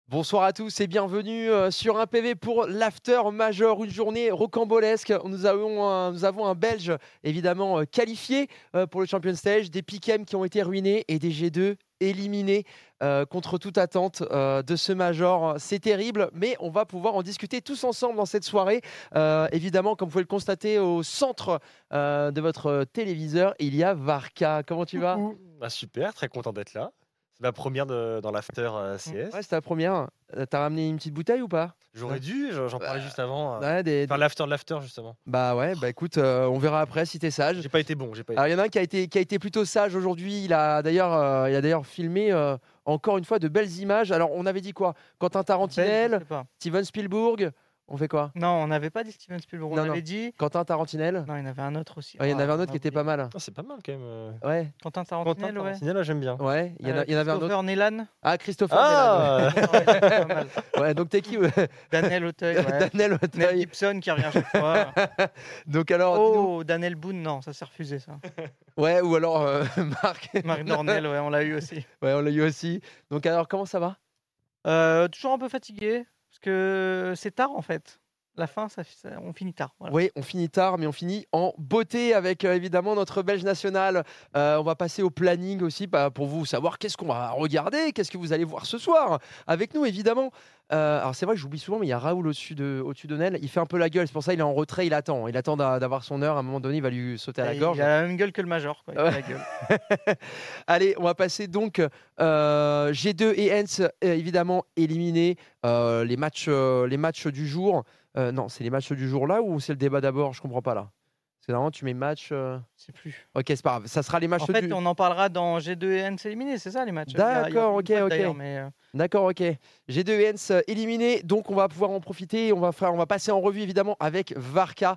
Bonsoir à tous et bienvenue sur un PV pour l'After Major, une journée rocambolesque. Nous avons un Belge évidemment qualifié pour le Champion Stage, des Piquem qui ont été ruinés et des G2 éliminés contre toute attente de ce Major. C'est terrible, mais on va pouvoir en discuter tous ensemble dans cette soirée. Évidemment, comme vous pouvez le constater, au centre de votre téléviseur, il y a Varka. Comment tu vas ? Bah super, très content d'être là. C'est ma première dans l'after CS. Ouais, c'est ta première. T'as ramené une petite bouteille ou pas ? J'aurais dû, j'en parlais juste avant. Ouais, Faire l'after de l'after justement. Bah ouais, bah écoute, on verra après si t'es sage. J'ai pas été bon, Alors il y en a un qui a été plutôt sage aujourd'hui. Il a d'ailleurs filmé encore une fois de belles images. Alors on avait dit quoi ? Quentin Tarantinel, Je sais pas. Steven Spielberg. On fait quoi ? Non, on n'avait pas dit Steven Spielberg. Non, On non. avait dit. Quentin Tarantinel. Non, il y en avait un autre aussi. Ouais, il y en avait un on autre a qui était oublié. pas mal. Ah, c'est pas mal quand même. Ouais, Quentin Quentin Tarantinel, ouais. Tarantinel, j'aime bien. ouais. Il y en avait un autre. Christopher Nelan. Ah, Christopher Ah Ouais, pas mal. Nolan. Ouais, donc t'es qui ? Daniel Auteuil, ouais. Daniel Mel Auteuil. Gibson qui revient chaque fois. Donc alors, dis-nous. Oh, Daniel Boone, non, ça s'est refusé ça. Ouais, ou alors Marc. Marc Dornel, ouais, on l'a eu aussi. Ouais, on l'a eu aussi. Donc alors, comment ça va ? Toujours un peu fatigué parce que c'est tard en fait. La fin, on finit tard. Voilà. Oui, on finit tard, mais on finit en beauté avec évidemment notre Belge national. On va passer au planning aussi pour vous savoir qu'est-ce qu'on va regarder, qu'est-ce que vous allez voir ce soir avec nous évidemment. Alors c'est vrai que j'oublie souvent, mais il y a Raoul au-dessus de Nel. Il fait un peu la gueule, c'est pour ça qu'il est en retrait, il attend d'avoir son heure. À un moment donné, il va lui sauter à la gorge. Il a la même gueule que le Major. Quoi. Il a la gueule. Allez, on va passer donc G2 et Hens évidemment éliminés. Les matchs du jour. Non, c'est les matchs du jour là ou c'est le débat d'abord ? Je comprends pas là. C'est vraiment tu mets match. Je sais plus. Ok, c'est pas grave. Ça sera les matchs En fait, du. on en parlera dans G2 et Hens éliminés, c'est ça les matchs. D'accord, ok, ok. D'ailleurs, mais, D'accord, ok. G2 et Hens éliminés, donc on va pouvoir en profiter. On va passer en revue évidemment avec Varka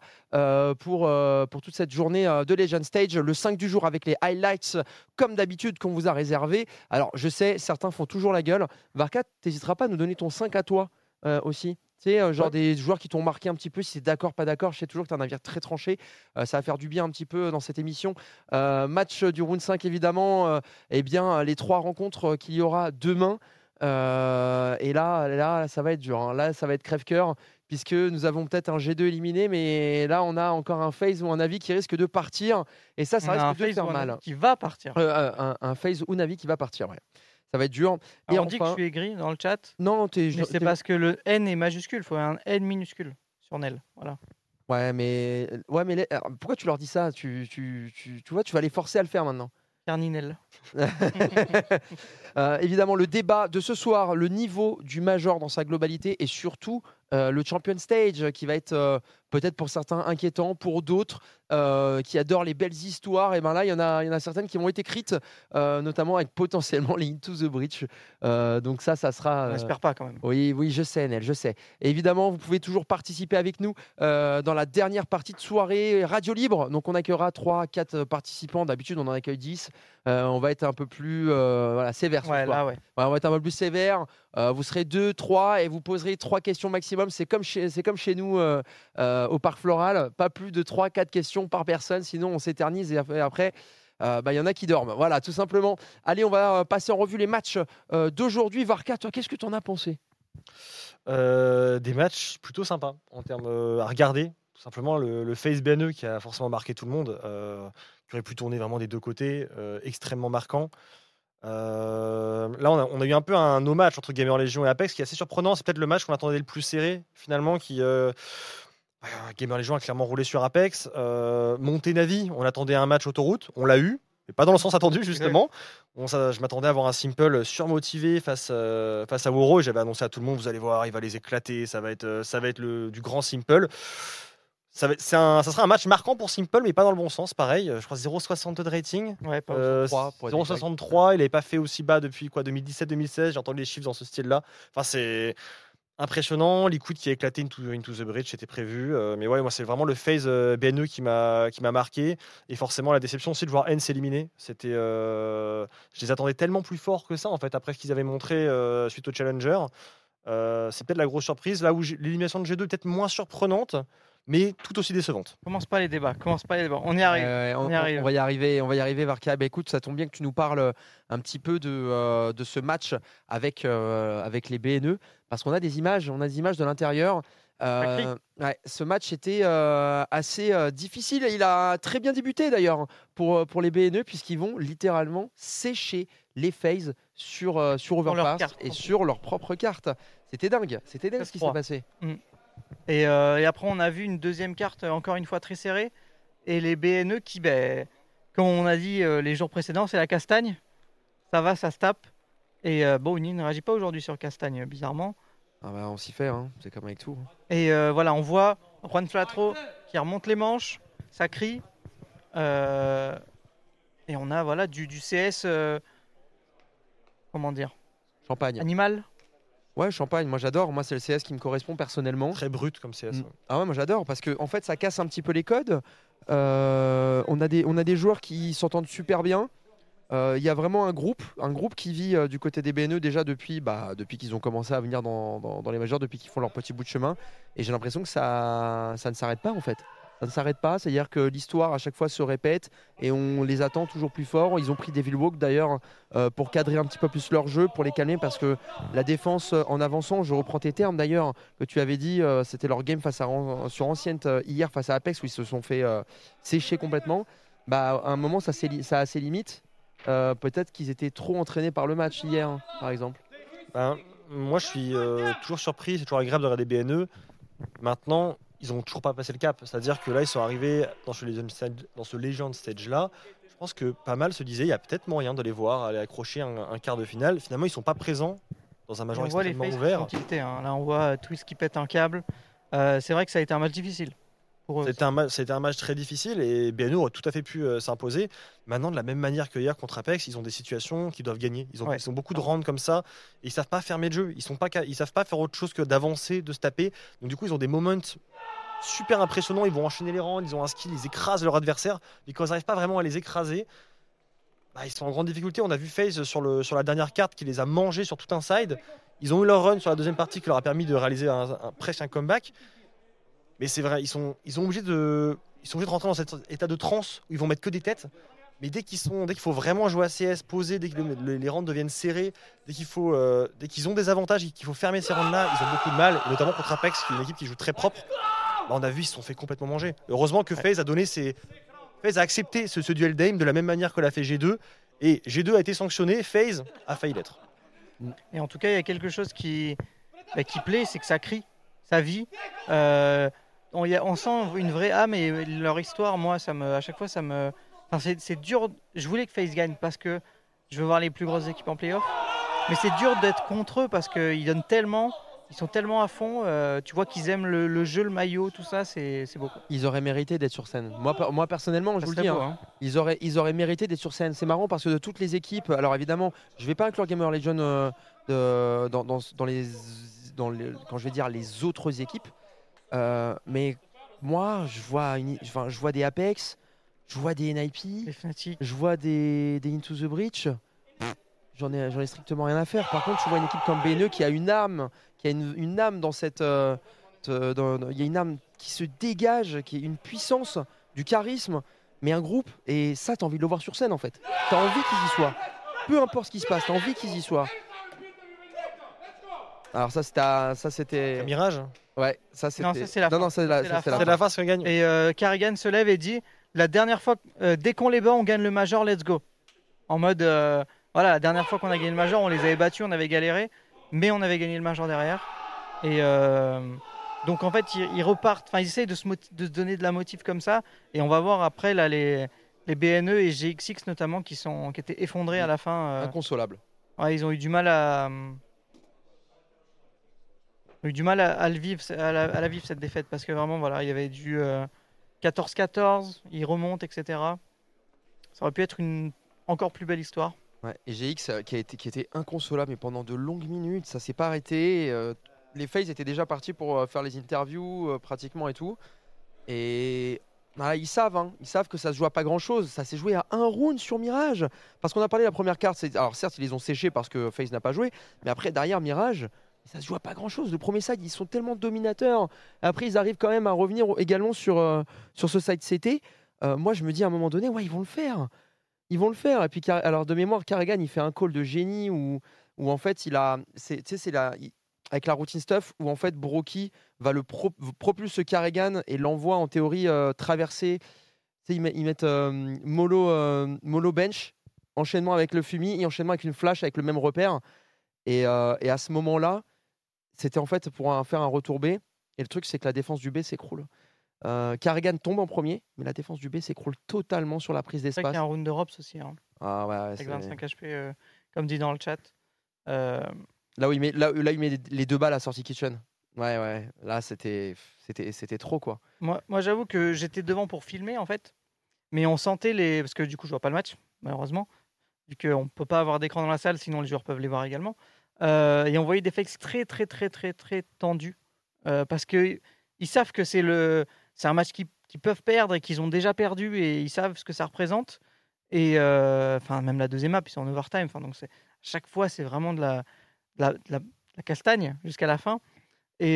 pour toute cette journée de Legend Stage. Le 5 du jour avec les highlights comme d'habitude qu'on vous a réservé. Alors je sais, certains font toujours la gueule. Varka, t'hésiteras pas à nous donner ton 5 à toi aussi. Tu sais, genre des joueurs qui t'ont marqué un petit peu, si c'est d'accord, pas d'accord. Je sais toujours que tu as un avis très tranché. Ça va faire du bien un petit peu dans cette émission. Match du round 5, évidemment. Eh bien, les 3 rencontres qu'il y aura demain. Et là, ça va être dur. Hein. Là, ça va être crève-cœur, puisque nous avons peut-être un G2 éliminé, mais là, on a encore un FaZe ou un Navi qui risque de partir. Et ça on a un risque de FaZe faire ou un mal. Navi qui va partir. Un FaZe ou Navi qui va partir, ouais. Ça va être dur. Et Alors, on dit que enfin- je suis aigri dans le chat. Non, Mais c'est parce que le N est majuscule, il faut un N minuscule sur Nel. Voilà. Ouais, mais alors, pourquoi tu leur dis ça ? Tu vois, tu vas les forcer à le faire maintenant. Carninel. Évidemment, le débat de ce soir, le niveau du Major dans sa globalité et surtout le Champion Stage qui va être peut-être pour certains inquiétant, pour d'autres qui adorent les belles histoires. Et ben là, il y en a certaines qui vont être écrites, notamment avec potentiellement les Into the Breach. Donc ça sera. On n'espère pas quand même. Oui, je sais, Nel, je sais. Et évidemment, vous pouvez toujours participer avec nous dans la dernière partie de soirée Radio Libre. Donc, on accueillera 3-4 participants. D'habitude, on en accueille 10. On va être un peu plus sévère ce Ouais, soir. là, ouais. Ouais, on va être un peu plus sévère. Vous serez 2, 3 et vous poserez 3 questions maximum. C'est comme chez nous au Parc Floral. Pas plus de 3-4 questions par personne. Sinon, on s'éternise et après... il y en a qui dorment. Voilà, tout simplement. Allez, on va passer en revue les matchs d'aujourd'hui. Varka, toi, qu'est-ce que tu en as pensé ? Des matchs plutôt sympas en termes à regarder. Tout simplement, le FaZe BNE qui a forcément marqué tout le monde, qui aurait pu tourner vraiment des deux côtés, extrêmement marquant. Là, on a eu un peu un no match entre Gamer Legion et Apex qui est assez surprenant. C'est peut-être le match qu'on attendait le plus serré, finalement, Gamer Legion a clairement roulé sur Apex. Monté Navi, on attendait un match autoroute, on l'a eu, mais pas dans le sens attendu, justement. Je m'attendais à avoir un Simple surmotivé face à Woro, et j'avais annoncé à tout le monde, vous allez voir, il va les éclater, ça va être du grand Simple. Ça sera un match marquant pour Simple, mais pas dans le bon sens. Pareil, je crois 0,62 de rating. Ouais, pas 0,63. Il n'avait pas fait aussi bas depuis 2017-2016. J'ai entendu les chiffres dans ce style-là. Enfin, c'est impressionnant. Liquid qui a éclaté Into the Breach, c'était prévu. Mais ouais, moi, c'est vraiment le FaZe BNE qui m'a marqué. Et forcément, la déception aussi de voir N s'éliminer. Je les attendais tellement plus forts que ça, en fait, après ce qu'ils avaient montré suite au Challenger. C'est peut-être la grosse surprise. Là où l'élimination de G2 est peut-être moins surprenante. mais tout aussi décevantes. Commence pas les débats. On y arrive. On va y arriver, Varka. Bah, écoute, ça tombe bien que tu nous parles un petit peu de ce match avec les BNE, parce qu'on a des images, de l'intérieur. Ce match était assez difficile. Il a très bien débuté d'ailleurs pour les BNE, puisqu'ils vont littéralement sécher les FaZe sur Overpass et sur leur propre carte. C'était dingue ce qui s'est passé. Et après, on a vu une deuxième carte, encore une fois très serrée. Et les BNE qui, comme on a dit les jours précédents, c'est la castagne. Ça va, ça se tape. Et Uni ne réagit pas aujourd'hui sur castagne, bizarrement. On s'y fait, hein. C'est comme avec tout. Et voilà, on voit Juan Flatro qui remonte les manches, ça crie. Et on a du CS, comment dire, Champagne. Animal. Ouais, Champagne, moi j'adore. Moi, c'est le CS qui me correspond personnellement. Très brut comme CS. Ah ouais, moi j'adore parce que en fait, ça casse un petit peu les codes. On a des joueurs qui s'entendent super bien. Il y a vraiment un groupe qui vit du côté des BNE déjà depuis qu'ils ont commencé à venir dans les majors, depuis qu'ils font leur petit bout de chemin. Et j'ai l'impression que ça ne s'arrête pas en fait. Ça ne s'arrête pas, c'est-à-dire que l'histoire à chaque fois se répète et on les attend toujours plus fort. Ils ont pris Devil Walk d'ailleurs pour cadrer un petit peu plus leur jeu, pour les calmer, parce que la défense en avançant, je reprends tes termes d'ailleurs que tu avais dit, c'était leur game sur Ancient hier face à Apex où ils se sont fait sécher complètement. À un moment ça a ses limites. Peut-être qu'ils étaient trop entraînés par le match hier, par exemple. Moi, je suis toujours surpris. C'est toujours agréable de regarder BNE. Maintenant, ils n'ont toujours pas passé le cap. C'est-à-dire que là, ils sont arrivés dans ce Legend Stage-là. Je pense que pas mal se disaient, il y a peut-être moyen de les voir aller accrocher un quart de finale. Finalement, ils ne sont pas présents dans un major extrêmement ouvert. Là, on voit Twist qui pète un câble. C'est vrai que ça a été un match difficile. C'était un match très difficile et BNE aurait tout à fait pu s'imposer. Maintenant, de la même manière que hier contre Apex, ils ont des situations qu'ils doivent gagner. Ils ont beaucoup de rounds comme ça et ils savent pas fermer le jeu. Ils savent pas faire autre chose que d'avancer, de se taper. Donc du coup, ils ont des moments super impressionnants. Ils vont enchaîner les rounds, ils ont un skill, ils écrasent leur adversaire. Mais quand ils n'arrivent pas vraiment à les écraser, ils sont en grande difficulté. On a vu FaZe sur la dernière carte qui les a mangés sur tout un side. Ils ont eu leur run sur la deuxième partie qui leur a permis de réaliser presque un comeback. Mais c'est vrai, ils sont obligés de rentrer dans cet état de transe où ils vont mettre que des têtes. Mais dès qu'il faut vraiment jouer à CS, poser, dès que les rounds deviennent serrés, dès qu'ils ont des avantages et qu'il faut fermer ces rounds-là, ils ont beaucoup de mal. Et notamment contre Apex, qui est une équipe qui joue très propre. On a vu, ils se sont fait complètement manger. Heureusement que FaZe a accepté ce duel d'aim de la même manière que l'a fait G2. Et G2 a été sanctionné, FaZe a failli l'être. Et en tout cas, il y a quelque chose qui plaît, c'est que ça crie, ça vit. On sent une vraie âme et leur histoire, moi, à chaque fois, ça me... Enfin, c'est dur. Je voulais que FaZe gagne parce que je veux voir les plus grosses équipes en playoff. Mais c'est dur d'être contre eux parce qu'ils donnent tellement, ils sont tellement à fond. Tu vois qu'ils aiment le jeu, le maillot, tout ça, c'est beau. Ils auraient mérité d'être sur scène. Moi personnellement, je vous le dis, beau, ils auraient mérité d'être sur scène. C'est marrant parce que de toutes les équipes, alors évidemment, je vais pas inclure Gamer Legion quand je vais dire les autres équipes. Mais moi, je vois des Apex, je vois des NIP, je vois des Into the Breach. J'en ai strictement rien à faire. Par contre, je vois une équipe comme BNE qui a une âme, une âme dans cette. Il y a une âme qui se dégage, qui est une puissance, du charisme, mais un groupe. Et ça, t'as envie de le voir sur scène en fait. T'as envie qu'ils y soient. Peu importe ce qui se passe, t'as envie qu'ils y soient. Alors ça c'était. Un mirage. Ouais, ça c'était. Non, ça c'est la fin. C'est la fin qu'on gagne. Et Carrigan se lève et dit la dernière fois, dès qu'on les bat, on gagne le major, let's go. En mode, voilà, la dernière fois qu'on a gagné le major, on les avait battus, on avait galéré, mais on avait gagné le major derrière. Et donc en fait, ils repartent. Enfin, ils essayent de se donner de la motive comme ça. Et on va voir après là les BNE et GXX notamment qui étaient effondrés à la fin. Inconsolables. Ouais, ils ont eu du mal à. à la vivre cette défaite parce que vraiment voilà il y avait du 14-14, ils remontent, etc. Ça aurait pu être une encore plus belle histoire. Ouais, et GX qui était inconsolable mais pendant de longues minutes, ça s'est pas arrêté. Les FaZe étaient déjà partis pour faire les interviews pratiquement et tout. Et ils savent que ça se joue à pas grand chose. Ça s'est joué à un round sur Mirage. Parce qu'on a parlé de la première carte. Alors certes ils les ont séchés parce que FaZe n'a pas joué, mais après derrière Mirage. Ça se joue à pas grand-chose. Le premier side, ils sont tellement dominateurs. Après, ils arrivent quand même à revenir également sur ce side CT. Moi, je me dis à un moment donné, ouais, ils vont le faire. Ils vont le faire. Et puis, alors de mémoire, Karrigan, il fait un call de génie où en fait, avec la routine stuff, où en fait, Brockie va propulse Karrigan et l'envoie en théorie traverser. Tu sais, ils mettent mollo bench, enchaînement avec le Fumi et enchaînement avec une flash avec le même repère. Et à ce moment-là, c'était en fait pour faire un retour B. Et le truc, c'est que la défense du B s'écroule. Karrigan tombe en premier, mais la défense du B s'écroule totalement sur la prise C'est vrai qu'il d'espace. y a un round d'Europe aussi, hein, Ah ouais, avec 25 HP, comme dit dans le chat. Là où il met les 2 balles à sortie kitchen. Ouais. Là, c'était trop, quoi. Moi, j'avoue que j'étais devant pour filmer, en fait. Mais on sentait les... Parce que du coup, je vois pas le match, malheureusement. Vu qu'on peut pas avoir d'écran dans la salle, sinon les joueurs peuvent les voir également. Et on voyait des fakes très, très, très, très, très tendus. Parce qu'ils savent que c'est un match qu'ils peuvent perdre et qu'ils ont déjà perdu. Et ils savent ce que ça représente. Et même la deuxième map, ils sont en overtime. Donc à chaque fois, c'est vraiment de la castagne jusqu'à la fin. Et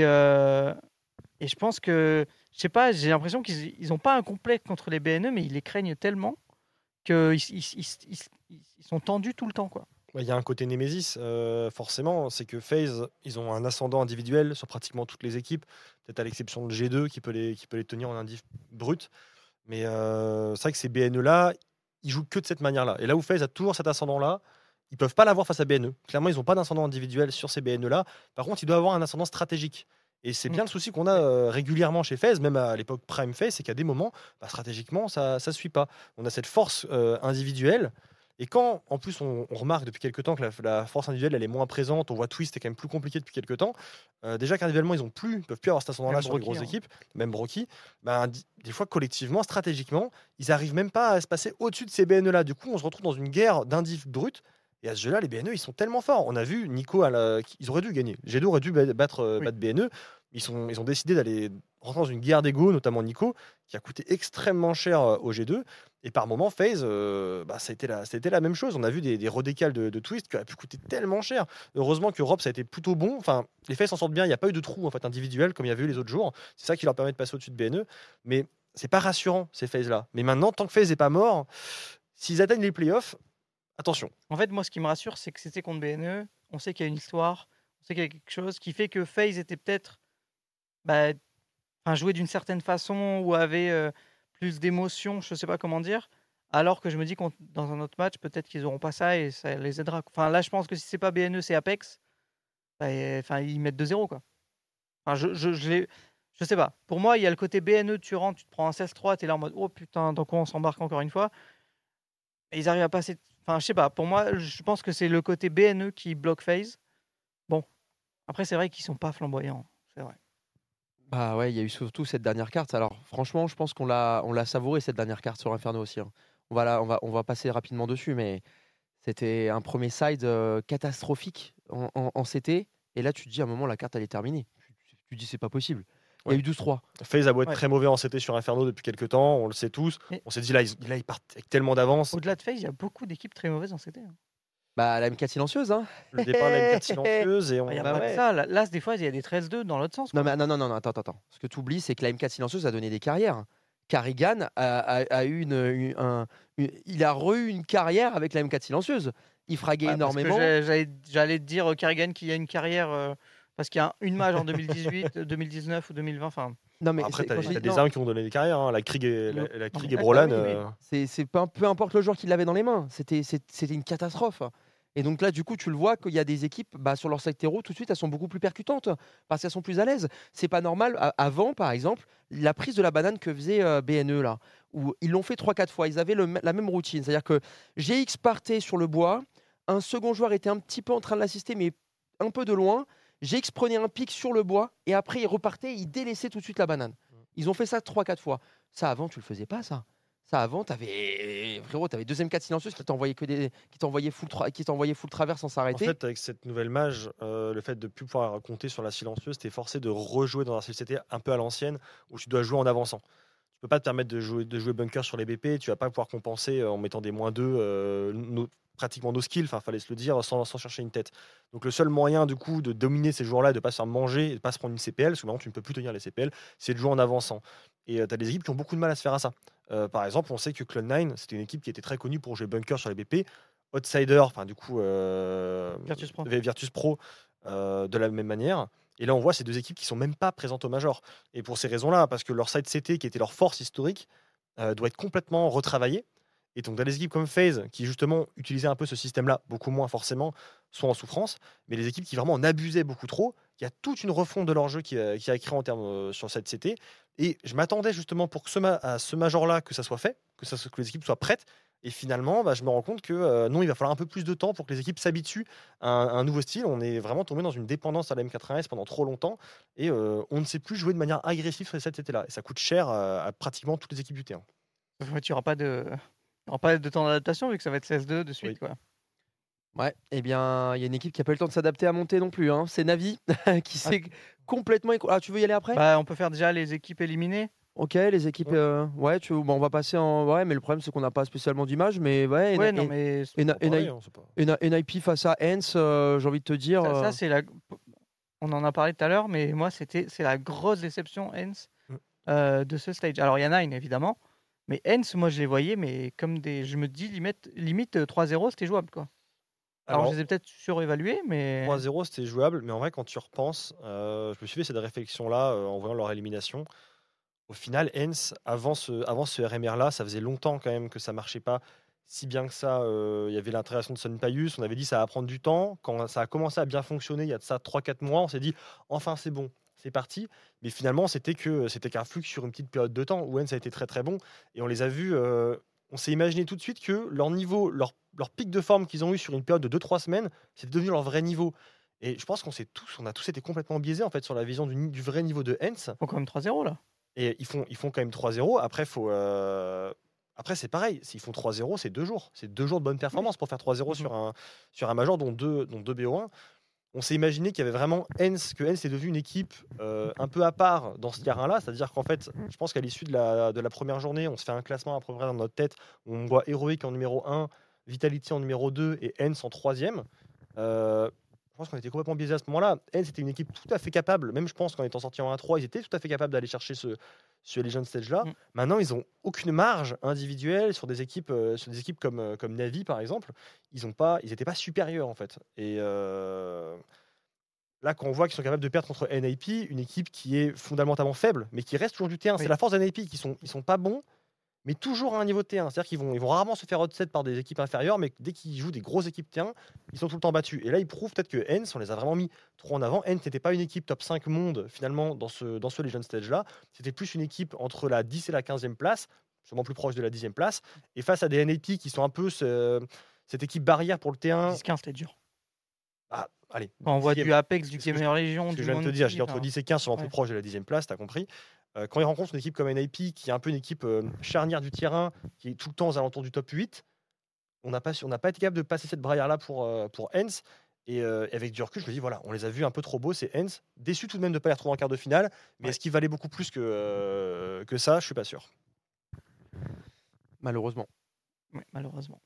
je pense que, je sais pas, j'ai l'impression qu'ils n'ont pas un complexe contre les BNE, mais ils les craignent tellement qu'ils sont tendus tout le temps, quoi. Il y a un côté Némésis, forcément, c'est que FaZe, ils ont un ascendant individuel sur pratiquement toutes les équipes, peut-être à l'exception de G2 qui peut les tenir en indiv brut. Mais c'est vrai que ces BNE-là, ils jouent que de cette manière-là. Et là où FaZe a toujours cet ascendant-là, ils peuvent pas l'avoir face à BNE. Clairement, ils n'ont pas d'ascendant individuel sur ces BNE-là. Par contre, ils doivent avoir un ascendant stratégique. Et c'est bien le souci qu'on a régulièrement chez FaZe, même à l'époque Prime FaZe, c'est qu'à des moments, stratégiquement, ça ne suit pas. On a cette force individuelle. Et quand, en plus, on remarque depuis quelques temps que la force individuelle elle est moins présente, on voit Twist est quand même plus compliqué depuis quelques temps. Déjà qu'individuellement, ils ne peuvent plus avoir cet ascendant-là sur les grosses équipes, même Brockie. Des fois, collectivement, stratégiquement, ils n'arrivent même pas à se passer au-dessus de ces BNE-là. Du coup, on se retrouve dans une guerre d'indiv brut. Et à ce jeu-là, les BNE, ils sont tellement forts. On a vu Nico, ils auraient dû gagner. G2 aurait dû battre BNE. Ils ont décidé d'aller rentrer dans une guerre d'ego, notamment Nico, qui a coûté extrêmement cher au G2. Et par moment, FaZe, ça a été la même chose. On a vu des redécales de Twist qui auraient pu coûter tellement cher. Heureusement que Rob, ça a été plutôt bon. Enfin, les FaZe s'en sortent bien. Il n'y a pas eu de trou en fait, individuel comme il y avait eu les autres jours. C'est ça qui leur permet de passer au-dessus de BNE. Mais c'est pas rassurant, ces FaZe-là. Mais maintenant, tant que FaZe n'est pas mort, s'ils atteignent les playoffs, attention. En fait, moi, ce qui me rassure, c'est que c'était contre BNE. On sait qu'il y a une histoire. On sait qu'il y a quelque chose qui fait que FaZe était peut-être joué d'une certaine façon ou avait plus d'émotion, je ne sais pas comment dire. Alors que je me dis que dans un autre match, peut-être qu'ils n'auront pas ça et ça les aidera. Enfin, là, je pense que si c'est pas BNE, c'est Apex. Ils mettent 2-0, quoi. Je sais pas. Pour moi, il y a le côté BNE, tu rentres, tu te prends un 16-3, tu es là en mode oh putain, dans quoi on s'embarque encore une fois. Et ils arrivent à passer. Enfin, je sais pas. Pour moi, je pense que c'est le côté BNE qui bloque FaZe. Bon. Après, c'est vrai qu'ils sont pas flamboyants. C'est vrai. Bah ouais, il y a eu surtout cette dernière carte. Alors franchement, je pense qu'on l'a savouré cette dernière carte sur Inferno aussi, hein. On va passer rapidement dessus, mais c'était un premier side catastrophique en CT. Et là, tu te dis à un moment, la carte elle est terminée. Tu te dis c'est pas possible. Il y a eu 12-3. FaZe a beau être très mauvais en CT sur Inferno depuis quelques temps, on le sait tous. On s'est dit là, ils partent avec tellement d'avance. Au-delà de FaZe, il y a beaucoup d'équipes très mauvaises en CT. Bah la M4 silencieuse, hein. Le départ de la M4 silencieuse et Il n'y a pas que ça. Là, des fois, il y a des 13-2 dans l'autre sens. Non, mais non, attends. Ce que tu oublies, c'est que la M4 silencieuse a donné des carrières. Karrigan a eu il a eu une carrière avec la M4 silencieuse. Il fraguait énormément. J'allais te dire Karrigan qui a une carrière parce qu'il y a une mage en 2018, 2019 ou 2020. Enfin. Non, mais après, t'as des armes qui ont donné des carrières. Hein. La Krieg et Brolan. C'est peu importe le joueur qui l'avait dans les mains. C'était une catastrophe. Et donc là, du coup, tu le vois qu'il y a des équipes sur leur secteur tout de suite, elles sont beaucoup plus percutantes parce qu'elles sont plus à l'aise. C'est pas normal. Avant, par exemple, la prise de la banane que faisait BNE là, où ils l'ont fait 3-4 fois. Ils avaient la même routine, c'est-à-dire que GX partait sur le bois, un second joueur était un petit peu en train de l'assister, mais un peu de loin. GX prenait un pic sur le bois et après il repartait, il délaissait tout de suite la banane. Ils ont fait ça 3-4 fois. Ça avant, tu le faisais pas ça. Ça avant, t'avais deuxième 4 silencieuse qui t'envoyait full travers sans s'arrêter. En fait, avec cette nouvelle mage, le fait de ne plus pouvoir compter sur la silencieuse, t'es forcé de rejouer dans un CCT un peu à l'ancienne où tu dois jouer en avançant. Tu peux pas te permettre de jouer bunker sur les BP, tu vas pas pouvoir compenser en mettant des -2 pratiquement no skill, enfin fallait se le dire, sans chercher une tête. Donc le seul moyen du coup de dominer ces joueurs-là, de ne pas se faire manger, et de ne pas se prendre une CPL, parce que maintenant tu ne peux plus tenir les CPL, c'est de jouer en avançant. Et tu as des équipes qui ont beaucoup de mal à se faire à ça. Par exemple, on sait que Cloud9, c'était une équipe qui était très connue pour jouer bunker sur les BP. Outsider, enfin du coup Virtus Pro de la même manière. Et là, on voit ces deux équipes qui sont même pas présentes au Major. Et pour ces raisons-là, parce que leur side CT, qui était leur force historique, doit être complètement retravaillé. Et donc, dans des équipes comme FaZe, qui justement utilisaient un peu ce système-là, beaucoup moins forcément, sont en souffrance. Mais les équipes qui vraiment en abusaient beaucoup trop, il y a toute une refonte de leur jeu qui a créé en termes sur cette CT. Et je m'attendais justement pour que à ce Major-là, que ça soit fait, que les équipes soient prêtes. Et finalement, je me rends compte que non, il va falloir un peu plus de temps pour que les équipes s'habituent à un nouveau style. On est vraiment tombé dans une dépendance à la M4S pendant trop longtemps et on ne sait plus jouer de manière agressive sur cette CT-là. Et ça coûte cher à pratiquement toutes les équipes du terrain. Ouais, tu n'auras pas de temps d'adaptation vu que ça va être CS2 de suite. Oui. Quoi. Ouais, eh bien, il y a une équipe qui n'a pas eu le temps de s'adapter à monter non plus. C'est Navi qui s'est complètement. Ah, tu veux y aller après ? On peut faire déjà les équipes éliminées. Ok, les équipes. Ouais, on va passer en. Ouais, mais le problème, c'est qu'on n'a pas spécialement d'image. Mais ouais, NIP face à Hens, j'ai envie de te dire. Ça, c'est on en a parlé tout à l'heure, mais moi, c'est la grosse déception, Hens, de ce stage. Alors, il y en a une, évidemment. Mais Hens, moi, je les voyais, mais comme des. Je me dis, limite 3-0, c'était jouable, quoi. Alors, je les ai peut-être surévalués, mais. 3-0, c'était jouable, mais en vrai, quand tu repenses, je me suis fait cette réflexion-là en voyant leur élimination. Au final, Hens, avant ce RMR-là, ça faisait longtemps quand même que ça marchait pas si bien que ça. Il y avait l'intégration de Sunpaius, on avait dit ça va prendre du temps. Quand ça a commencé à bien fonctionner, il y a de ça 3-4 mois, on s'est dit enfin c'est bon, c'est parti. Mais finalement, c'était qu'un flux sur une petite période de temps où Hens a été très très bon. Et on les a vus, on s'est imaginé tout de suite que leur niveau, leur pic de forme qu'ils ont eu sur une période de 2-3 semaines, c'était devenu leur vrai niveau. Et je pense qu'on a tous été complètement biaisés en fait sur la vision du vrai niveau de Hens. Ils font quand même 3-0 là. Et ils font quand même 3-0. Après, Après, c'est pareil. S'ils font 3-0, c'est 2 jours. C'est 2 jours de bonne performance pour faire 3-0 sur un major, dont deux BO1. On s'est imaginé qu'il y avait vraiment que Hens est devenu une équipe un peu à part dans ce terrain-là. C'est-à-dire qu'en fait, je pense qu'à l'issue de la première journée, on se fait un classement à peu près dans notre tête. Où on voit Heroic en numéro 1, Vitality en numéro 2 et Hens en 3e. Je pense qu'on était complètement biaisé à ce moment-là. Hens était une équipe tout à fait capable, même je pense qu'en étant sorti en 1-3, ils étaient tout à fait capables d'aller chercher ce Legend Stage-là. Maintenant, ils n'ont aucune marge individuelle sur des équipes comme Navi, par exemple. Ils n'étaient pas supérieurs, en fait. Et là, quand on voit qu'ils sont capables de perdre contre NIP, une équipe qui est fondamentalement faible, mais qui reste toujours du terrain. Oui. C'est la force de NIP, ils sont pas bons, mais toujours à un niveau de terrain. C'est-à-dire qu'ils vont rarement se faire outset par des équipes inférieures, mais dès qu'ils jouent des grosses équipes terrain, ils sont tout le temps battus. Et là, ils prouvent peut-être que Hens, on les a vraiment mis trop en avant. Hens n'était pas une équipe top 5 monde, finalement, dans ce Legend Stage-là. C'était plus une équipe entre la 10 et la 15e place, sûrement plus proche de la 10e place. Et face à des NAP qui sont un peu cette équipe barrière pour le terrain. 10-15, c'était dur. Ah, allez. Quand on voit du Apex, du Gamer Legion, du. Je viens de te dire, je dis entre 10 et 15, sûrement plus proche de la 10e place, t'as compris. Quand ils rencontrent une équipe comme NIP, qui est un peu une équipe charnière du terrain, qui est tout le temps aux alentours du top 8, on n'a pas été capable de passer cette barrière-là pour Hens. Et avec du recul, je me dis, voilà, on les a vus un peu trop beaux, c'est Hens. Déçu tout de même de ne pas les retrouver en quart de finale, mais est-ce qu'ils valaient beaucoup plus que ça? Je suis pas sûr. Malheureusement. Oui, malheureusement.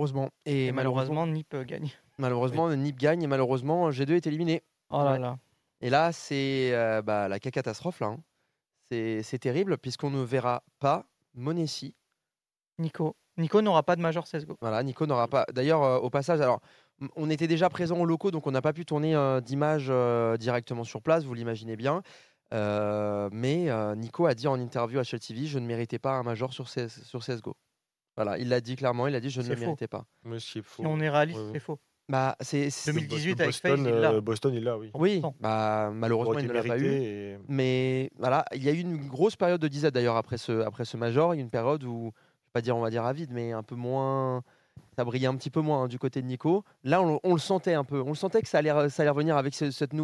Et malheureusement, NIP gagne. Malheureusement, NIP gagne et malheureusement, G2 est éliminé. Oh là là. Et là, c'est la catastrophe, là. C'est terrible, puisqu'on ne verra pas Monessi. Nico n'aura pas de Major CSGO. Voilà, Nico n'aura pas. D'ailleurs, au passage, alors, on était déjà présents au locaux, donc on n'a pas pu tourner d'image directement sur place, vous l'imaginez bien. Mais Nico a dit en interview à Shell TV, je ne méritais pas un Major sur CSGO. Voilà, il l'a dit clairement, il a dit je ne le méritais pas. Mais c'est faux. Si on est réaliste, c'est faux. C'est 2018 avec FaZe, il l'a. Boston, il l'a, oui. Oui, malheureusement, il ne l'a pas eu. Mais voilà, il y a eu une grosse période de disette d'ailleurs après ce Major. Il y a eu une période où, je ne vais pas dire on va dire avide, mais un peu moins. Ça brillait un petit peu moins du côté de Nico. Là, on le sentait un peu. On le sentait que ça allait revenir avec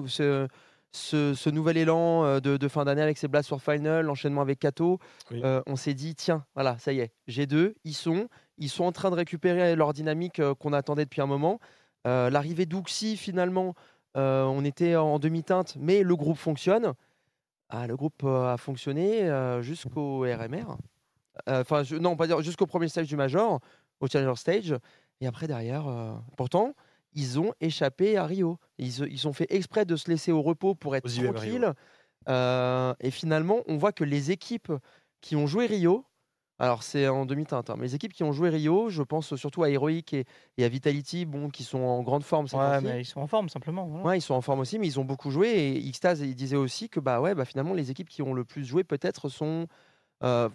ce nouvel élan de fin d'année avec ses Blast for Final, l'enchaînement avec Kato. Oui. On s'est dit, tiens, voilà, ça y est, G2, ils sont en train de récupérer leur dynamique qu'on attendait depuis un moment. L'arrivée d'Uxi, finalement, on était en demi-teinte, mais le groupe fonctionne. Le groupe a fonctionné jusqu'au RMR. Non, pas dire jusqu'au premier stage du Major, au Challenger Stage. Et après, derrière, pourtant, ils ont échappé à Rio. Ils ont fait exprès de se laisser au repos pour être Aux IEM Rio. tranquilles. Et finalement, on voit que les équipes qui ont joué Rio, alors c'est en demi-teinte, mais les équipes qui ont joué Rio, je pense surtout à Heroic et à Vitality, qui sont en grande forme cette Ouais, fois-ci. mais ils sont en forme simplement. Voilà. Ouais, ils sont en forme aussi, mais ils ont beaucoup joué. Et Xtase, il disait aussi que finalement, les équipes qui ont le plus joué peut-être sont euh,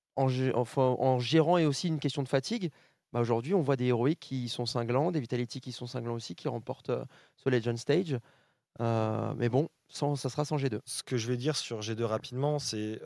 en gérant et aussi une question de fatigue. Aujourd'hui, on voit des Heroic qui sont cinglants, des Vitality qui sont cinglants aussi, qui remportent ce Legend Stage. Mais bon, ça sera sans G2. Ce que je vais dire sur G2 rapidement, c'est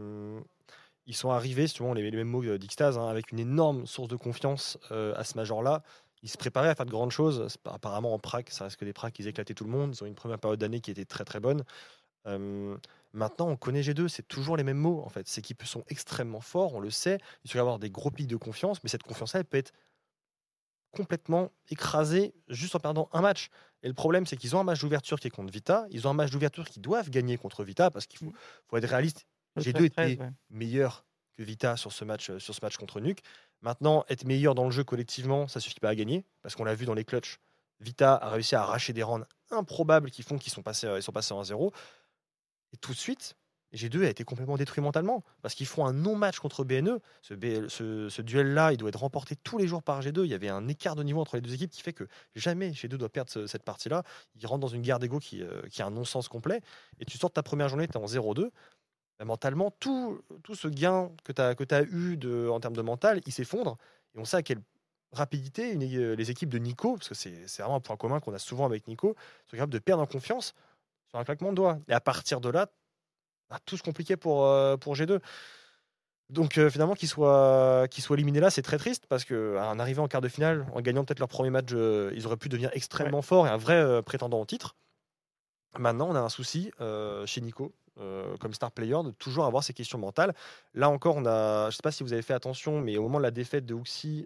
ils sont arrivés, souvent les mêmes mots d'Ixtase, avec une énorme source de confiance à ce major-là. Ils se préparaient à faire de grandes choses. Apparemment en prac, ça reste que des pracs, ils éclataient tout le monde. Ils ont une première période d'année qui était très très bonne. Maintenant, on connaît G2, c'est toujours les mêmes mots en fait. Ces équipes sont extrêmement forts, on le sait. Il suffit d'avoir des gros pics de confiance, mais cette confiance-là, elle peut être complètement écrasée juste en perdant un match. Et le problème, c'est qu'ils ont un match d'ouverture qui est contre Vita. Ils ont un match d'ouverture qu'ils doivent gagner contre Vita parce qu'il faut être réaliste. Le G2 était 13-13, ouais. meilleur que Vita sur ce match contre Nuke. Maintenant, être meilleur dans le jeu collectivement, ça suffit pas à gagner parce qu'on l'a vu dans les clutches. Vita a réussi à arracher des rounds improbables qui font qu'ils sont passés en 1-0. Et tout de suite, G2 a été complètement détruit mentalement parce qu'ils font un non-match contre BNE. Ce duel-là, il doit être remporté tous les jours par G2. Il y avait un écart de niveau entre les deux équipes qui fait que jamais G2 doit perdre cette partie-là. Ils rentrent dans une guerre d'ego qui a un non-sens complet. Et tu sors de ta première journée, tu es en 0-2. Mentalement, tout ce gain que tu as eu en termes de mental, il s'effondre. Et on sait à quelle rapidité les équipes de Nico, parce que c'est vraiment un point commun qu'on a souvent avec Nico, sont capables de perdre en confiance sur un claquement de doigts. Et à partir de là, tout se compliquait pour G2. Donc finalement, qu'ils soient éliminés là, c'est très triste parce qu'en arrivant en quart de finale, en gagnant peut-être leur premier match, ils auraient pu devenir extrêmement forts et un vrai prétendant au titre. Maintenant, on a un souci chez Nico, comme star player, de toujours avoir ces questions mentales. Là encore, je ne sais pas si vous avez fait attention, mais au moment de la défaite de Uxie,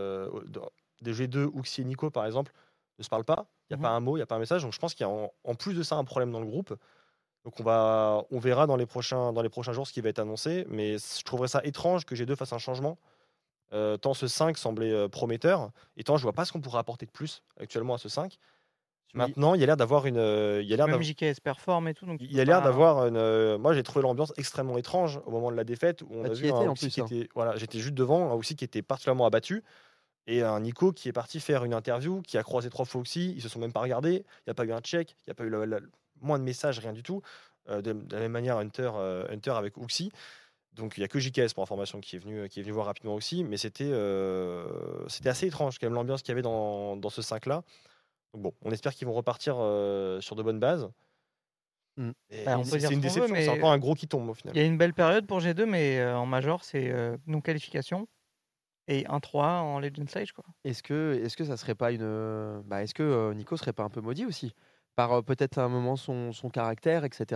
des G2, Uxie et Nico par exemple, ne se parlent pas. Il n'y a pas un mot, il n'y a pas un message. Donc je pense qu'il y a en plus de ça un problème dans le groupe. Donc on verra dans les prochains jours ce qui va être annoncé. Mais je trouverais ça étrange que G2 fasse un changement. Tant ce 5 semblait prometteur, et tant je vois pas ce qu'on pourrait apporter de plus actuellement à ce 5. Maintenant, il y a l'air d'avoir une. Même JKS performe et tout. Donc il y a l'air d'avoir une. Moi, j'ai trouvé l'ambiance extrêmement étrange au moment de la défaite où on a vu un Uxie qui était. Voilà, j'étais juste devant, un Uxie qui était particulièrement abattu et un Nico qui est parti faire une interview, qui a croisé 3 fois Uxie. Ils se sont même pas regardés. Il n'y a pas eu un check. Il n'y a pas eu moins de messages, rien du tout. De la même manière, Hunter avec Uxie. Donc il n'y a que JKS pour information qui est venu voir rapidement aussi, mais c'était assez étrange quand même l'ambiance qu'il y avait dans ce 5 là. Donc bon, on espère qu'ils vont repartir sur de bonnes bases. C'est une déception, c'est encore un gros qui tombe au final. Il y a une belle période pour G2, mais en major, c'est non-qualification et 1-3 en Legend Stage, quoi. Est-ce que ça serait pas une. Est-ce que Nico serait pas un peu maudit aussi par peut-être à un moment son caractère, etc.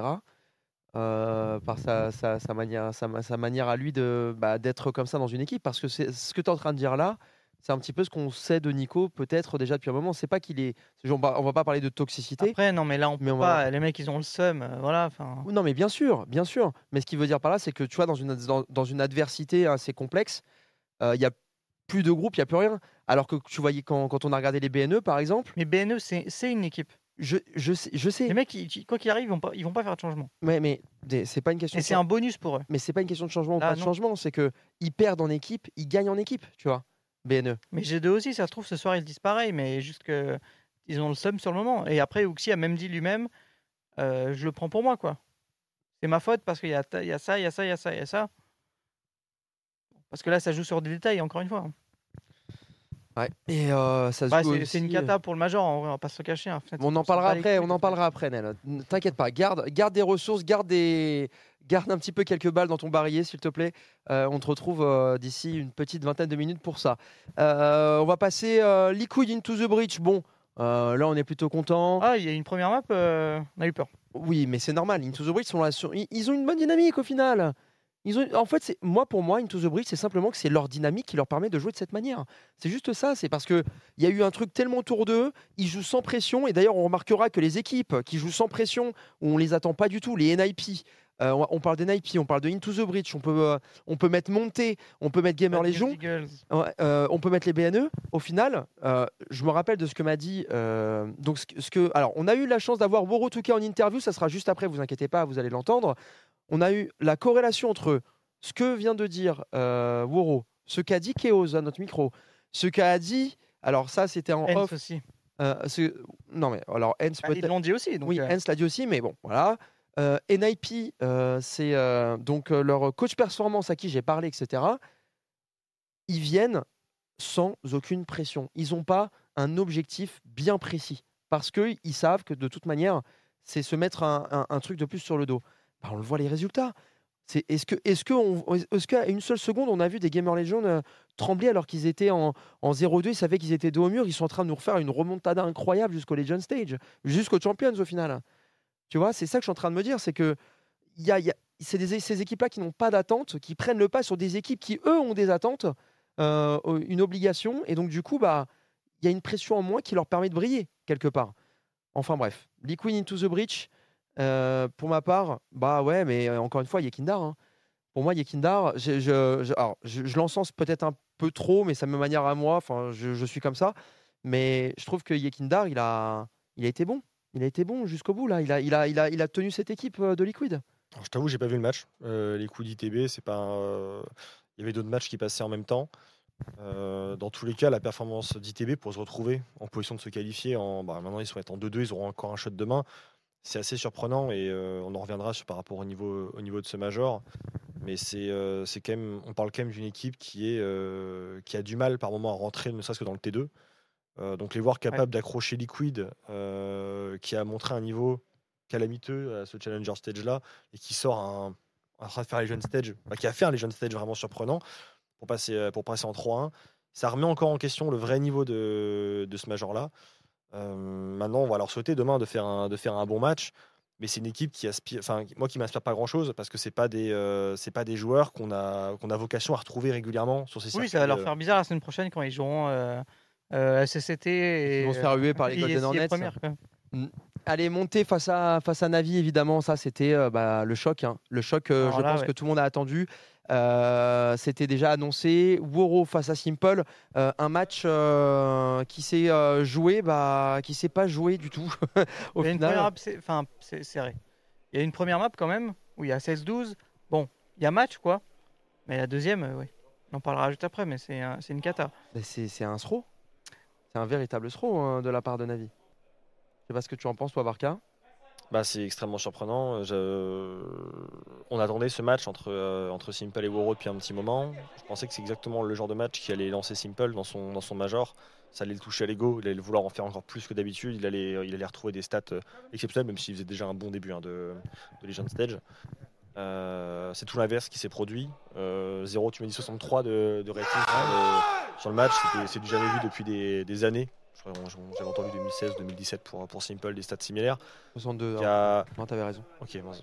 Par sa manière à lui d'être comme ça dans une équipe, parce que c'est ce que tu es en train de dire là, c'est un petit peu ce qu'on sait de Nico peut-être déjà depuis un moment. C'est pas qu'il est, on va pas parler de toxicité. Après non, mais là on peut pas. Les mecs ils ont le seum, voilà. Non mais bien sûr. Mais ce qu'il veut dire par là, c'est que tu vois dans une adversité assez complexe, il y a plus de groupe, il y a plus rien. Alors que tu voyais quand on a regardé les BNE par exemple. Mais BNE c'est une équipe. Je sais. Les mecs, quoi qu'il arrive, ils vont pas faire de changement. Mais c'est pas une question. Et c'est un bonus pour eux. Mais c'est pas une question de changement ou pas de changement, c'est que ils perdent en équipe, ils gagnent en équipe, tu vois. BNE. Mais G2 aussi, ça se trouve ce soir ils disent pareil, mais juste que ils ont le seum sur le moment. Et après, Uxie a même dit lui-même, je le prends pour moi, quoi. C'est ma faute parce qu'il y a ça, il y a ça, il y a ça, il y a ça. Parce que là, ça joue sur des détails, encore une fois. Ouais. Et ça se joue aussi... C'est une cata pour le major, on va pas se le cacher. Hein. On en parlera après, Nel. T'inquiète pas, garde des ressources, garde un petit peu quelques balles dans ton barillet, s'il te plaît. On te retrouve d'ici une petite vingtaine de minutes pour ça. On va passer Liquid Into the Breach. Bon, là, on est plutôt content. Ah, il y a une première map, on a eu peur. Oui, mais c'est normal. Into the Breach, ils ont une bonne dynamique au final. En fait, pour moi, Into the Breach, c'est simplement que c'est leur dynamique qui leur permet de jouer de cette manière. C'est juste ça. C'est parce qu'il y a eu un truc tellement autour d'eux, ils jouent sans pression. Et d'ailleurs, on remarquera que les équipes qui jouent sans pression, où on les attend pas du tout, les NIP, On parle d'NIP, on parle de Into the Breach, on peut mettre Monté, on peut mettre Gamer Legion, on peut mettre les BNE. Au final, je me rappelle de ce que m'a dit. Donc, alors, on a eu la chance d'avoir Woro 2K en interview, ça sera juste après, vous inquiétez pas, vous allez l'entendre. On a eu la corrélation entre ce que vient de dire Woro, ce qu'a dit Chaos à notre micro, ce qu'a dit. Alors, ça, c'était en Hens off. aussi. Non, mais alors, Hens peut-être. Ils l'ont dit aussi. Donc, oui, Hens l'a dit aussi, mais bon, voilà. NIP, c'est donc leur coach performance à qui j'ai parlé, etc. Ils viennent sans aucune pression. Ils n'ont pas un objectif bien précis parce qu'ils savent que de toute manière, c'est se mettre un truc de plus sur le dos. Bah, on le voit les résultats. Est-ce qu'à une seule seconde, on a vu des Gamer Legion trembler alors qu'ils étaient en 0-2, ils savaient qu'ils étaient dos au mur, ils sont en train de nous refaire une remontada incroyable jusqu'au Legend Stage, jusqu'aux Champions au final. Tu vois, c'est ça que je suis en train de me dire, c'est que c'est ces équipes-là qui n'ont pas d'attente, qui prennent le pas sur des équipes qui, eux, ont des attentes, une obligation, et donc du coup, bah, il y a une pression en moins qui leur permet de briller, quelque part. Enfin bref, Liquid Into the Breach, pour ma part, bah ouais, mais encore une fois, Yekindar. Hein. Pour moi, Yekindar, je l'encense peut-être un peu trop, mais ça me manière à moi, enfin, je suis comme ça, mais je trouve que Yekindar, il a été bon. Il a été bon jusqu'au bout, là. Il a tenu cette équipe de Liquid. Alors, je t'avoue, j'ai pas vu le match. Les coups d'ITB, c'est pas. Il y avait d'autres matchs qui passaient en même temps. Dans tous les cas, la performance d'ITB pour se retrouver en position de se qualifier, maintenant ils sont en 2-2, ils auront encore un shot demain. C'est assez surprenant et on en reviendra par rapport au niveau de ce major. Mais c'est quand même, on parle quand même d'une équipe qui a du mal par moment à rentrer, ne serait-ce que dans le T2. Donc les voir capables d'accrocher Liquid, qui a montré un niveau calamiteux à ce Challenger Stage là et qui sort en train de faire les jeunes stages, qui a fait un Legend Stage vraiment surprenant pour passer en 3-1. Ça remet encore en question le vrai niveau de ce major là. Maintenant, on va leur souhaiter demain de faire un bon match. Mais c'est une équipe qui aspire, moi qui m'inspire pas grand chose parce que c'est pas des joueurs qu'on a vocation à retrouver régulièrement sur ces circuits. Oui, ça va leur faire bizarre la semaine prochaine quand ils joueront SCCT et ils vont se faire huer par les Golden Hornets. Allez, monter face à Navi, évidemment, ça c'était le choc. Hein. Le choc, je pense que tout le monde a attendu. C'était déjà annoncé. Woro face à Simple, un match qui s'est joué, qui s'est pas joué du tout. Au final, c'est serré. Il y a une première map quand même où il y a 16-12. Bon, il y a match quoi. Mais la deuxième, oui. On en parlera juste après, mais c'est une cata. C'est un throw. C'est un véritable throw hein, de la part de Navi. Je sais pas ce que tu en penses, toi, Barca. C'est extrêmement surprenant. On attendait ce match entre Simple et Woro depuis un petit moment. Je pensais que c'est exactement le genre de match qui allait lancer Simple dans son major. Ça allait le toucher à l'ego, il allait vouloir en faire encore plus que d'habitude. Il allait retrouver des stats exceptionnelles, même s'il faisait déjà un bon début de Legend Stage. C'est tout l'inverse qui s'est produit. 0, tu m'as dit 63 de rating sur le match. C'est du jamais vu depuis des années. J'avais entendu 2016-2017 pour Simple, des stats similaires. 62, non, t'avais raison. Ok, bon.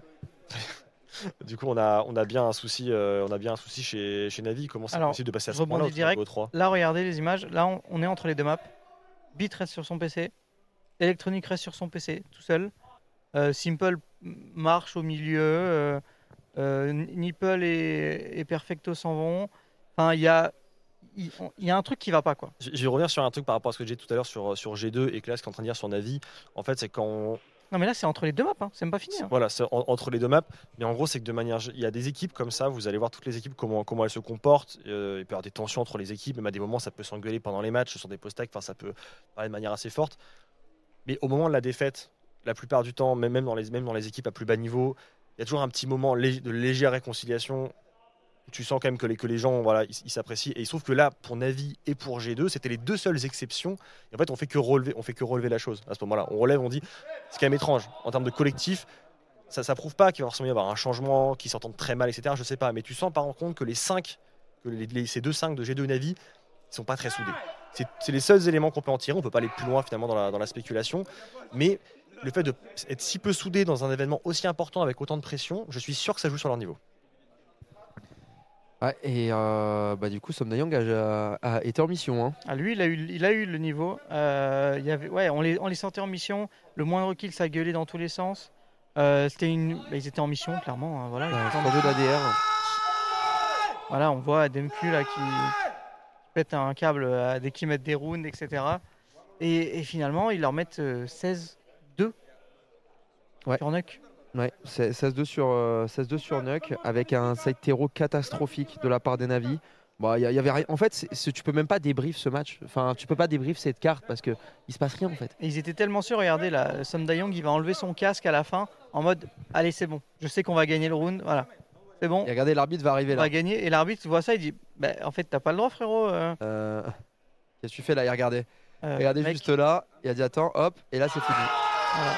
Du coup, on a bien un souci chez Navi. Comment c'est possible de passer à ce point-là direct. Là, regardez les images. Là, on est entre les deux maps. Beat reste sur son PC. Electronic reste sur son PC, tout seul. Simple marche au milieu. Nipple et Perfecto s'en vont. Enfin, il y a un truc qui va pas quoi. Je vais revenir sur un truc par rapport à ce que j'ai dit tout à l'heure sur G2 et que là ce qu'on est en train de dire sur Navi. En fait, c'est quand non mais là c'est entre les deux maps, hein. C'est même pas fini. Hein. Voilà, c'est entre les deux maps. Mais en gros, c'est que de manière, il y a des équipes comme ça. Vous allez voir toutes les équipes comment elles se comportent. Il peut y avoir des tensions entre les équipes. Même à des moments, ça peut s'engueuler pendant les matchs sur des post-tacs. Enfin, ça peut parler de manière assez forte. Mais au moment de la défaite, la plupart du temps, même dans les équipes à plus bas niveau, il y a toujours un petit moment de légère réconciliation. Tu sens quand même que les gens ils s'apprécient et il se trouve que là pour Navi et pour G2 c'était les deux seules exceptions et en fait on fait que relever la chose à ce moment-là, on relève, on dit c'est quand même étrange en termes de collectif, ça prouve pas qu'il va forcément y avoir un changement, qu'ils s'entendent très mal etc, je sais pas, mais tu sens par contre que ces deux 5 de G2 Navi ils sont pas très soudés, c'est les seuls éléments qu'on peut en tirer, on peut pas aller plus loin finalement dans la spéculation, mais le fait d'être si peu soudé dans un événement aussi important avec autant de pression, je suis sûr que ça joue sur leur niveau. Ouais, et du coup, Somnayang a été en mission. Hein. Lui, il a eu le niveau. On les sentait en mission. Le moindre kill, ça gueulait dans tous les sens. Ils étaient en mission, clairement. Hein, voilà, Sur 2 d'ADR. Voilà, on voit Demku là qui pète un câble dès qu'ils mettent des rounds, etc. Et finalement, ils leur mettent 16-2 sur Nuck. Ouais, 16-2 sur Nuck avec un side terreau catastrophique de la part des Navi. Bon, y avait rien. En fait, tu peux même pas débrief ce match. Enfin, tu peux pas débrief cette carte parce que il se passe rien en fait. Et ils étaient tellement sûrs. Regardez là, Son Dayong, il va enlever son casque à la fin en mode allez, c'est bon. Je sais qu'on va gagner le round. Voilà, c'est bon. Et regardez, l'arbitre va arriver On là. va gagner. Et l'arbitre voit ça, il dit en fait, t'as pas le droit, frérot. Qu'est-ce que tu fais là? Regardez Mec. juste là. Il a dit attends, hop, et là c'est fini. Voilà.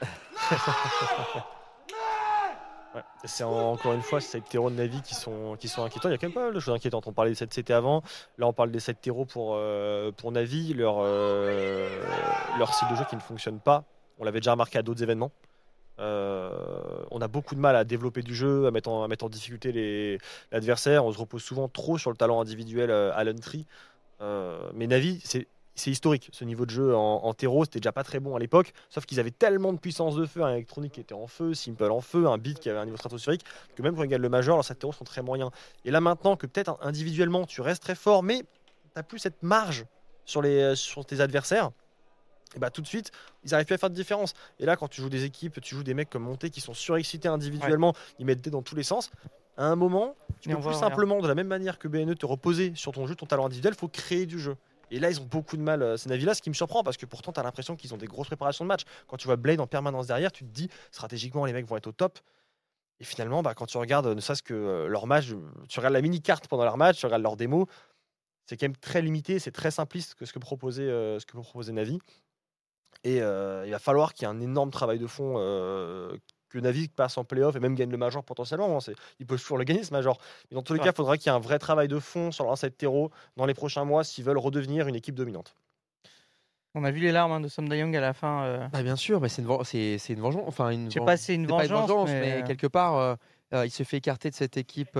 Ouais. C'est encore une fois ces terreaux de Navi qui sont inquiétants. Il y a quand même pas mal de choses inquiétantes. On parlait des 7CT avant. Là, on parle des 7 terreaux pour Navi. Leur style de jeu qui ne fonctionne pas. On l'avait déjà remarqué à d'autres événements. On a beaucoup de mal à développer du jeu, à mettre en difficulté l'adversaire. On se repose souvent trop sur le talent individuel à l'Untry. Mais Navi, c'est historique. Ce niveau de jeu en terreau, c'était déjà pas très bon à l'époque. Sauf qu'ils avaient tellement de puissance de feu, un électronique qui était en feu, Simple en feu, un beat qui avait un niveau stratosphérique, que même quand ils gagnent le major, leurs 7 terreaux sont très moyens. Et là maintenant que peut-être individuellement tu restes très fort, mais t'as plus cette marge sur tes adversaires. Et bah tout de suite, ils n'arrivent plus à faire de différence. Et là, quand tu joues des équipes, tu joues des mecs comme Monté qui sont surexcités individuellement, ils mettent des dans tous les sens. À un moment, tu peux plus simplement, de la même manière que BNE, te reposer sur ton jeu, ton talent individuel, il faut créer du jeu. Et là, ils ont beaucoup de mal, ces Navi-là, ce qui me surprend, parce que pourtant, tu as l'impression qu'ils ont des grosses préparations de match. Quand tu vois Blade en permanence derrière, tu te dis, stratégiquement, les mecs vont être au top. Et finalement, quand tu regardes, ne serait-ce que leur match, tu regardes la mini-carte pendant leur match, tu regardes leur démo, c'est quand même très limité, c'est très simpliste que ce que proposait Navi. Et il va falloir qu'il y ait un énorme travail de fond, que Navi passe en playoff et même gagne le major potentiellement. Ils peuvent toujours le gagner ce major. Mais dans tous les cas, il faudra qu'il y ait un vrai travail de fond sur leur set terreau dans les prochains mois s'ils veulent redevenir une équipe dominante. On a vu les larmes de Som Dayong à la fin. Bien sûr, mais c'est une vengeance. Enfin, je sais pas si c'est une vengeance, mais quelque part, il se fait écarter de cette équipe.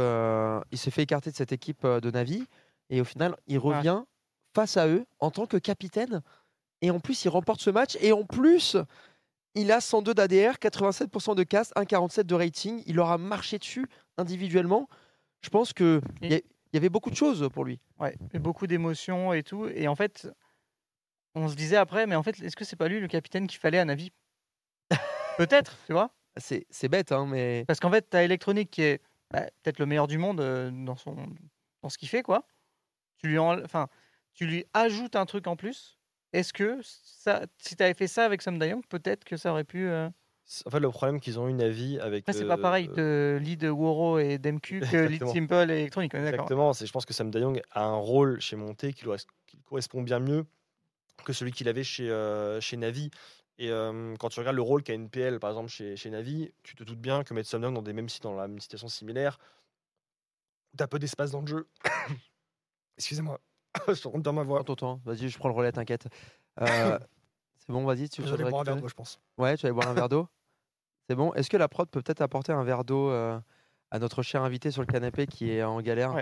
De Navi et au final, il revient face à eux en tant que capitaine. Et en plus, il remporte ce match. Et en plus, il a 102 d'ADR, 87% de casse, 1,47 de rating. Il leur a marché dessus individuellement. Je pense qu'il y avait beaucoup de choses pour lui. Ouais, et beaucoup d'émotions et tout. Et en fait, on se disait après, mais en fait, est-ce que c'est pas lui le capitaine qu'il fallait à Navi? Peut-être, tu vois. C'est bête, hein, mais... Parce qu'en fait, tu as Electronic qui est peut-être le meilleur du monde dans ce qu'il fait, quoi. Tu lui ajoutes un truc en plus. Est-ce que si tu avais fait ça avec Som Dayong, peut-être que ça aurait pu. En fait, le problème qu'ils ont eu Navi avec. C'est pas pareil de lead Woro et Demku que lead Simple et Electronic. Exactement. Je pense que Som Dayong a un rôle chez Monté qui correspond bien mieux que celui qu'il avait chez Navi. Et quand tu regardes le rôle qu'a NPL, par exemple, chez Navi, tu te doutes bien que mettre Som Dayong dans la même situation similaire, tu as peu d'espace dans le jeu. Excusez-moi. Je rentre dans ma voix. Attends, vas-y, je prends le relais, t'inquiète. C'est bon, vas-y. Tu veux boire un verre d'eau, je pense. Ouais, tu vas aller boire un verre d'eau. C'est bon. Est-ce que la prod peut peut-être apporter un verre d'eau à notre cher invité sur le canapé qui est en galère?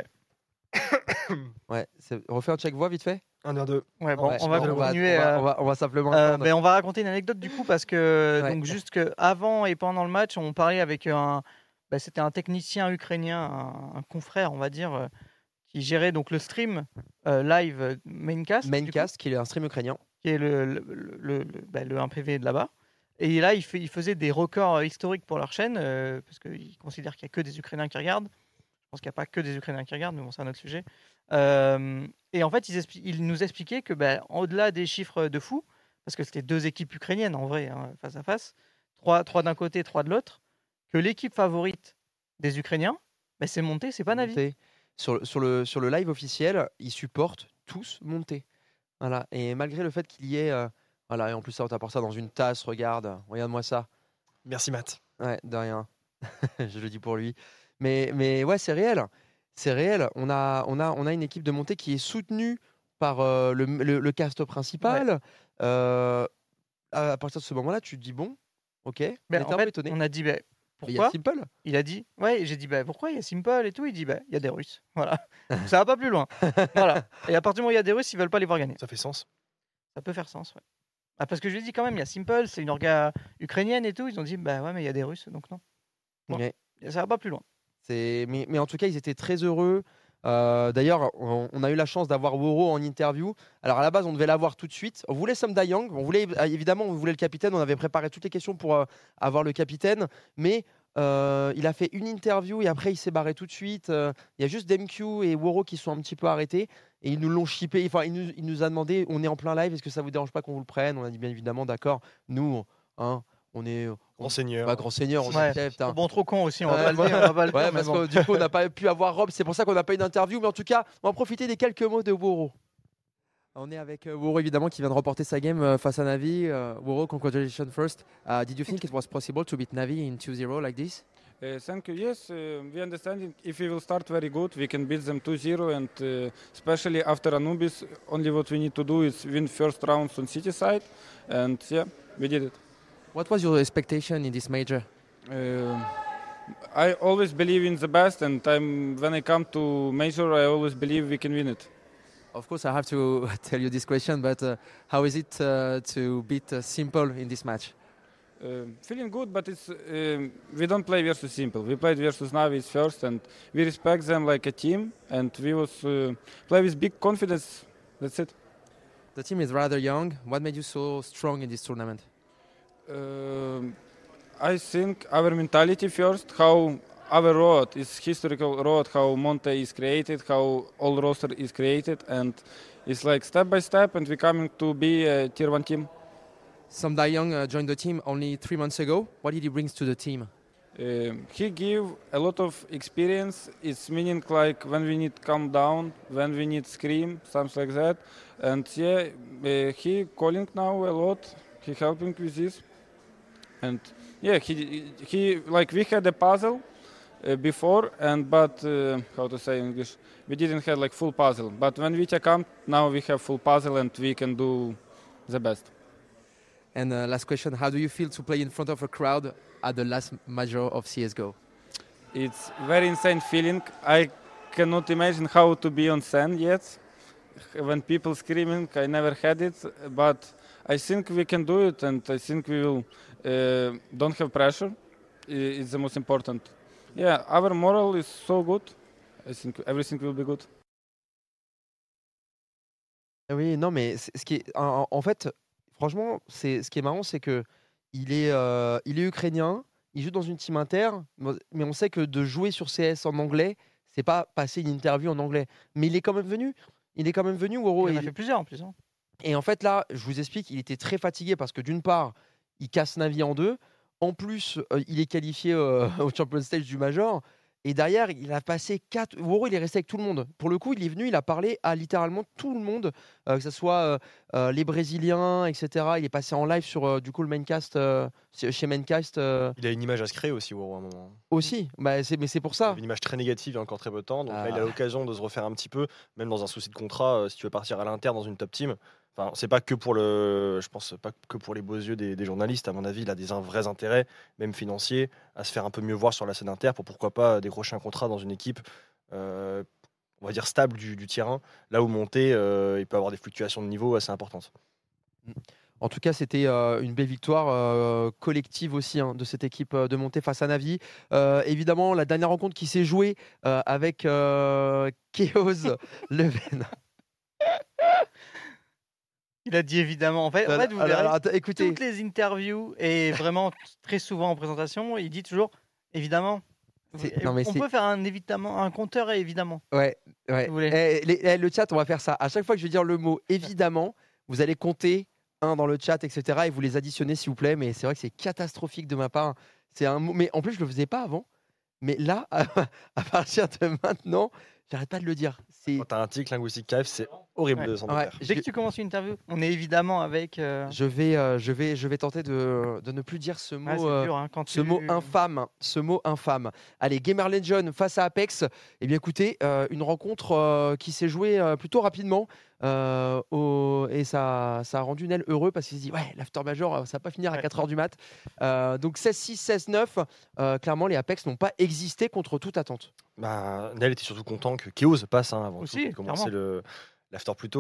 Ouais. Refais un check voix vite fait. 1, 2. Ouais, bon, on va continuer. On va simplement. On va raconter une anecdote du coup parce que donc juste que avant et pendant le match, on parlait avec c'était un technicien ukrainien, un confrère, on va dire. Qui gérait donc le stream live Maincast. Maincast, qui est un stream ukrainien. Qui est le 1PV de là-bas. Et là, il faisait des records historiques pour leur chaîne, parce qu'ils considèrent qu'il n'y a que des Ukrainiens qui regardent. Je pense qu'il n'y a pas que des Ukrainiens qui regardent, mais bon, c'est un autre sujet. Et en fait, il nous expliquait que au-delà des chiffres de fou, parce que c'était 2 équipes ukrainiennes en vrai, face à face, 3 d'un côté, 3 de l'autre, que l'équipe favorite des Ukrainiens, c'est Monté, c'est pas Navi. Sur le live officiel, ils supportent tous Monté. Voilà. Et malgré le fait qu'il y ait... voilà, et en plus, ça, on t'apporte ça dans une tasse, regarde-moi ça. Merci Matt. Ouais, de rien. Je le dis pour lui. Mais ouais, c'est réel. C'est réel. On a une équipe de Monté qui est soutenue par le cast principal. Ouais. À partir de ce moment-là, tu te dis, bon, ok. On a dit... Pourquoi? Il y a Simple. Il a dit, j'ai dit, pourquoi il y a Simple et tout? Il dit, il y a des Russes. Voilà. Ça va pas plus loin. Voilà. Et à partir du moment où il y a des Russes, ils veulent pas les voir gagner. Ça fait sens. Ça peut faire sens, ouais. Parce que je lui ai dit quand même, il y a Simple, c'est une orga ukrainienne et tout. Ils ont dit, bah ouais, mais il y a des Russes, donc non. Bon. Mais, Ça va pas plus loin. mais en tout cas, ils étaient très heureux. D'ailleurs, on a eu la chance d'avoir Woro en interview. Alors à la base, on devait l'avoir tout de suite. On voulait Sam Dayang, évidemment, on voulait le capitaine. On avait préparé toutes les questions pour avoir le capitaine, mais il a fait une interview et après il s'est barré tout de suite. Il y a juste DMQ et Woro qui sont un petit peu arrêtés et ils nous l'ont shippé. Enfin, il nous a demandé, on est en plein live, est-ce que ça vous dérange pas qu'on vous le prenne? On a dit bien évidemment, d'accord. Nous, hein, on est Grand seigneur. pas grand seigneur, on Ouais. accepte. Hein. Bon, trop con aussi, on va Ouais, pas le dire. On va pas le Ouais, dire, mais parce bon. que du coup, on n'a pas pu avoir Rob, c'est pour ça qu'on n'a pas eu d'interview. Mais en tout cas, on va en profiter des quelques mots de Woro. On est avec Woro, évidemment, qui vient de remporter sa game face à Navi. Woro, congratulations first. Did you think it was possible to beat Navi in 2-0 like this? Thank you. Yes, we understand if we will start very good, we can beat them 2-0, and especially after Anubis, only what we need to do is win first rounds on city side, and yeah, we did it. What was your expectation in this major? I always believe in the best, and when I come to major, I always believe we can win it. Of course, I have to tell you this question, but how is it to beat Simple in this match? Feeling good, but it's we don't play versus Simple. We played versus Navi first, and we respect them like a team, and we was play with big confidence. That's it. The team is rather young. What made you so strong in this tournament? I think our mentality first, how our road is historical road, how Monte is created, how all roster is created, and it's like step by step, and we're coming to be a tier 1 team. Sam Dayang joined the team only 3 months ago. What did he bring to the team? He give a lot of experience. It's meaning like when we need calm down, when we need scream, something like that. And yeah, he calling now a lot. He helping with this. And yeah, he like we had a puzzle before, but how to say in English, we didn't have like full puzzle. But when we take up, now we have full puzzle and we can do the best. And last question, how do you feel to play in front of a crowd at the last major of CSGO? It's very insane feeling. I cannot imagine how to be on scene yet. When people screaming, I never had it, but I think we can do it, and I think we will don't have pressure. It's the most important. Yeah, our moral is so good. I think everything will be good. Oui, non, mais ce qui est, en fait, franchement, ce qui est marrant, c'est que il est ukrainien, il joue dans une team inter, mais on sait que de jouer sur CS en anglais, c'est pas passer une interview en anglais. Mais il est quand même venu. Il est quand même venu, Woro. Il en a fait plusieurs en plus. Hein. Et en fait, là, je vous explique, il était très fatigué parce que d'une part, il casse Navi en deux. En plus, il est qualifié au Champion Stage du Major. Et derrière, il a passé 4. Woro, il est resté avec tout le monde. Pour le coup, il est venu, il a parlé à littéralement tout le monde, que ce soit les Brésiliens, etc. Il est passé en live sur du coup le Maincast, chez Maincast. Il a une image à se créer aussi, Woro, à un moment. Aussi, mais c'est pour ça. Il avait une image très négative il y a encore très peu de temps. Donc là, il a l'occasion de se refaire un petit peu, même dans un souci de contrat, si tu veux partir à l'inter dans une top team. Enfin, c'est pas que pour je pense pas que pour les beaux yeux des journalistes. À mon avis, il a des vrais intérêts, même financiers, à se faire un peu mieux voir sur la scène inter pour pourquoi pas décrocher un contrat dans une équipe, on va dire stable du tier 1. Là où monter, il peut avoir des fluctuations de niveau assez importantes. En tout cas, c'était une belle victoire collective aussi de cette équipe de montée face à Navi. Évidemment, la dernière rencontre qui s'est jouée avec Chaos Leven. Il a dit évidemment. En fait vous verrez, écoutez, toutes les interviews et vraiment très souvent en présentation, il dit toujours évidemment. On peut faire un compteur et évidemment. Ouais. Si vous voulez. Le chat, on va faire ça. À chaque fois que je vais dire le mot évidemment, vous allez compter dans le chat, etc. Et vous les additionnez s'il vous plaît. Mais c'est vrai que c'est catastrophique de ma part. C'est un mot. Mais en plus, je le faisais pas avant. Mais là, à partir de maintenant, j'arrête pas de le dire. Quand t'as un tic linguistique KF, c'est horrible de s'en faire. Dès que tu commences une interview, on est évidemment avec. Je vais tenter de ne plus dire ce mot, dur, hein, ce mot infâme. Allez, Gamer Legion face à Apex. Eh bien, écoutez, une rencontre qui s'est jouée plutôt rapidement. Et ça a rendu Nel heureux parce qu'il s'est dit ouais, l'after major ça va pas finir à 4h du mat. Donc 16-6, 16-9, clairement les Apex n'ont pas existé contre toute attente. Nel était surtout content que Chaos passe avant aussi, de commencer l'after plus tôt.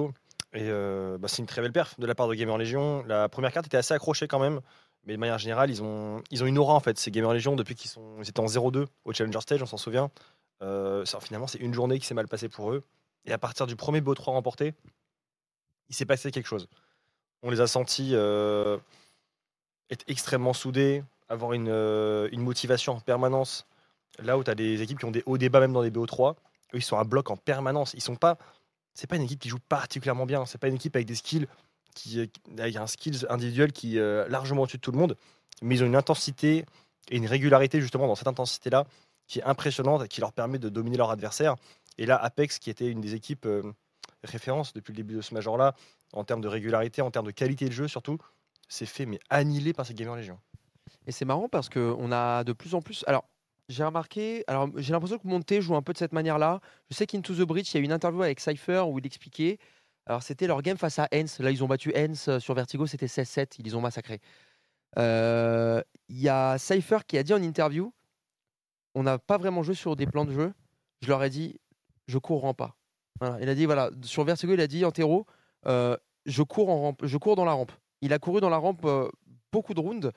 Et c'est une très belle perf de la part de Gamer Legion. La première carte était assez accrochée quand même. Mais de manière générale, ils ont une aura en fait. Ces Gamer Legion, depuis ils étaient en 0-2 au Challenger Stage, on s'en souvient. Finalement, c'est une journée qui s'est mal passée pour eux. Et à partir du premier BO3 remporté, il s'est passé quelque chose. On les a sentis être extrêmement soudés, avoir une motivation en permanence. Là où tu as des équipes qui ont des hauts débats même dans des BO3, eux ils sont à bloc en permanence. C'est pas une équipe qui joue particulièrement bien. C'est pas une équipe avec des skills avec un skills individuel qui est largement au-dessus de tout le monde. Mais ils ont une intensité et une régularité justement dans cette intensité-là qui est impressionnante et qui leur permet de dominer leur adversaire. Et là, Apex, qui était une des équipes référence depuis le début de ce major-là, en termes de régularité, en termes de qualité de jeu surtout, s'est fait annihiler par ces Gamer Legion. Et c'est marrant parce qu'on a de plus en plus. Alors, j'ai remarqué. Alors, j'ai l'impression que Monté joue un peu de cette manière-là. Je sais qu'Into the Breach, il y a eu une interview avec Cypher où il expliquait. Alors, c'était leur game face à Hens. Là, ils ont battu Hens sur Vertigo, c'était 16-7. Ils les ont massacrés. Il y a Cypher qui a dit en interview on n'a pas vraiment joué sur des plans de jeu. Je leur ai dit je cours en pas. Voilà. Il a dit voilà, sur Vertigo, il a dit en terreau je cours en rampe, je cours dans la rampe. Il a couru dans la rampe beaucoup de rounds.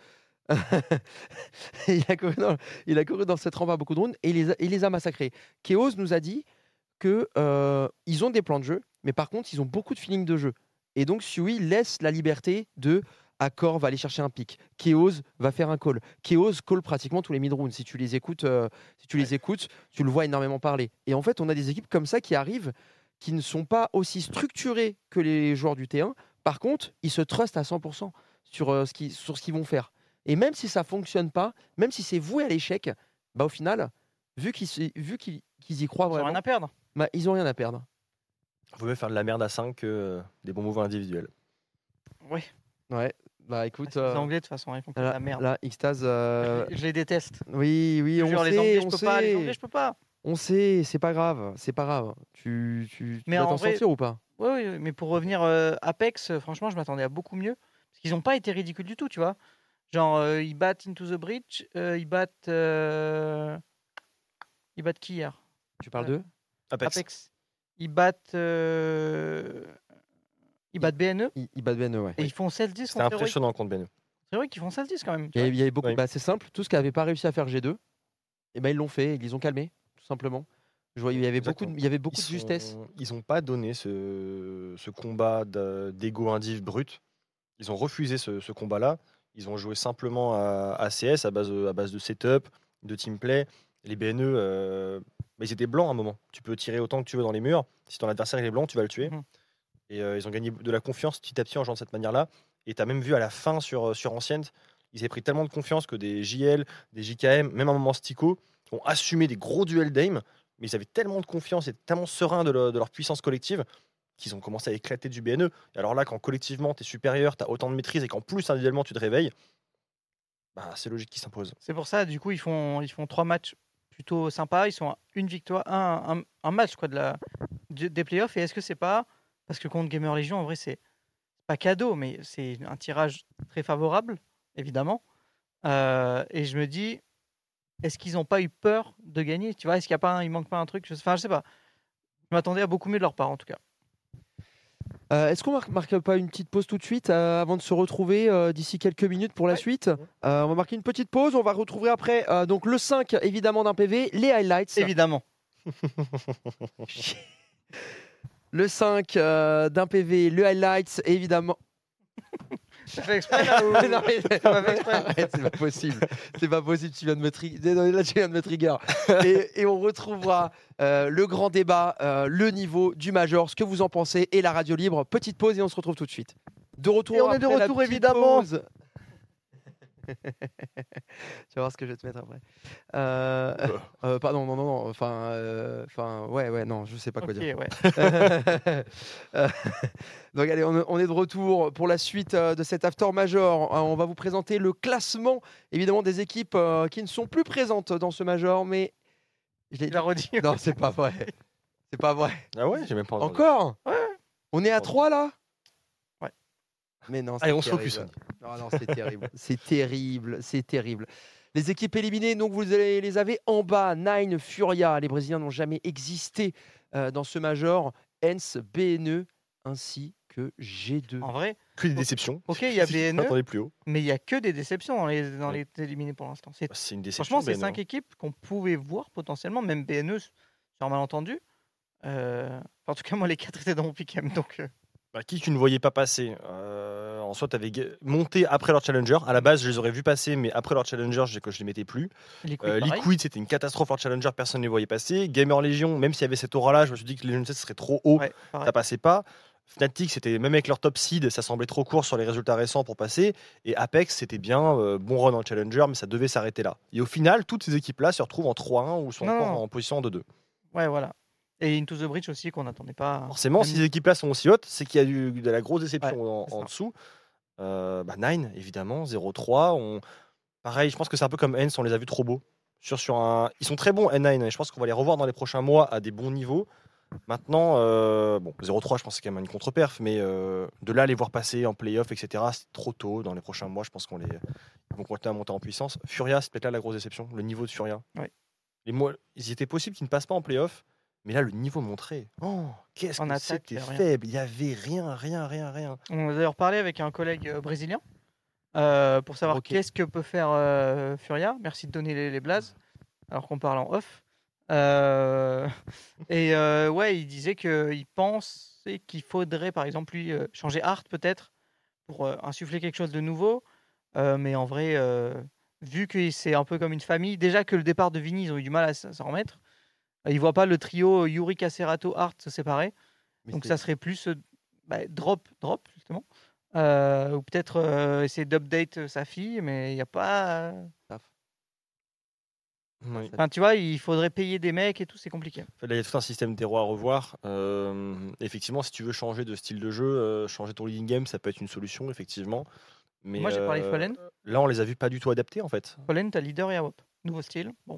il a couru dans cette rampe à beaucoup de rounds et il les a massacrés. Chaos nous a dit que ils ont des plans de jeu, mais par contre, ils ont beaucoup de feeling de jeu. Et donc, Sui laisse la liberté de Accor va aller chercher un pick. Chaos va faire un call. Chaos call pratiquement tous les mid-rounds. Si tu les écoutes, tu le vois énormément parler. Et en fait, on a des équipes comme ça qui arrivent, qui ne sont pas aussi structurées que les joueurs du T1. Par contre, ils se trustent à 100% sur ce qu'ils vont faire. Et même si ça fonctionne pas, même si c'est voué à l'échec, au final, vu qu'ils y croient Ils ont vraiment, rien à perdre. ils ont rien à perdre. Il vaut mieux faire de la merde à 5 que des bons mouvements individuels. Oui. Ouais. Écoute, Les Anglais, de toute façon, ils font pas de la merde. Là, Xtase. Je les déteste. Oui, Je on jure, sait. les Anglais, je on peux sait. pas. Les Anglais, je peux pas. On sait, c'est pas grave. Tu Mais vas en t'en vrai- sortir ou pas? Oui, mais pour revenir Apex, franchement, je m'attendais à beaucoup mieux. Parce qu'ils n'ont pas été ridicules du tout, tu vois. Genre, ils battent Into the Breach, ils battent qui hier? Tu parles d'eux? Apex. Ils battent BNE Ils battent BNE, ouais. et ils font 16-10 C'était contre Heroic. impressionnant contre BNE. C'est vrai qu'ils font 16-10 quand même. tu Il y vois. avait beaucoup. Oui. C'est simple. Tout ce qu'avait pas réussi à faire G2, ils l'ont fait. Ils les ont calmés, tout simplement. Je voyais, il y avait beaucoup de justesse. Ils n'ont pas donné ce combat d'ego indiv brut. Ils ont refusé ce combat-là. Ils ont joué simplement à CS à base de setup, de teamplay. Les BNE, ils étaient blancs à un moment. Tu peux tirer autant que tu veux dans les murs. Si ton adversaire il est blanc, tu vas le tuer. Mhm. Et ils ont gagné de la confiance petit à petit en jouant de cette manière-là. Et tu as même vu à la fin sur Ancients, ils avaient pris tellement de confiance que des JL, des JKM, même à un moment Stico, ont assumé des gros duels d'aim. Mais ils avaient tellement de confiance et tellement sereins de leur puissance collective qu'ils ont commencé à éclater du BNE. Et alors là, quand collectivement tu es supérieur, tu as autant de maîtrise et qu'en plus individuellement tu te réveilles, c'est logique qu'ils s'imposent. C'est pour ça, du coup, ils font 3 matchs plutôt sympas. Ils sont à une victoire, un match quoi, des playoffs. Et est-ce que c'est pas parce que contre Gamer Legion, en vrai, c'est pas cadeau, mais c'est un tirage très favorable, évidemment. Et je me dis, est-ce qu'ils n'ont pas eu peur de gagner? Tu vois, est-ce qu'il il manque pas un truc? Je sais pas. Je m'attendais à beaucoup mieux de leur part, en tout cas. Est-ce qu'on marque pas une petite pause tout de suite avant de se retrouver d'ici quelques minutes pour la suite? On va marquer une petite pause. On va retrouver après donc le 5 évidemment d'un PV, les highlights. Évidemment. Le 5 d'un PV, le highlights évidemment. T'as fait exprès là ou... Non, mais- T'as fait exprès. Arrête, c'est pas possible. C'est pas possible, tu viens de me trigger. Et on retrouvera le grand débat, le niveau du Major, ce que vous en pensez et la radio libre. Petite pause et on se retrouve tout de suite. De retour Et on est de après la retour, petite évidemment. pause. Tu vas voir ce que je vais te mettre après. Pardon, non. Enfin, ouais, non, je sais pas quoi dire. Ok, ouais. Donc allez, on est de retour pour la suite de cet After Major. On va vous présenter le classement, évidemment, des équipes qui ne sont plus présentes dans ce Major, mais je l'ai Il a redit. Non, c'est pas vrai. C'est pas vrai. Ah ouais, j'ai même pas entendu. Encore? Ouais. On est à 3 là? Ouais. Mais non, Allez, on terrible. se focus. Non, c'est terrible. C'est terrible. Les équipes éliminées, donc vous les avez en bas. Nine, Furia. Les Brésiliens n'ont jamais existé dans ce Major. Hens, BNE, ainsi que G2. En vrai, Que des déceptions. ok, il y a Je BNE, m'attendais plus haut. mais il y a que des déceptions dans Ouais. les éliminés pour l'instant. C'est C'est une déception. Franchement, c'est BNE, 5 équipes qu'on pouvait voir potentiellement, même BNE sur un malentendu. En tout cas, moi, les 4 étaient dans mon pick-em. Donc, Bah, qui tu ne voyais pas passer en soi, tu avais monté après leur challenger. À la base, je les aurais vus passer, mais après leur challenger, je ne les mettais plus. Liquid, pareil. Liquid, c'était une catastrophe leur challenger, personne ne les voyait passer. Gamer Legion, même s'il y avait cette aura-là, je me suis dit que les Legion 7 serait trop haut, Ouais, pareil. ça passait pas. Fnatic, c'était même avec leur top seed, ça semblait trop court sur les résultats récents pour passer. Et Apex, c'était bien, bon run en challenger, mais ça devait s'arrêter là. Et au final, toutes ces équipes-là se retrouvent en 3-1 ou sont Non, encore non. en position en 2-2. Ouais, voilà. Et Into the Breach aussi, qu'on n'attendait pas. Forcément, Même- si ces équipes-là sont aussi hautes, c'est qu'il y a de la grosse déception Ouais, c'est en ça. dessous. Nine, évidemment, 0-3. Pareil, je pense que c'est un peu comme Hens, on les a vus trop beaux. Ils sont très bons, N9, et je pense qu'on va les revoir dans les prochains mois à des bons niveaux. Maintenant, 0-3, je pense que c'est quand même une contre-perf, mais de là à les voir passer en play-off, etc., c'est trop tôt. Dans les prochains mois, je pense ils vont continuer à monter en puissance. Furia, c'est peut-être là la grosse déception, le niveau de Furia. Ouais. Il était possible qu'ils ne passent pas en play-off, mais là, le niveau montré. Oh, qu'est-ce En que attaque, c'était y a rien. faible. Il n'y avait rien. On a d'ailleurs parlé avec un collègue brésilien pour savoir Ok. qu'est-ce que peut faire Furia. Merci de donner les blazes, alors qu'on parle en off. Ouais, il disait qu'il pensait qu'il faudrait, par exemple, lui, changer Art peut-être pour insuffler quelque chose de nouveau. Mais en vrai, vu que c'est un peu comme une famille, déjà que le départ de Vini, ils ont eu du mal à s'en remettre. Ils voient pas le trio Yuri, Cacerato, Art se séparer. Mais Donc c'était- ça serait plus drop justement. Ou peut-être essayer d'update sa fille, mais il n'y a pas. Oui. Enfin, tu vois, il faudrait payer des mecs et tout, c'est compliqué. Là, il y a tout un système terreau à revoir. Effectivement, si tu veux changer de style de jeu, changer ton leading game, ça peut être une solution, effectivement. Mais Moi, j'ai parlé de Fallen. là, on les a vus pas du tout adaptés, en fait. Fallen, t'as leader et AWP. Nouveau style. Bon.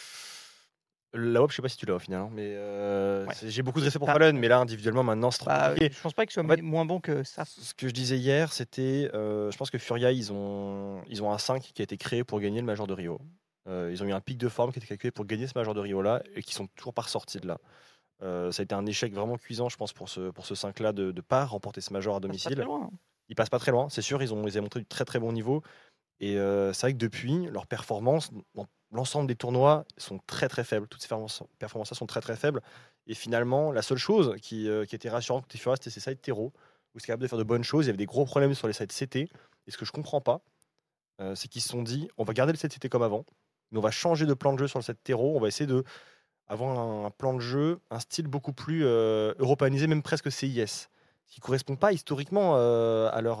La WOP, je sais pas si tu l'as au final, hein, mais Ouais. j'ai beaucoup de respect pour Bah, Fallen, mais là, individuellement, maintenant, c'est trop compliqué. Je pense pas qu'il soit En fait, moins bon que ça. Ce que je disais hier, c'était, je pense que Furia, ils ont un 5 qui a été créé pour gagner le Major de Rio. Ils ont eu un pic de forme qui a été calculé pour gagner ce Major de Rio-là et qui sont toujours pas ressortis de là. Ça a été un échec vraiment cuisant, je pense, pour ce 5-là de ne pas remporter ce Major à C'est pas domicile. très loin. Ils passent pas très loin, c'est sûr, ils ont montré du très très bon niveau. Et c'est vrai que depuis, leurs performances dans l'ensemble des tournois sont très très faibles. Toutes ces performances-là sont très très faibles. Et finalement, la seule chose qui était rassurante côté Furia, c'était ces sides terreau, où c'est capable de faire de bonnes choses. Il y avait des gros problèmes sur les sides CT. Et ce que je comprends pas, c'est qu'ils se sont dit, on va garder le set CT comme avant, mais on va changer de plan de jeu sur le set terreau. On va essayer de avoir un plan de jeu, un style beaucoup plus européanisé, même presque CIS, qui ne correspond pas historiquement à leur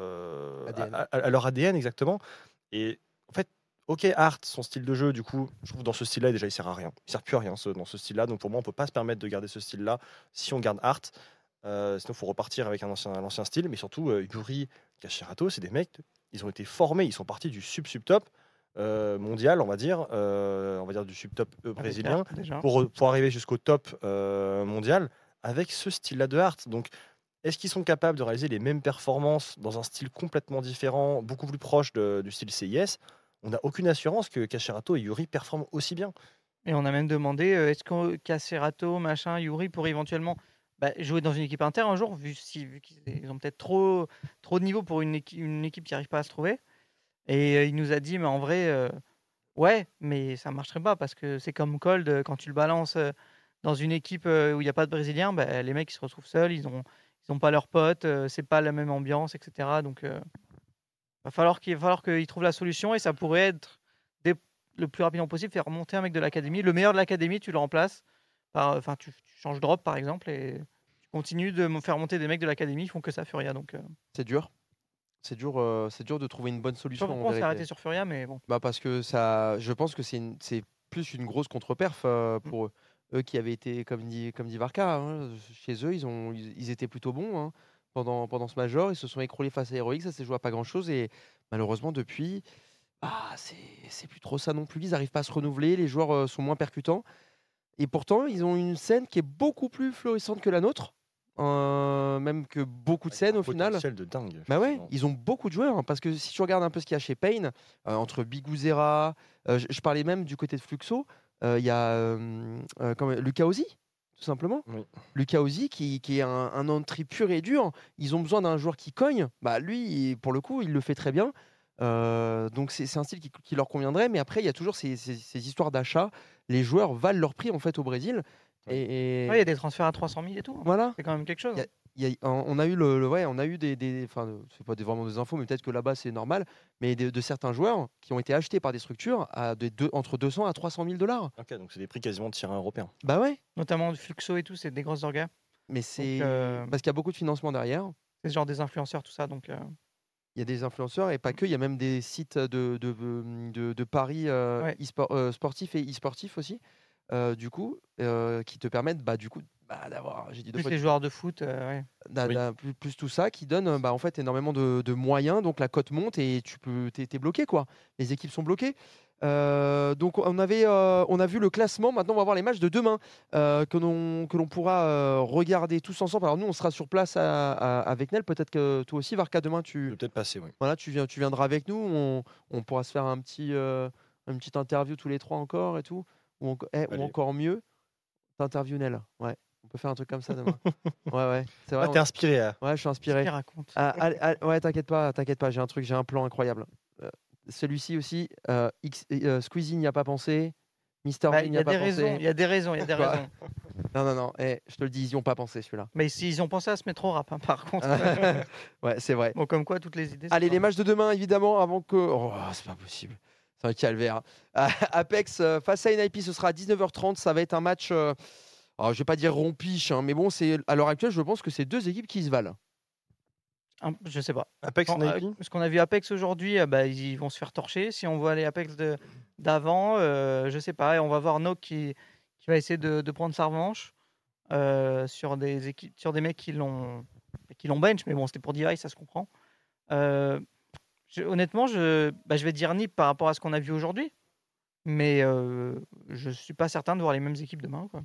ADN. à leur ADN exactement. Et en fait, ok, Art, son style de jeu, du coup, je trouve dans ce style-là, déjà, il sert à rien. Il sert plus à rien dans ce style-là. Donc pour moi, on peut pas se permettre de garder ce style-là si on garde Art. Sinon, il faut repartir avec l'ancien style. Mais surtout, Yuri, Cacerato, c'est des mecs, ils ont été formés, ils sont partis du sub-top mondial, on va dire du sub-top brésilien, Avec Art, déjà. pour arriver jusqu'au top mondial avec ce style-là de Art. Donc, est-ce qu'ils sont capables de réaliser les mêmes performances dans un style complètement différent, beaucoup plus proche du style CIS? On n'a aucune assurance que Cacerato et Yuri performent aussi bien. Et on a même demandé est-ce que Cacerato, machin, Yuri pourrait éventuellement jouer dans une équipe inter un jour, vu qu'ils ont peut-être trop de niveau pour une équipe qui n'arrive pas à se trouver. Et il nous a dit, mais en vrai, ouais, mais ça ne marcherait pas parce que c'est comme Cold, quand tu le balances dans une équipe où il n'y a pas de Brésiliens, les mecs ils se retrouvent seuls, ils ont pas leurs potes, c'est pas la même ambiance, etc. Donc va falloir qu'ils trouvent la solution et ça pourrait être le plus rapidement possible faire monter un mec de l'académie. Le meilleur de l'académie, tu le remplaces par, tu changes drop par exemple et tu continues de faire monter des mecs de l'académie, ils font que ça Furia. Donc C'est dur. C'est dur de trouver une bonne je sais solution. pas en pourquoi on s'est vérité. arrêté sur Furia, mais bon. Bah parce que je pense que c'est plus une grosse contre-perf pour eux. Eux qui avaient été, comme dit Varka, hein, chez eux, ils étaient plutôt bons hein, pendant ce major. Ils se sont écroulés face à Heroic, ça s'est joué à pas grand-chose. Et malheureusement, depuis, c'est plus trop ça non plus. Ils n'arrivent pas à se renouveler, les joueurs sont moins percutants. Et pourtant, ils ont une scène qui est beaucoup plus florissante que la nôtre. Même que beaucoup de scènes au final. Potentiel de dingue. Bah ouais, effectivement. ils ont beaucoup de joueurs, hein, parce que si tu regardes un peu ce qu'il y a chez Pain, entre Biguzera, je parlais même du côté de Fluxo, il y a Luca Ozzy, tout simplement. Oui. Lucas Ozzy, qui est un entry pur et dur, ils ont besoin d'un joueur qui cogne. Bah, lui, pour le coup, il le fait très bien. Donc c'est un style qui leur conviendrait, mais après il y a toujours ces histoires d'achat. Les joueurs valent leur prix en fait au Brésil. Oui. Et Ouais, il y a des transferts à 300 000 et tout. voilà. C'est quand même quelque chose. On a eu on a eu enfin, c'est pas vraiment des infos, mais peut-être que là-bas c'est normal, mais de certains joueurs qui ont été achetés par des structures à entre 200 à 300 000 $. Ok, donc c'est des prix quasiment de tir européen. Bah ouais, Notamment du Fluxo et tout, c'est des grosses orgas. mais c'est euh, parce qu'il y a beaucoup de financement derrière. C'est genre des influenceurs, tout ça. Donc, Il y a des influenceurs et pas que, il y a même des sites de paris Ouais. sportifs et e-sportifs aussi, du coup, qui te permettent du coup, d'avoir, j'ai dit deux plus fois, les joueurs de foot, ouais. Oui. plus tout ça qui donne en fait énormément de moyens, donc la cote monte et t'es bloqué quoi. Les équipes sont bloquées. Donc on a vu le classement. Maintenant on va voir les matchs de demain que l'on pourra regarder tous ensemble. Alors nous on sera sur place avec Nel. Peut-être que toi aussi Varka demain Je vais peut-être passer, oui. voilà, tu viendras avec nous. On pourra se faire une petite interview tous les trois encore et tout. Ou Allez. encore mieux, t'interviews Nel. Ouais, on peut faire un truc comme ça demain. Ouais, c'est vrai. Ah, t'es inspiré. Hein. Ouais, je suis inspiré. Qui raconte. Ouais, t'inquiète pas, j'ai un plan incroyable. Celui-ci aussi, Squeezie n'y a pas pensé, Mister Bah, V il n'y y a a pas des pensé. raisons, il y a des raisons, il y a des Quoi raisons. Non, je te le dis, ils n'y ont pas pensé celui-là. Mais s'ils ont pensé à se mettre au rap, hein, par contre. Ouais, c'est vrai. Bon, comme quoi, toutes les idées. Allez, sont les pas- matchs de demain, évidemment, avant que. Oh, c'est pas possible. C'est un calvaire. Apex face à NIP, ce sera à 19h30. Ça va être un match. Alors, je vais pas dire rompiche, hein, mais bon, à l'heure actuelle, je pense que c'est deux équipes qui se valent. Je sais pas. Apex Snipe. Ce qu'on a vu Apex aujourd'hui, ils vont se faire torcher. Si on voit les Apex d'avant, je sais pas. Et on va voir Nock qui va essayer de prendre sa revanche sur des mecs qui l'ont bench. Mais bon, c'était pour Device, ça se comprend. Honnêtement, je vais dire Nip par rapport à ce qu'on a vu aujourd'hui. Mais je suis pas certain de voir les mêmes équipes demain, quoi.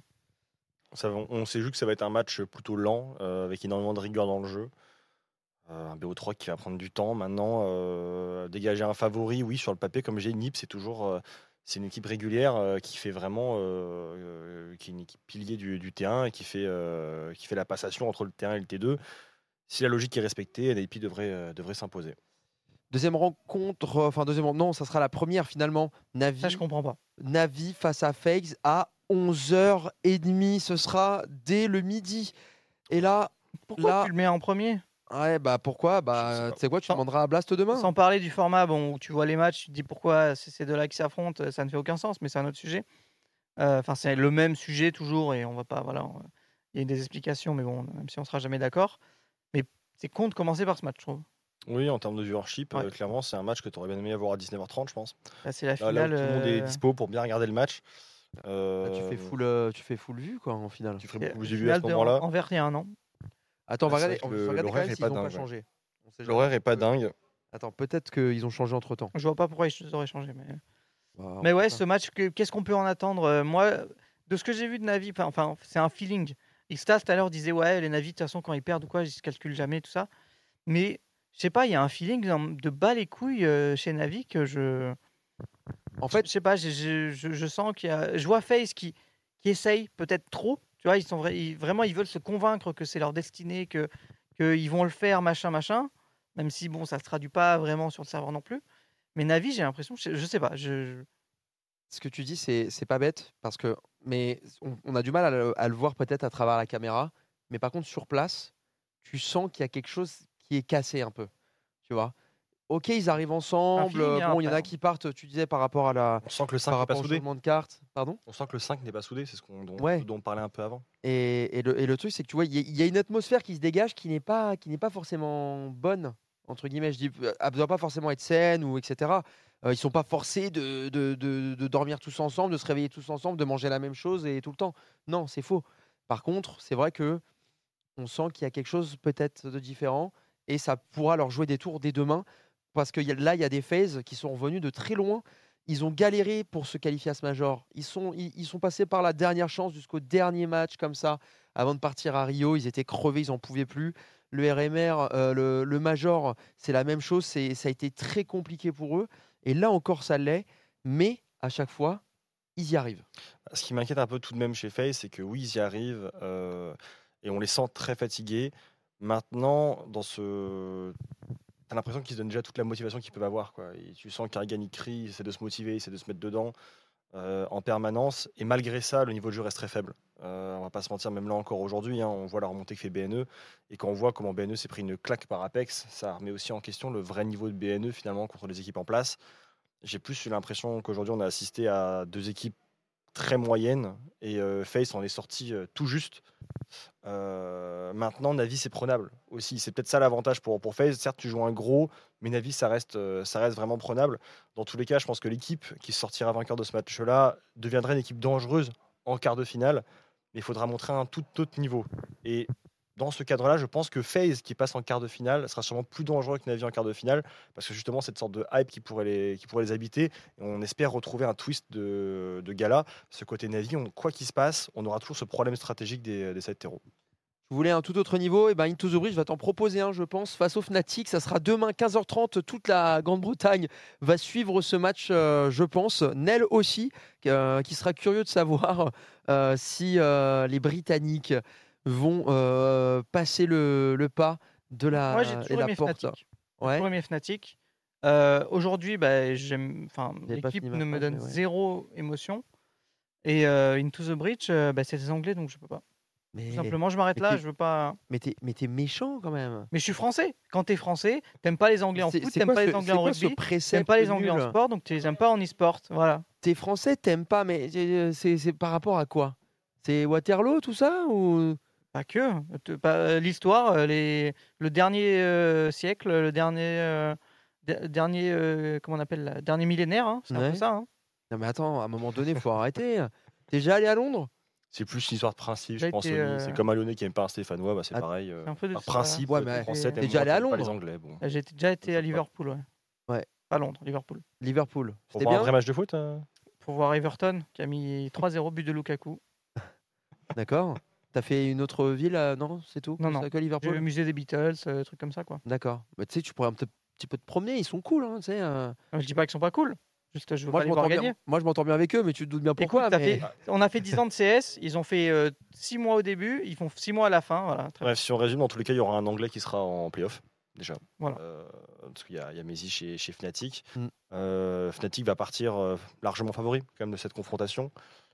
On sait juste que ça va être un match plutôt lent, avec énormément de rigueur dans le jeu. Un BO3 qui va prendre du temps. Maintenant, dégager un favori, oui, sur le papier, comme j'ai Nip, c'est toujours. C'est une équipe régulière qui fait vraiment. Qui est une équipe pilier du T1 et qui fait la passation entre le T1 et le T2. Si la logique est respectée, NIP devrait s'imposer. Deuxième rencontre, non, ça sera la première finalement. Ça, je comprends pas. Navi face à FaZe à 11h30. Ce sera dès le midi. Et là, Pourquoi tu le mets en premier? ouais, pourquoi Je sais pas. Tu sais quoi, tu Sans- demanderas à Blast demain. Sans parler du format, bon, où tu vois les matchs, tu te dis pourquoi c'est ces deux-là qui s'affrontent, ça ne fait aucun sens, mais c'est un autre sujet. Enfin, c'est le même sujet toujours, et on va pas, voilà, il y a des explications, mais bon, même si on sera jamais d'accord. Mais c'est con de commencer par ce match, je trouve. Oui, en termes de viewership, Ouais. clairement, c'est un match que tu aurais bien aimé avoir à 19h30, je pense. Là, c'est la Là finale. où tout le monde est dispo pour bien regarder le match. Là, tu fais full vue quoi en finale. Tu ferais beaucoup, j'ai vu finale à ce moment-là. Envers il y a un an. Attends, on va c'est regarder, vrai que on va regarder quand l'horaire même est s'ils pas n'ont pas dingue, ouais. changé. On sait jamais. L'horaire est pas dingue. Attends, peut-être qu'ils ont changé entre temps. Je vois pas pourquoi ils auraient changé. Mais ouais, ce match, qu'est-ce qu'on peut en attendre? Moi, de ce que j'ai vu de Navi, enfin, c'est un feeling. Xtas tout à l'heure disait ouais, les Navi de toute façon quand ils perdent ou quoi, ils se calculent jamais tout ça. Mais je sais pas, il y a un feeling de bas les couilles chez Navi que En fait, je sais pas, je sens qu'il y a. Je vois FaZe qui essaye peut-être trop. Tu vois, vraiment ils veulent se convaincre que c'est leur destinée, que ils vont le faire, machin. Même si bon, ça se traduit pas vraiment sur le serveur non plus. Mais Navi, j'ai l'impression, je sais pas, ce que tu dis, c'est pas bête parce que, mais on a du mal à le voir peut-être à travers la caméra. Mais par contre, sur place, tu sens qu'il y a quelque chose qui est cassé un peu. Tu vois. Ok, ils arrivent ensemble. feeling, hein, Bon, il y en a après, qui partent. Tu disais par rapport à la, On sent que le 5 par n'est pas rapport au soudé. changement de carte. Pardon. On sent que le 5 n'est pas soudé, c'est Ouais. dont on parlait un peu avant. Et le truc, c'est que tu vois, il y a une atmosphère qui se dégage qui n'est pas forcément bonne, entre guillemets. Je dis, elle ne doit pas forcément être saine ou etc. Ils sont pas forcés de dormir tous ensemble, de se réveiller tous ensemble, de manger la même chose et tout le temps. Non, c'est faux. Par contre, c'est vrai que on sent qu'il y a quelque chose peut-être de différent et ça pourra leur jouer des tours dès demain parce que là, il y a des phases qui sont revenus de très loin. Ils ont galéré pour se qualifier à ce major. Ils sont passés par la dernière chance jusqu'au dernier match comme ça. Avant de partir à Rio, ils étaient crevés, ils n'en pouvaient plus. Le RMR, le major, c'est la même chose. Ça a été très compliqué pour eux. Et là encore, ça l'est. Mais à chaque fois, ils y arrivent. Ce qui m'inquiète un peu tout de même chez FaZe, c'est que oui, ils y arrivent et on les sent très fatigués. Maintenant, t'as l'impression qu'ils se donnent déjà toute la motivation qu'ils peuvent avoir, quoi. Et tu sens qu'Argan, il crie, il essaie de se motiver, il essaie de se mettre dedans en permanence. Et malgré ça, le niveau de jeu reste très faible. On va pas se mentir, même là encore aujourd'hui, hein, on voit la remontée que fait BNE. Et quand on voit comment BNE s'est pris une claque par Apex, ça remet aussi en question le vrai niveau de BNE finalement contre les équipes en place. J'ai plus eu l'impression qu'aujourd'hui, on a assisté à 2 équipes très moyennes et FaZe en est sorti tout juste. Maintenant, Navi, c'est prenable aussi. C'est peut-être ça l'avantage pour FaZe. Certes, tu joues un gros, mais Navi, ça reste vraiment prenable. Dans tous les cas, je pense que l'équipe qui sortira vainqueur de ce match-là deviendrait une équipe dangereuse en quart de finale, mais il faudra montrer un tout autre niveau. Et dans ce cadre-là, je pense que FaZe, qui passe en quart de finale, sera sûrement plus dangereux que Navi en quart de finale, parce que justement, cette sorte de hype qui pourrait les habiter. Et on espère retrouver un twist de gala. Ce côté Navi, quoi qu'il se passe, on aura toujours ce problème stratégique des side héros. Vous voulez un tout autre niveau? Et ben Into the Breach va t'en proposer un, je pense, face au Fnatic. Ça sera demain 15h30. Toute la Grande-Bretagne va suivre ce match, je pense. Nel aussi, qui sera curieux de savoir si les Britanniques vont passer le pas de la, Moi, j'ai et toujours la aimé porte. Fnatic. J'ai Ouais. toujours aimé Fnatic. Aujourd'hui, J'avais pas l'équipe fini ma ne me phrase, donne mais ouais. zéro émotion. Et Into the Breach, c'est des Anglais, donc je peux pas. Tout Mais, simplement, je m'arrête mais là. t'es- Je veux pas. mais t'es méchant quand même. Mais je suis français. Quand t'es français, t'aimes pas les Anglais en foot, t'aimes pas les Anglais en c'est quoi ce rugby, t'aimes précepte pas les Anglais en nul? sport, donc tu les aimes pas en e-sport. Voilà. T'es français, t'aimes pas, mais c'est par rapport à quoi? C'est Waterloo, tout ça ou... Pas que. L'histoire, le dernier siècle, le dernier, comment on appelle, dernier millénaire, hein, c'est un Ouais. peu ça. Hein. Non mais attends, à un moment donné, faut arrêter. T'es déjà allé à Londres? C'est plus une histoire de principe, je J'ai pense. été, Oli. C'est comme un Lyonnais qui n'aime pas un Stéphanois, c'est Ah, pareil. c'est un peu de Par ça. principe, Ouais, les mais Français t'es t'aimes déjà allé à pas les Londres? Anglais. Bon. J'ai déjà été Je à sais pas. Liverpool, ouais. Ouais. Pas Londres, Liverpool. Liverpool. Pour C'était voir un bien? vrai match de foot Pour voir Everton, qui a mis 3-0, but de Lukaku. D'accord. T'as fait une autre ville? Non, c'est tout? Non, C'est non. que J'ai Liverpool? le musée des Beatles, trucs comme ça, quoi. D'accord. Bah, tu sais, tu pourrais un petit peu te promener, ils sont cool. Hein, tu sais, Je dis pas qu'ils sont pas cool. Juste, je veux moi, pas je les voir m'entends gagner. bien. Moi, je m'entends bien avec eux, mais tu te doutes bien pourquoi. Écoute, mais... on a fait 10 ans de CS, ils ont fait 6 mois au début, ils font 6 mois à la fin. Voilà. Très Bref, si on résume, dans tous les cas, il y aura un Anglais qui sera en playoff, déjà. Voilà. Parce qu'il y a Messi chez Fnatic. Mm. Fnatic va partir largement favori quand même de cette confrontation.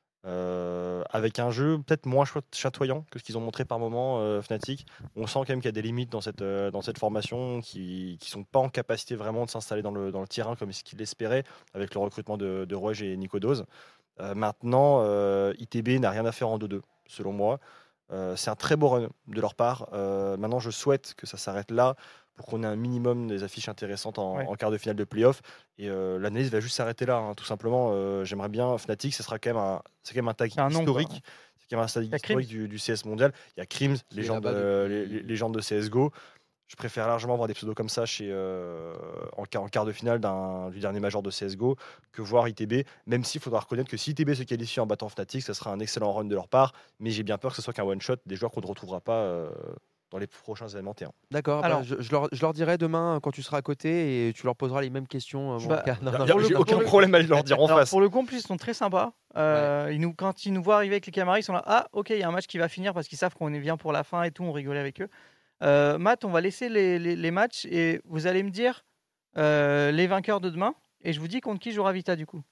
Avec un jeu peut-être moins chatoyant que ce qu'ils ont montré par moment Fnatic. On sent quand même qu'il y a des limites dans cette formation qui sont pas en capacité vraiment de s'installer dans le terrain comme ce qu'ils l'espéraient avec le recrutement de Rouge et Nico Dose. Maintenant, ITB n'a rien à faire en 2-2 selon moi. C'est un très beau run de leur part. Maintenant, je souhaite que ça s'arrête là pour qu'on ait un minimum des affiches intéressantes en quart de finale de playoff. Et l'analyse va juste s'arrêter là, hein, tout simplement. J'aimerais bien Fnatic, c'est quand même un tag historique. Nom, c'est quand même un tag historique du CS mondial. Il y a Crims, légende de CSGO. Je préfère largement avoir des pseudos comme ça en quart de finale du dernier major de CSGO que voir ITB, même s'il faudra reconnaître que si ITB se qualifie en battant Fnatic, ça sera un excellent run de leur part, mais j'ai bien peur que ce soit qu'un one-shot, des joueurs qu'on ne retrouvera pas dans les prochains événements T1. D'accord, Alors- je leur dirai demain quand tu seras à côté et tu leur poseras les mêmes questions. Je vais- J'ai aucun problème à leur dire en Alors, face. pour le coup, en plus, ils sont très sympas. Quand ils nous voient arriver avec les camarades, ils sont là. Ah, ok, il y a un match qui va finir parce qu'ils savent qu'on vient pour la fin et tout. On rigolait avec eux. Matt, on va laisser les matchs et vous allez me dire les vainqueurs de demain. Et je vous dis contre qui jouera Vita du coup.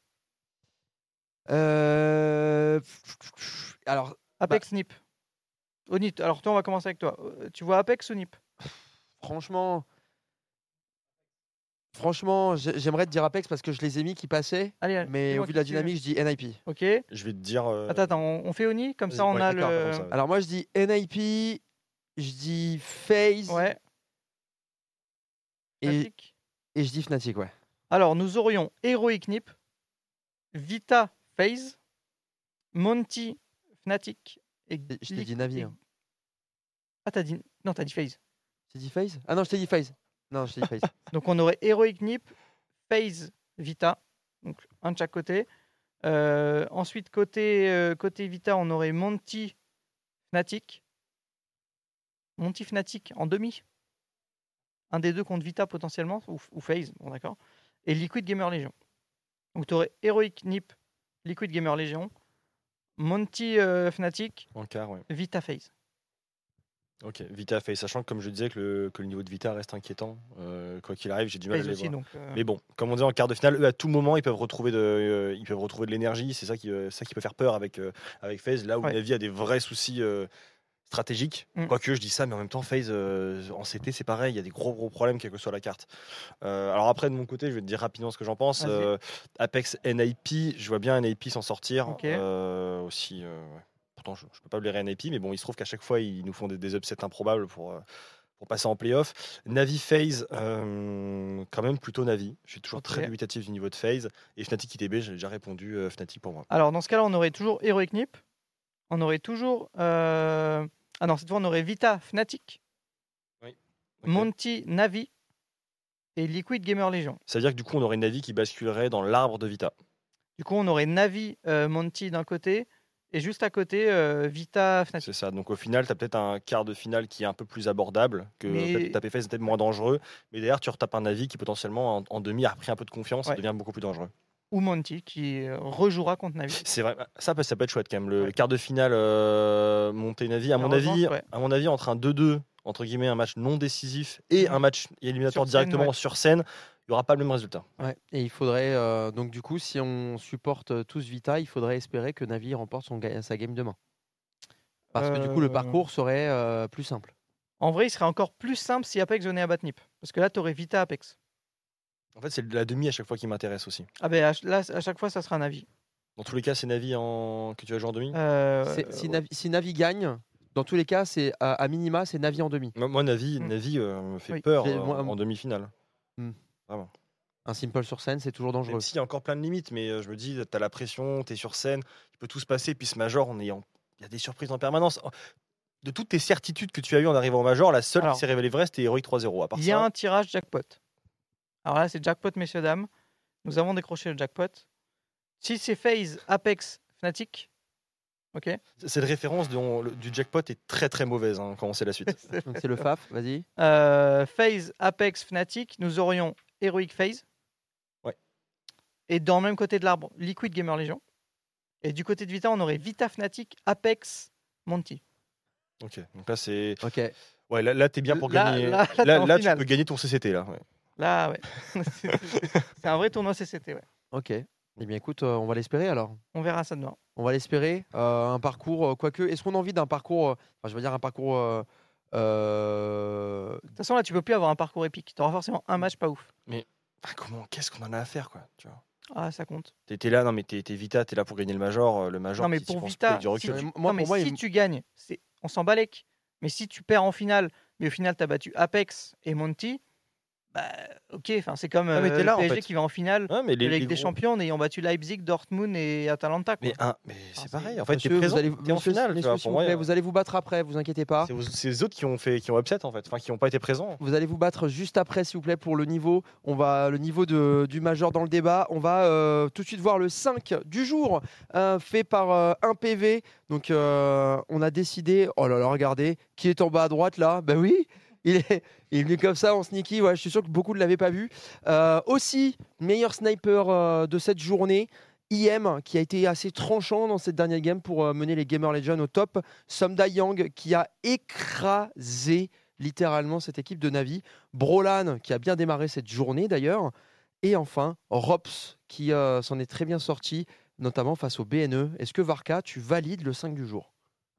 Alors, Apex, Nip. Onit, alors toi, on va commencer avec toi. Tu vois Apex ou Nip? franchement, j'aimerais te dire Apex parce que je les ai mis qui passaient, Allez, mais dis-moi au vu de la qui tu veux. dynamique, je dis NIP. Ok. Je vais te dire. Attends, on fait Oni comme ça, vas-y, on ouais, a d'accord, le. comme ça, ouais. Alors moi, je dis NIP, je dis FaZe Ouais. et Fnatic. je dis Fnatic, ouais. Alors, nous aurions Heroic Nip, Vita FaZe, Monty Fnatic et. Je t'ai dit Navi. Hein. Ah, t'as dit. Non, t'as dit FaZe. J'ai dit FaZe? Ah non, je t'ai dit FaZe. Non, je t'ai dit FaZe. Donc, on aurait Heroic Nip, FaZe, Vita. Donc, un de chaque côté. Ensuite, côté Vita, on aurait Monty Fnatic. Monty Fnatic en demi. Un des deux contre Vita potentiellement, ou FaZe, bon d'accord. Et Liquid Gamer Legion. Donc tu aurais Heroic Nip, Liquid Gamer Legion, Monty Fnatic, En quart, ouais. Vita FaZe. Ok, Vita FaZe, sachant que comme je disais que le niveau de Vita reste inquiétant, quoi qu'il arrive, j'ai du mal à FaZe les aussi, voir. donc. Mais bon, comme on dit en quart de finale, eux à tout moment ils peuvent retrouver de l'énergie, c'est ça qui peut faire peur avec FaZe, là où Ouais. Navi a des vrais soucis stratégiques. Quoique je dis ça, mais en même temps FaZe en CT c'est pareil, il y a des gros problèmes quelle que soit la carte. Alors après de mon côté, je vais te dire rapidement ce que j'en pense. Vas-y. Apex NIP, je vois bien NIP s'en sortir. Ok. Aussi. Ouais. Pourtant, je peux pas blairer NIP, mais bon, il se trouve qu'à chaque fois, ils nous font des upsets improbables pour passer en playoff. Navi FaZe, quand même plutôt Navi. Je suis toujours Ok. très dubitatif du niveau de FaZe. Et Fnatic ITB, j'ai déjà répondu Fnatic pour moi. Alors, dans ce cas-là, on aurait toujours Heroic Nip. On aurait toujours. Ah non, cette fois, on aurait Vita Fnatic, Ok. Monty Navi et Liquid Gamer Legion. Ça veut dire que du coup, on aurait une Navi qui basculerait dans l'arbre de Vita. Du coup, on aurait Navi, Monty d'un côté et juste à côté, Vita Fnatic. C'est ça. Donc au final, tu as peut-être un quart de finale qui est un peu plus abordable, que Mais- peut-être taper FaZe est peut-être moins dangereux. Mais derrière, tu retapes un Navi qui potentiellement en demi a repris un peu de confiance et Ouais. devient beaucoup plus dangereux. Ou Monty qui rejouera contre Navi. C'est vrai, ça peut être chouette quand même. Le Ouais. quart de finale montée Navi, à La mon revanche, avis, ouais. entre un 2-2, entre guillemets, un match non décisif et un match éliminatoire Sur scène, directement ouais. sur scène, il n'y aura pas le même résultat. Ouais. Et il faudrait donc du coup, si on supporte tous Vita, il faudrait espérer que Navi remporte sa game demain. Parce que du coup, le parcours serait plus simple. En vrai, il serait encore plus simple si Apex venait à battre Nip. Parce que là, tu aurais Vita Apex. En fait, c'est la demi à chaque fois qui m'intéresse aussi. Ah ben là, à chaque fois, ça sera Navi. Dans tous les cas, c'est Navi que tu vas jouer en demi. Si Navi gagne, dans tous les cas, c'est à minima, c'est Navi en demi. Moi, Navi me fait Oui. peur Moi, en demi-finale. Un simple sur scène, c'est toujours dangereux. Même s'il y a encore plein de limites, mais je me dis, tu as la pression, tu es sur scène, il peut tout se passer. Puis ce Major, il y a des surprises en permanence. De toutes tes certitudes que tu as eues en arrivant au Major, la seule Alors, qui s'est révélée vraie, c'était Heroic 3-0. À part Il y a ça, un tirage jackpot. Alors là, c'est jackpot, messieurs, dames. Nous avons décroché le jackpot. Si c'est FaZe, Apex, Fnatic, ok. cette référence du jackpot est très très mauvaise quand on sait la suite. Donc c'est le FAF, vas-y. FaZe, Apex, Fnatic, nous aurions Heroic FaZe. Ouais. Et dans le même côté de l'arbre, Liquid Gamer Legion. Et du côté de Vita, on aurait Vita Fnatic, Apex, Monty. Ok, donc là c'est. Ok. Ouais, là t'es bien pour Là- gagner. là, t'es en tu finale. peux gagner ton CCT là. Ouais. Là, ouais. C'est un vrai tournoi CCT, ouais. Ok. Eh bien, écoute, on va l'espérer alors. On verra ça demain. On va l'espérer. Un parcours, quoique, est-ce qu'on a envie d'un parcours, enfin, je veux dire un parcours. De toute façon, là, tu peux plus avoir un parcours épique. Tu auras forcément un match pas ouf. Qu'est-ce qu'on en a à faire quoi, tu vois. Ah, ça compte. T'es là, non mais t'es Vita, t'es là pour gagner le Major. Le Major, Non, mais t'y pour penses Vita, pas avec du recul. si tu- Moi, non, mais pour moi, si tu gagnes, on s'en balèque. Mais si tu perds en finale, mais au final, tu as battu Apex et Monty, bah, ok, c'est comme Ah, mais t'es le là, en PSG fait. qui va en finale Ouais, mais de la Ligue des gros- Champions en ayant battu Leipzig, Dortmund et Atalanta. Quoi. Mais c'est c'est- pareil. En fait, t'es Monsieur, présent, vous allez, t'es en monsieur, finale. tu messieurs, vois, s'il pour vous moi, plaît, vous allez vous battre après, vous inquiétez pas. c'est les autres qui ont upset en fait, enfin qui n'ont pas été présents. Vous allez vous battre juste après, s'il vous plaît, pour le niveau. Le niveau du Major dans le débat. On va tout de suite voir le 5 du jour, fait par un PV. Donc, on a décidé. Oh là là, regardez, qui est en bas à droite là? Ben oui, il est venu comme ça en sneaky. Ouais, je suis sûr que beaucoup ne l'avaient pas vu. Aussi, meilleur sniper de cette journée. IM qui a été assez tranchant dans cette dernière game pour mener les Gamer Legends au top. Somda Yang qui a écrasé littéralement cette équipe de Navi. Brolan qui a bien démarré cette journée d'ailleurs. Et enfin, Rops qui s'en est très bien sorti, notamment face au BNE. Est-ce que Varka, tu valides le 5 du jour?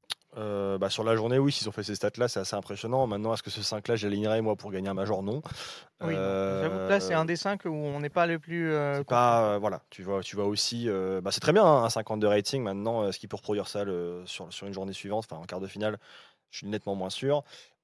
Sur la journée, oui, s'ils ont fait ces stats-là, c'est assez impressionnant. Maintenant, est-ce que ce 5-là, j'alignerais moi pour gagner un Major? Non. Oui, j'avoue que là, c'est un des 5 où on n'est pas le plus. C'est pas, voilà, tu vois aussi. C'est très bien, hein, un 50 de rating. Maintenant, est-ce qu'il peut reproduire ça sur une journée suivante, en quart de finale? Je suis nettement moins sûr.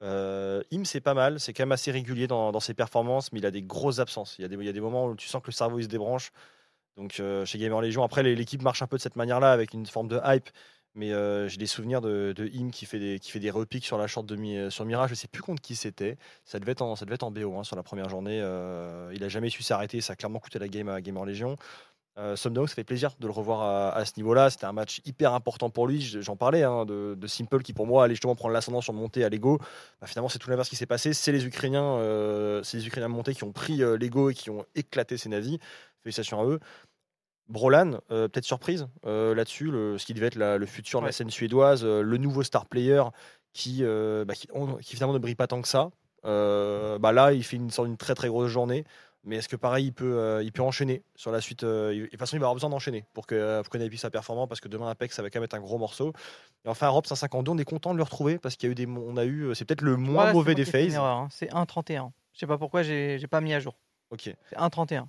Im, c'est pas mal, c'est quand même assez régulier dans ses performances, mais il a des grosses absences. Il y a des moments où tu sens que le cerveau il se débranche. Donc chez Gamer Legion, après l'équipe marche un peu de cette manière-là avec une forme de hype. Mais j'ai des souvenirs de Im qui fait des repiques sur la short sur Mirage. Je sais plus contre qui c'était. Ça devait être en BO sur la première journée. Il a jamais su s'arrêter. Ça a clairement coûté la game à Gamer Legion. Somdog, ça fait plaisir de le revoir à ce niveau-là. C'était un match hyper important pour lui. J'en parlais de Simple qui, pour moi, allait justement prendre l'ascendant sur montée à l'Ego. Finalement, c'est tout l'inverse qui s'est passé. C'est les Ukrainiens montés qui ont pris l'Ego et qui ont éclaté ces navis. Félicitations à eux. Brolan, peut-être surprise là-dessus, ce qui devait être le futur de la Ouais. scène suédoise, le nouveau star player qui finalement ne brille pas tant que ça. Là, il fait une sorte d'une très très grosse journée. Mais est-ce que pareil, il peut enchaîner sur la suite de toute façon, il va avoir besoin d'enchaîner pour que Navi soit performant parce que demain, Apex, ça va quand même être un gros morceau. Et enfin, Rob 152, on est content de le retrouver parce qu'il y a eu c'est peut-être le moins Ouais, c'est mauvais moi des qui ai fait une phases. erreur, hein. C'est 1,31. Je sais pas pourquoi j'ai pas mis à jour. Ok. C'est 1,31.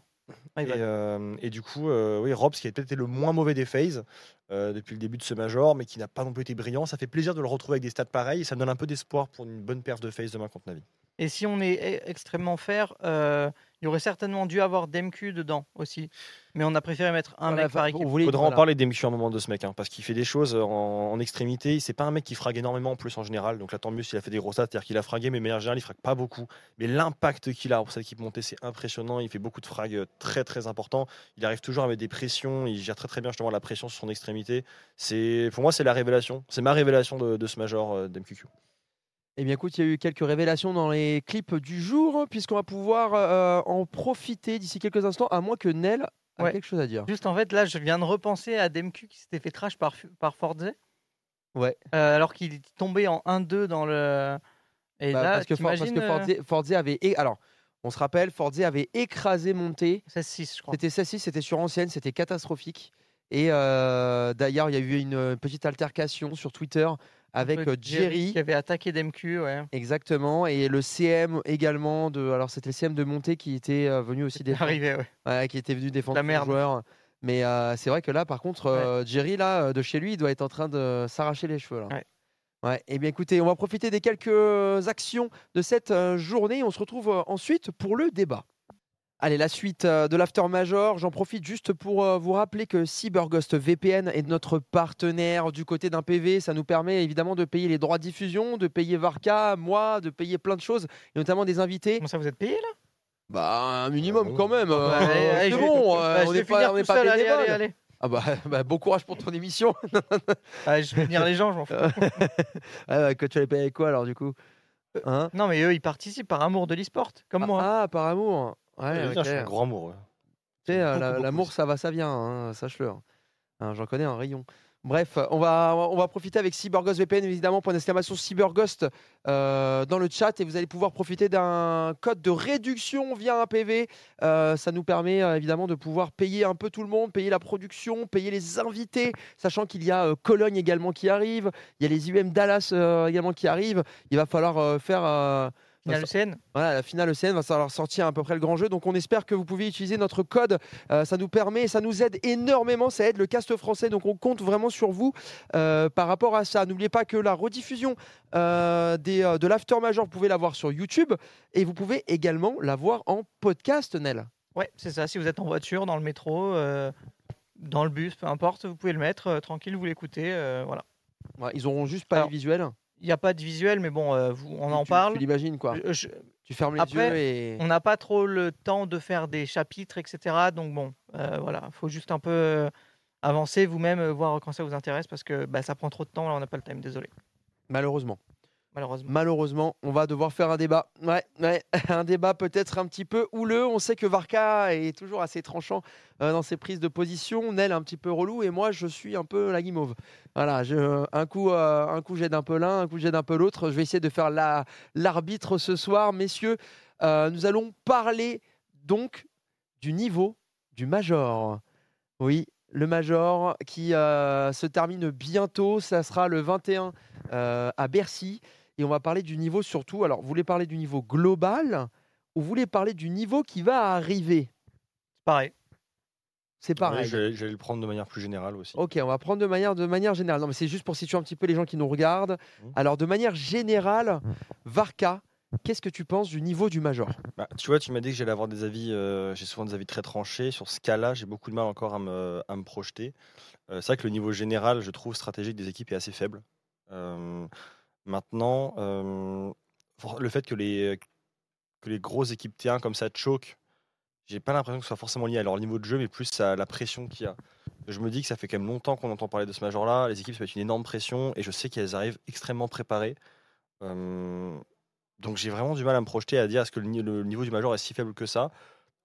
Et du coup, oui, Robs qui a peut-être été le moins mauvais des phases depuis le début de ce major, mais qui n'a pas non plus été brillant. Ça fait plaisir de le retrouver avec des stats pareils et ça me donne un peu d'espoir pour une bonne perf de phase demain contre Navi. Et si on est extrêmement fair, il y aurait certainement dû avoir DMQ dedans aussi. Mais on a préféré mettre un mec par équipe. Il faudra en parler d'MQ à un moment de ce mec, hein, parce qu'il fait des choses en extrémité. C'est pas un mec qui frague énormément en plus en général. Donc là, tant mieux s'il a fait des gros stats, c'est-à-dire qu'il a fragué, mais de manière générale, il frague pas beaucoup. Mais l'impact qu'il a pour cette équipe montée, c'est impressionnant. Il fait beaucoup de frags très très importants. Il arrive toujours à mettre des pressions. Il gère très très bien justement la pression sur son extrémité. Pour moi, c'est la révélation. C'est ma révélation de ce major d'MQQ. Eh bien, écoute, il y a eu quelques révélations dans les clips du jour, puisqu'on va pouvoir en profiter d'ici quelques instants, à moins que Nel a quelque chose à dire. Juste en fait, là, je viens de repenser à DMQ qui s'était fait trash par Forze. Ouais. Alors qu'il est tombé en 1-2 dans le. Et là, parce que Forze avait. Alors, on se rappelle, Forze avait écrasé Monté. 16-6, je crois. C'était 16-6, c'était sur ancienne, c'était catastrophique. Et d'ailleurs, il y a eu une petite altercation sur Twitter avec Jerry qui avait attaqué DMQ, ouais. Exactement, et le CM également alors c'était le CM de Monté qui était venu aussi défendre. Qui était venu défendre le joueur. Mais c'est vrai que là, par contre, Jerry là de chez lui, il doit être en train de s'arracher les cheveux là. Ouais. Eh bien, écoutez, on va profiter des quelques actions de cette journée. On se retrouve ensuite pour le débat. Allez, la suite de l'After Major. J'en profite juste pour vous rappeler que CyberGhost VPN est notre partenaire du côté d'un PV. Ça nous permet évidemment de payer les droits de diffusion, de payer Varka, moi, de payer plein de choses, et notamment des invités. Comment ça, vous êtes payé là ? Bah, un minimum quand même. Allez, c'est bon, on n'est pas bénévole. Allez. Ah bah, bon courage pour ton émission. Je vais venir les gens, je m'en fous. Que tu allais payer avec quoi alors du coup, hein? Non, mais eux, ils participent par amour de l'e-sport, comme moi. Ah, par amour. Ouais, je suis un grand amour. Tu sais, l'amour, ça va, ça vient, hein, sache-le. Hein, j'en connais un rayon. Bref, on va profiter avec CyberGhost VPN, évidemment, point d'exclamation CyberGhost dans le chat, et vous allez pouvoir profiter d'un code de réduction via un PV. Ça nous permet évidemment de pouvoir payer un peu tout le monde, payer la production, payer les invités, sachant qu'il y a Cologne également qui arrive, il y a les UM Dallas également qui arrivent. Il va falloir faire... Finale ECN. Voilà, la finale ECN va falloir sortir à peu près le grand jeu. Donc on espère que vous pouvez utiliser notre code. Ça nous permet, ça nous aide énormément. Ça aide le cast français. Donc on compte vraiment sur vous par rapport à ça. N'oubliez pas que la rediffusion de l'After Major, vous pouvez la voir sur YouTube. Et vous pouvez également la voir en podcast, Nel. Ouais, c'est ça. Si vous êtes en voiture, dans le métro, dans le bus, peu importe, vous pouvez le mettre tranquille, vous l'écoutez. Voilà. Ouais, ils n'auront juste pas les visuels. Il n'y a pas de visuel, mais bon, on en parle. Tu l'imagines quoi. Tu fermes les yeux et... On n'a pas trop le temps de faire des chapitres, etc. Donc bon, voilà, il faut juste un peu avancer vous-même, voir quand ça vous intéresse, parce que ça prend trop de temps, là on n'a pas le time, désolé. Malheureusement, on va devoir faire un débat. Ouais, un débat peut-être un petit peu houleux. On sait que Varka est toujours assez tranchant dans ses prises de position. Nel un petit peu relou et moi je suis un peu la guimauve. Voilà, un coup j'aide un peu l'un, un coup j'aide un peu l'autre. Je vais essayer de faire l'arbitre ce soir, messieurs. Nous allons parler donc du niveau du Major. Oui, le Major qui se termine bientôt. Ça sera le 21 à Bercy. Et on va parler du niveau surtout. Alors, vous voulez parler du niveau global ou vous voulez parler du niveau qui va arriver ? Pareil. C'est pareil. Ouais, j'allais le prendre de manière plus générale aussi. Ok, on va prendre de manière générale. Non, mais c'est juste pour situer un petit peu les gens qui nous regardent. Alors, de manière générale, Varka, qu'est-ce que tu penses du niveau du Major ? Tu vois, tu m'as dit que j'allais avoir des avis. J'ai souvent des avis très tranchés. Sur ce cas-là, j'ai beaucoup de mal encore à me projeter. C'est vrai que le niveau général, je trouve, stratégique des équipes est assez faible. Maintenant, le fait que les grosses équipes T1 comme ça choquent, j'ai pas l'impression que ce soit forcément lié à leur niveau de jeu, mais plus à la pression qu'il y a. Je me dis que ça fait quand même longtemps qu'on entend parler de ce Major-là. Les équipes se mettent une énorme pression et je sais qu'elles arrivent extrêmement préparées. Donc j'ai vraiment du mal à me projeter à dire est-ce que le niveau du Major est si faible que ça.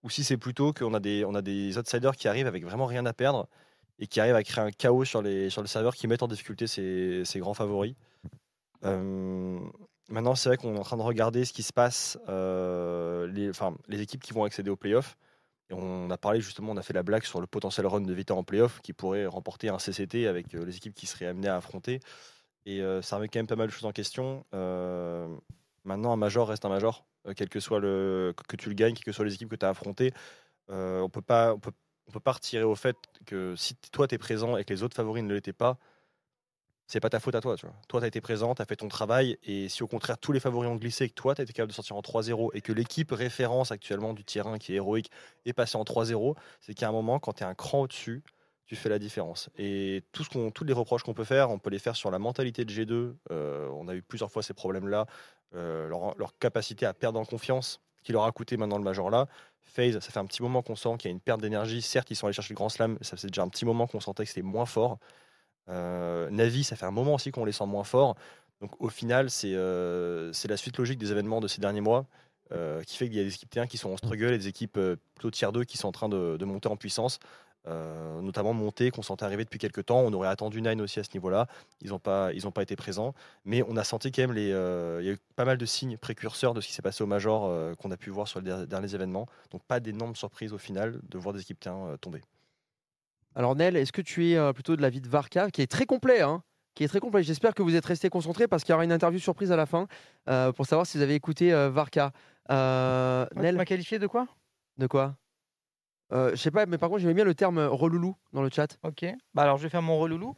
ou si c'est plutôt qu'on a des outsiders qui arrivent avec vraiment rien à perdre et qui arrivent à créer un chaos sur le serveur qui mettent en difficulté ces grands favoris. Maintenant, c'est vrai qu'on est en train de regarder ce qui se passe, les équipes qui vont accéder aux playoffs. Et on a parlé justement, on a fait la blague sur le potentiel run de Vita en playoff qui pourrait remporter un CCT avec les équipes qui seraient amenées à affronter. Et ça remet quand même pas mal de choses en question. Maintenant, un major reste un major, quel que soit que tu le gagnes, quelles que soient les équipes que tu as affrontées. On peut pas retirer au fait que si toi tu es présent et que les autres favoris ne l'étaient pas, c'est pas ta faute à toi. Tu vois. Toi, tu as été présent, tu as fait ton travail. Et si au contraire tous les favoris ont glissé et que toi, tu as été capable de sortir en 3-0 et que l'équipe référence actuellement du tier 1 qui est héroïque est passée en 3-0, c'est qu'à un moment, quand tu es un cran au-dessus, tu fais la différence. Et tous les reproches qu'on peut faire, on peut les faire sur la mentalité de G2. On a eu plusieurs fois ces problèmes-là. Leur capacité à perdre en confiance, qui leur a coûté maintenant le major là. FaZe, ça fait un petit moment qu'on sent qu'il y a une perte d'énergie. Certes, ils sont allés chercher le Grand Slam, ça faisait déjà un petit moment qu'on sentait que c'était moins fort. Navi, ça fait un moment aussi qu'on les sent moins forts. Donc au final, c'est la suite logique des événements de ces derniers mois qui fait qu'il y a des équipes T1 qui sont en struggle et des équipes plutôt tier 2 qui sont en train de monter en puissance. Notamment monter, qu'on sentait arriver depuis quelques temps. On aurait attendu Nine aussi à ce niveau-là. Ils n'ont pas été présents. Mais on a senti quand même il y a eu pas mal de signes précurseurs de ce qui s'est passé au Major qu'on a pu voir sur les derniers événements. Donc pas d'énormes surprises au final de voir des équipes T1 tomber. Alors Nel, est-ce que tu es plutôt de l'avis de Varka, qui est très complet, hein, qui est très complet. J'espère que vous êtes restés concentrés parce qu'il y aura une interview surprise à la fin pour savoir si vous avez écouté Varka. Nel, tu m'as qualifié de quoi ? De quoi ? Je sais pas, mais par contre j'aimais bien le terme reloulou dans le chat. Ok, bah alors je vais faire mon reloulou.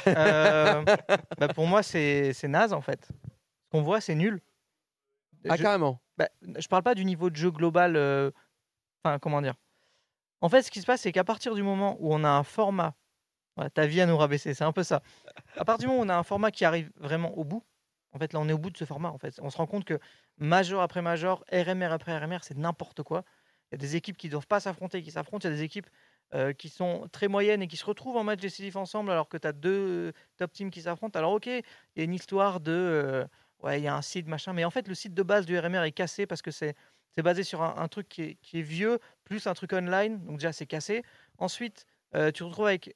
Pour moi c'est naze en fait. Ce qu'on voit c'est nul. Carrément. Je parle pas du niveau de jeu global. Enfin comment dire. En fait ce qui se passe c'est qu'à partir du moment où on a un format, voilà, ta vie à nous rabaisser, c'est un peu ça. À partir du moment où on a un format qui arrive vraiment au bout, en fait là on est au bout de ce format en fait. On se rend compte que major après major, RMR après RMR, c'est n'importe quoi. Il y a des équipes qui ne doivent pas s'affronter, qui s'affrontent. Il y a des équipes qui sont très moyennes et qui se retrouvent en match décisif ensemble alors que tu as deux top teams qui s'affrontent. Alors ok, il y a une histoire de... il y a un seed, machin. Mais en fait, le site de base du RMR est cassé parce que c'est basé sur un truc qui est vieux, plus un truc online. Donc déjà, c'est cassé. Ensuite, tu te retrouves avec...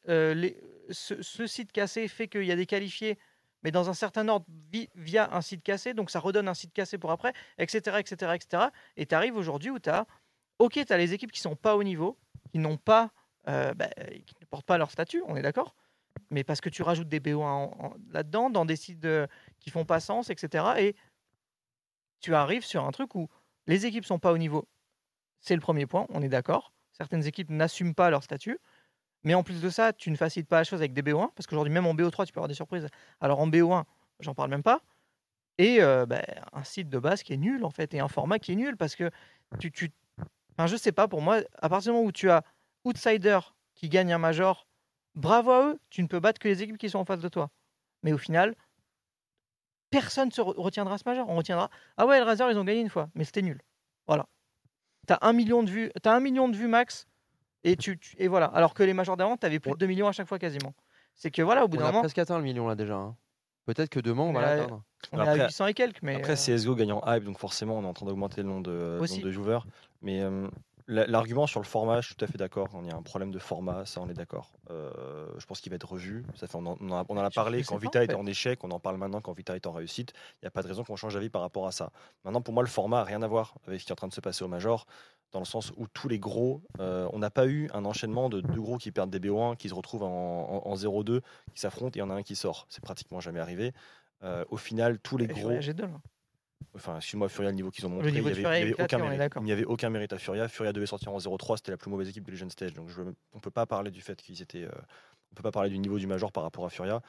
ce site cassé fait qu'il y a des qualifiés, mais dans un certain ordre via un site cassé. Donc ça redonne un site cassé pour après, etc. etc., etc. Et tu arrives aujourd'hui où tu as... Ok, tu as les équipes qui sont pas au niveau, qui n'ont pas, qui ne portent pas leur statut, on est d'accord. Mais parce que tu rajoutes des BO1 là-dedans, dans des sites qui font pas sens, etc. Et tu arrives sur un truc où les équipes sont pas au niveau. C'est le premier point, on est d'accord. Certaines équipes n'assument pas leur statut. Mais en plus de ça, tu ne facilites pas la chose avec des BO1, parce qu'aujourd'hui, même en BO3, tu peux avoir des surprises. Alors en BO1, j'en parle même pas. Et un site de base qui est nul, en fait, et un format qui est nul, parce que Enfin, je sais pas, pour moi, à partir du moment où tu as Outsider qui gagne un major, bravo à eux, tu ne peux battre que les équipes qui sont en face de toi. Mais au final, personne ne se retiendra ce major. On retiendra, ah ouais, le Razer, ils ont gagné une fois, mais c'était nul. Voilà. T'as 1 million de vues max, et voilà. Alors que les majors d'avant, t'avais plus de 2 millions à chaque fois quasiment. C'est que voilà, au bout d'un moment. On a presque atteint le million là déjà. Hein. Peut-être que demain, on va l'atteindre. On est à 800 et quelques. Mais après, CSGO gagne en hype, donc forcément, on est en train d'augmenter le nombre de joueurs. Mais l'argument sur le format, je suis tout à fait d'accord. Il y a un problème de format, ça, on est d'accord. Je pense qu'il va être revu. Ça fait, on en a parlé quand Vita était en échec, on en parle maintenant quand Vita est en réussite. Il n'y a pas de raison qu'on change d'avis par rapport à ça. Maintenant, pour moi, le format n'a rien à voir avec ce qui est en train de se passer au Major, dans le sens où tous les gros, on n'a pas eu un enchaînement de deux gros qui perdent des BO1, qui se retrouvent en 0-2, qui s'affrontent, et il y en a un qui sort. C'est pratiquement jamais arrivé. Au final, tous les gros. Enfin, excuse-moi, Furia, le niveau qu'ils ont montré, il n'y avait aucun mérite à Furia. Furia devait sortir en 0-3, c'était la plus mauvaise équipe de Legend Stage. Donc on ne peut pas parler du fait qu'ils étaient. On peut pas parler du niveau du Major par rapport à Furia.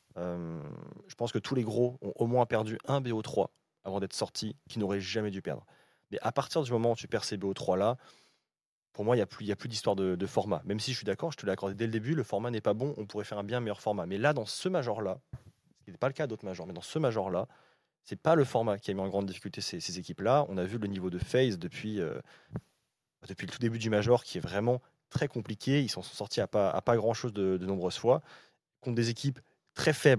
Je pense que tous les gros ont au moins perdu un BO3 avant d'être sortis, qui n'auraient jamais dû perdre. Mais à partir du moment où tu perds ces BO3 là, pour moi, il n'y a plus d'histoire de format. Même si je suis d'accord, je te l'ai accordé dès le début, le format n'est pas bon, on pourrait faire un bien meilleur format. Mais là, dans ce Major-là, ce qui n'est pas le cas d'autres Majors, mais dans ce Major-là, c'est pas le format qui a mis en grande difficulté ces équipes-là. On a vu le niveau de FaZe depuis le tout début du Major qui est vraiment très compliqué. Ils s'en sont sortis à pas grand-chose de nombreuses fois. Contre des équipes très faibles,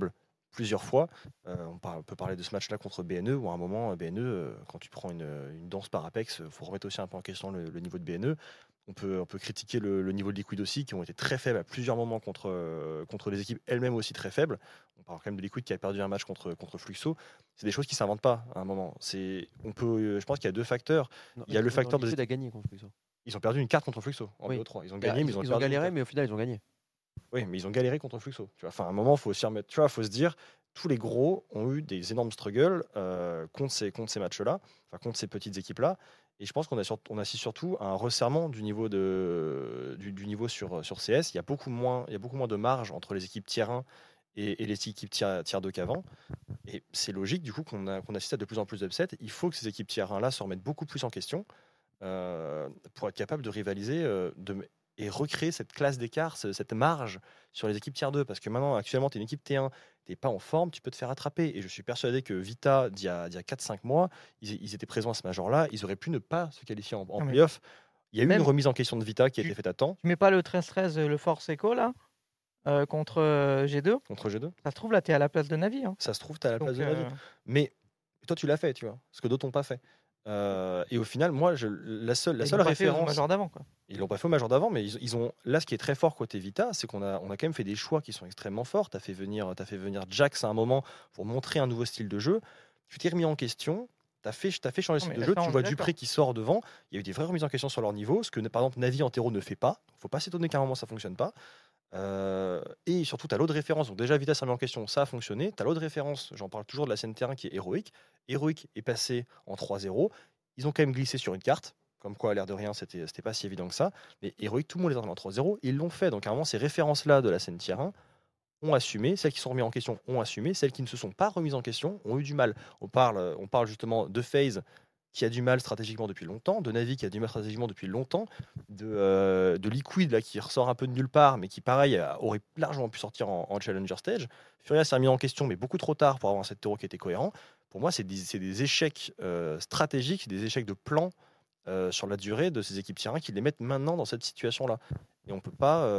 plusieurs fois. On peut parler de ce match-là contre BNE, où à un moment, BNE, quand tu prends une danse par Apex, il faut remettre aussi un peu en question le niveau de BNE. On peut critiquer le niveau de Liquid aussi, qui ont été très faibles à plusieurs moments contre des équipes elles-mêmes aussi très faibles. On parle quand même de Liquid qui a perdu un match contre Fluxo. C'est des choses qui ne s'inventent pas à un moment. Je pense qu'il y a deux facteurs. Il y a le facteur de... Liquid a gagné contre Fluxo. Ils ont perdu une carte contre Fluxo en Oui. BO3. Ils ont gagné, mais ils ont galéré, mais au final, ils ont gagné. Oui, mais ils ont galéré contre Fluxo. Tu vois, enfin, à un moment, il faut aussi remettre. Tu vois, faut se dire, tous les gros ont eu des énormes struggles contre ces matchs-là, enfin contre ces petites équipes-là. Et je pense qu'on assiste surtout à un resserrement du niveau du niveau sur CS. Il y a beaucoup moins de marge entre les équipes tier 1 et les équipes tier 2 qu'avant. Et c'est logique du coup qu'on assiste à de plus en plus d'upsets. Il faut que ces équipes tier 1 là se remettent beaucoup plus en question pour être capable de rivaliser et recréer cette classe d'écart, cette marge sur les équipes tier 2. Parce que maintenant, actuellement, tu es une équipe T1, tu n'es pas en forme, tu peux te faire attraper. Et je suis persuadé que Vita, d'il y a 4-5 mois, ils étaient présents à ce major-là, ils auraient pu ne pas se qualifier en play-off. Il y a eu une remise en question de Vita qui a été faite à temps. Tu mets pas le 13-13, le Force Echo, là, contre G2 ? Contre G2. Ça se trouve, là, tu es à la place de Navi. Hein. Ça se trouve, tu es à la place de Navi. Mais toi, tu l'as fait, tu vois, ce que d'autres n'ont pas fait. Et au final, moi, la seule référence. Au major d'avant, quoi. Ils l'ont pas fait au major d'avant, mais ils ont. Là, ce qui est très fort côté Vita, c'est qu'on a quand même fait des choix qui sont extrêmement forts. T'as fait venir Jax à un moment pour montrer un nouveau style de jeu. Tu t'es remis en question. T'as fait changer le style de jeu. Tu vois Dupré qui sort devant. Il y a eu des vraies remises en question sur leur niveau, ce que par exemple Navi en terreau ne fait pas. Faut pas s'étonner qu'à un moment ça fonctionne pas. Et surtout, tu as l'autre référence. Donc, déjà, Vita s'est remis en question, ça a fonctionné. Tu as l'autre référence, j'en parle toujours de la scène terrain qui est Heroic. Heroic est passé en 3-0. Ils ont quand même glissé sur une carte. Comme quoi, à l'air de rien, c'était pas si évident que ça. Mais Heroic, tout le monde les entend en 3-0. Ils l'ont fait. Donc, à un moment, ces références-là de la scène tier 1 ont assumé. Celles qui sont remises en question ont assumé. Celles qui ne se sont pas remises en question ont eu du mal. On parle justement de FaZe qui a du mal stratégiquement depuis longtemps, de Navi qui a du mal stratégiquement depuis longtemps, de Liquid là, qui ressort un peu de nulle part, mais qui, pareil, aurait largement pu sortir en Challenger Stage. Furia s'est remis en question, mais beaucoup trop tard pour avoir un set terreau qui était cohérent. Pour moi, c'est des échecs stratégiques, des échecs de plan sur la durée de ces équipes tier 1 qui les mettent maintenant dans cette situation-là. Et on peut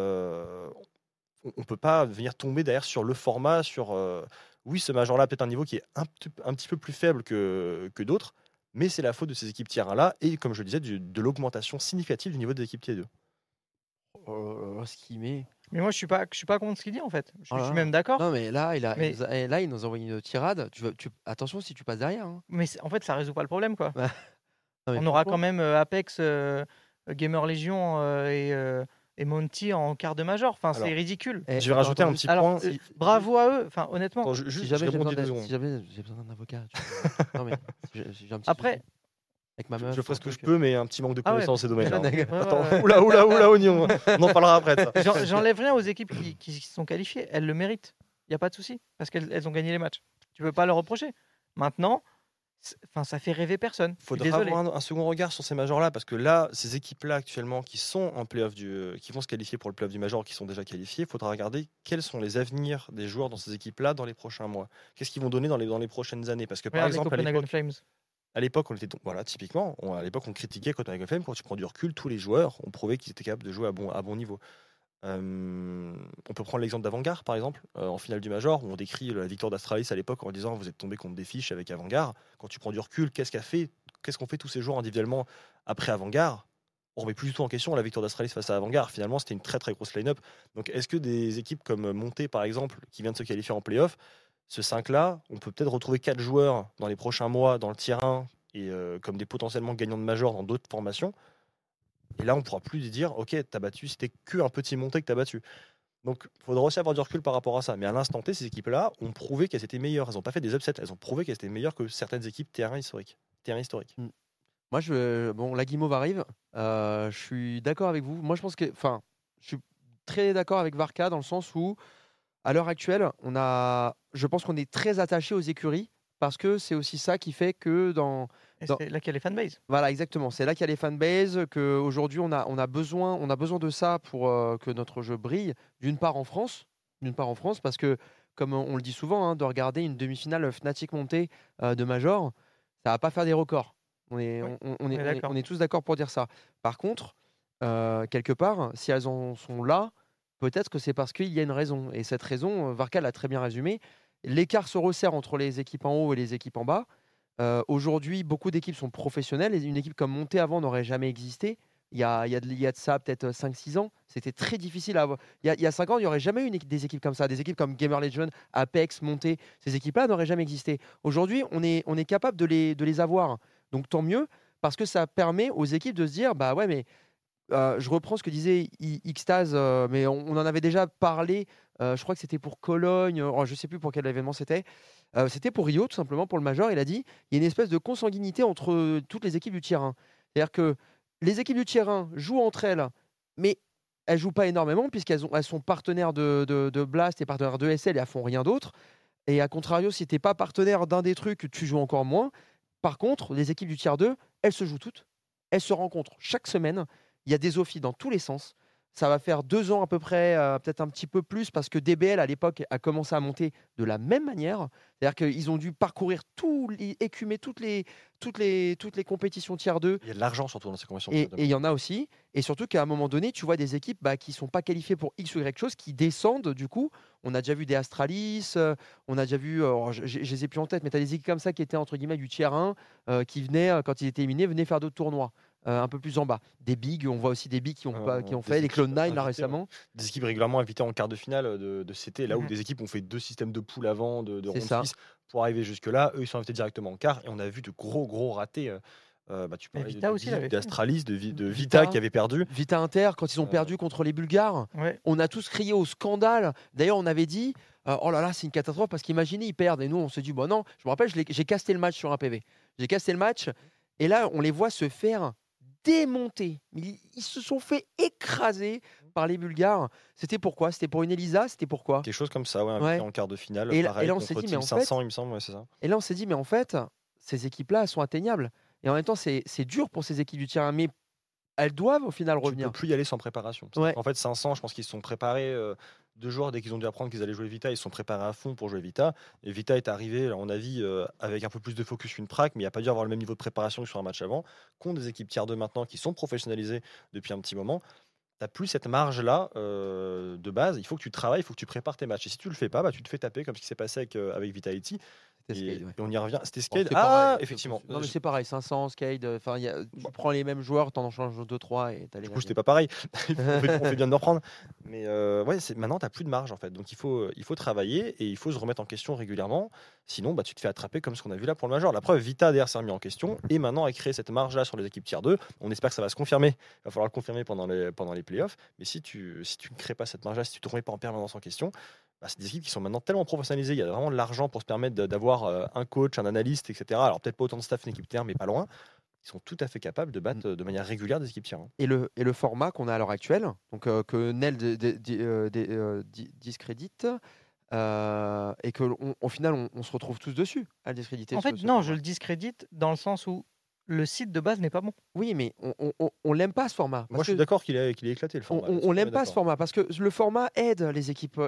pas venir tomber derrière sur le format, sur oui, ce major-là peut-être un niveau qui est un petit peu plus faible que d'autres, mais c'est la faute de ces équipes tier 1-là et, comme je le disais, de l'augmentation significative du niveau des équipes tier 2. Ce qu'il met. Mais moi, je suis pas contre ce qu'il dit, en fait. Je suis même d'accord. Non, mais là, il nous a envoyé une tirade. Attention si tu passes derrière. Hein. Mais en fait, ça résout pas le problème, quoi. Non, on aura quand même Apex, Gamer Legion et Monty en quart de major. Enfin, c'est ridicule. Je vais rajouter un petit point. Bravo à eux. Enfin, honnêtement. Si jamais j'ai besoin d'un avocat. Non, mais j'ai un petit Après. Avec ma meuf, je ferai ce que je peux, mais un petit manque de connaissances dans ces domaines-là. Ouais. Oula, oignon. On en parlera après. J'enlève rien aux équipes qui sont qualifiées. Elles le méritent. Il n'y a pas de souci. Parce qu'elles ont gagné les matchs. Tu ne peux pas leur reprocher. Maintenant, ça fait rêver personne. Il faudra avoir un second regard sur ces majors-là, parce que là, ces équipes-là actuellement qui sont en play-off qui vont se qualifier pour le play-off du major, qui sont déjà qualifiées, il faudra regarder quels sont les avenirs des joueurs dans ces équipes-là dans les prochains mois. Qu'est-ce qu'ils vont donner dans les prochaines années? Parce que par exemple, à l'époque, typiquement, à l'époque, on critiquait Copenhagen Flames. Quand tu prends du recul, tous les joueurs ont prouvé qu'ils étaient capables de jouer à bon niveau. On peut prendre l'exemple d'Avantgarde, par exemple, en finale du Major, où on décrit la victoire d'Astralis à l'époque en disant vous êtes tombé contre des fiches avec Avantgarde. Quand tu prends du recul, qu'est-ce qu'ont fait tous ces joueurs individuellement après Avantgarde? On remet plus du tout en question la victoire d'Astralis face à Avantgarde. Finalement, c'était une très très grosse line-up. Donc, est-ce que des équipes comme Monté, par exemple, qui vient de se qualifier en play-off, ce 5-là, on peut peut-être retrouver 4 joueurs dans les prochains mois dans le tier 1 et comme des potentiellement gagnants de Major dans d'autres formations. Et là, on ne pourra plus dire ok, t'as battu, c'était qu'un petit Monté que t'as battu. Donc, il faudra aussi avoir du recul par rapport à ça. Mais à l'instant T, ces équipes-là ont prouvé qu'elles étaient meilleures. Elles n'ont pas fait des upsets. Elles ont prouvé qu'elles étaient meilleures que certaines équipes terrain historique. Moi, la guimauve arrive. Je suis d'accord avec vous. Moi, je suis très d'accord avec Varka dans le sens où, à l'heure actuelle, je pense qu'on est très attaché aux écuries parce que c'est aussi ça qui fait que c'est là qu'il y a les fanbases. Voilà, exactement. C'est là qu'il y a les fanbases, qu'aujourd'hui, on a besoin de ça pour que notre jeu brille. D'une part en France, parce que, comme on le dit souvent, de regarder une demi-finale Fnatic montée de Major, ça va pas faire des records. On est tous d'accord pour dire ça. Par contre, quelque part, si elles en sont là, peut-être que c'est parce qu'il y a une raison. Et cette raison, Varka l'a très bien résumé, l'écart se resserre entre les équipes en haut et les équipes en bas. Aujourd'hui, beaucoup d'équipes sont professionnelles et une équipe comme Monté avant n'aurait jamais existé. Il y a de ça peut-être 5-6 ans. C'était très difficile à avoir. Il y a 5 ans, il n'y aurait jamais eu des équipes comme ça. Des équipes comme Gamer Legend, Apex, Monté. Ces équipes-là n'auraient jamais existé. Aujourd'hui, on est capable de les avoir. Donc tant mieux, parce que ça permet aux équipes de se dire, bah ouais, mais je reprends ce que disait Xtaz, mais on en avait déjà parlé. Je crois que c'était pour Cologne. Je ne sais plus pour quel événement c'était. C'était pour Rio, tout simplement, pour le Major. Il a dit il y a une espèce de consanguinité entre toutes les équipes du Tier 1. C'est-à-dire que les équipes du Tier 1 jouent entre elles, mais elles ne jouent pas énormément, puisqu'elles sont partenaires de Blast et partenaires de SL et elles font rien d'autre. Et à contrario, si tu n'es pas partenaire d'un des trucs, tu joues encore moins. Par contre, les équipes du Tier 2, elles se jouent toutes. Elles se rencontrent chaque semaine. Il y a des OFI dans tous les sens. Ça va faire 2 ans à peu près, peut-être un petit peu plus, parce que DBL, à l'époque, a commencé à monter de la même manière. C'est-à-dire qu'ils ont dû parcourir écumer toutes les compétitions Tier 2. Il y a de l'argent surtout dans ces compétitions. Et il y en a aussi. Et surtout qu'à un moment donné, tu vois des équipes qui ne sont pas qualifiées pour X ou Y chose, qui descendent du coup. On a déjà vu des Astralis, on a déjà vu, je les ai plus en tête, mais tu as des équipes comme ça qui étaient entre guillemets du Tier 1, qui venaient, quand ils étaient éliminés, venaient faire d'autres tournois. Un peu plus en bas. Des bigs, on voit aussi des bigs qui ont fait, les Clone9 là récemment. Des équipes régulièrement invitées en quart de finale de CT, là où des équipes ont fait 2 systèmes de poule avant, de round 6 pour arriver jusque-là. Eux, ils sont invités directement en quart et on a vu de gros ratés. Tu parlais Vita aussi d'Astralis, de Vita qui avait perdu. Vita Inter, quand ils ont perdu contre les Bulgares, on a tous crié au scandale. D'ailleurs, on avait dit oh là là, c'est une catastrophe parce qu'imaginez, ils perdent. Et nous, on se dit bon, non, je me rappelle, j'ai casté le match sur un PV. J'ai casté le match et là, on les voit se faire démonter. Ils se sont fait écraser par les Bulgares. C'était pourquoi? C'était pour une Elisa? C'était pourquoi? Quelque chose comme ça, ouais. En quart de finale. Et pareil, là, on s'est dit, mais en 500, fait, il me semble, c'est ça. Et là, on s'est dit, mais en fait, ces équipes-là, elles sont atteignables. Et en même temps, c'est dur pour ces équipes du Tier 1, mais elles doivent au final revenir. Tu peux plus y aller sans préparation. En fait, 500, je pense qu'ils se sont préparés 2 joueurs dès qu'ils ont dû apprendre qu'ils allaient jouer Vita, ils se sont préparés à fond pour jouer Vita. Et Vita est arrivé, à mon avis, avec un peu plus de focus qu'une prac, mais il n'y a pas dû avoir le même niveau de préparation que sur un match avant. Contre des équipes Tier 2 maintenant qui sont professionnalisées depuis un petit moment, tu n'as plus cette marge-là de base. Il faut que tu travailles, il faut que tu prépares tes matchs. Et si tu ne le fais pas, tu te fais taper comme ce qui s'est passé avec Vitality. Et on y revient. C'était Skade. Effectivement. Non, mais c'est pareil. 500, Skade. Tu prends les mêmes joueurs, t'en changes 2-3 et t'as les. Du coup, c'était pas pareil. on fait bien de me reprendre. Mais maintenant, t'as plus de marge en fait. Donc il faut travailler et il faut se remettre en question régulièrement. Sinon, tu te fais attraper comme ce qu'on a vu là pour le Major. La preuve, Vita derrière s'est remis en question et maintenant a créé cette marge là sur les équipes Tier 2. On espère que ça va se confirmer. Il va falloir le confirmer pendant les playoffs. Mais si tu ne crées pas cette marge là, si tu te remets pas en permanence en question. C'est des équipes qui sont maintenant tellement professionnalisées, il y a vraiment de l'argent pour se permettre d'avoir un coach, un analyste, etc. Alors peut-être pas autant de staff une équipe tiers, mais pas loin. Ils sont tout à fait capables de battre de manière régulière des équipes tiers. Et le format qu'on a à l'heure actuelle, donc que Nel discrédite, et qu'au final on se retrouve tous dessus à le discréditer. En fait, non, je le discrédite dans le sens où le site de base n'est pas bon. Oui, mais on l'aime pas ce format. Moi, je suis d'accord qu'il est éclaté le format. On l'aime pas ce format parce que le format aide les équipes.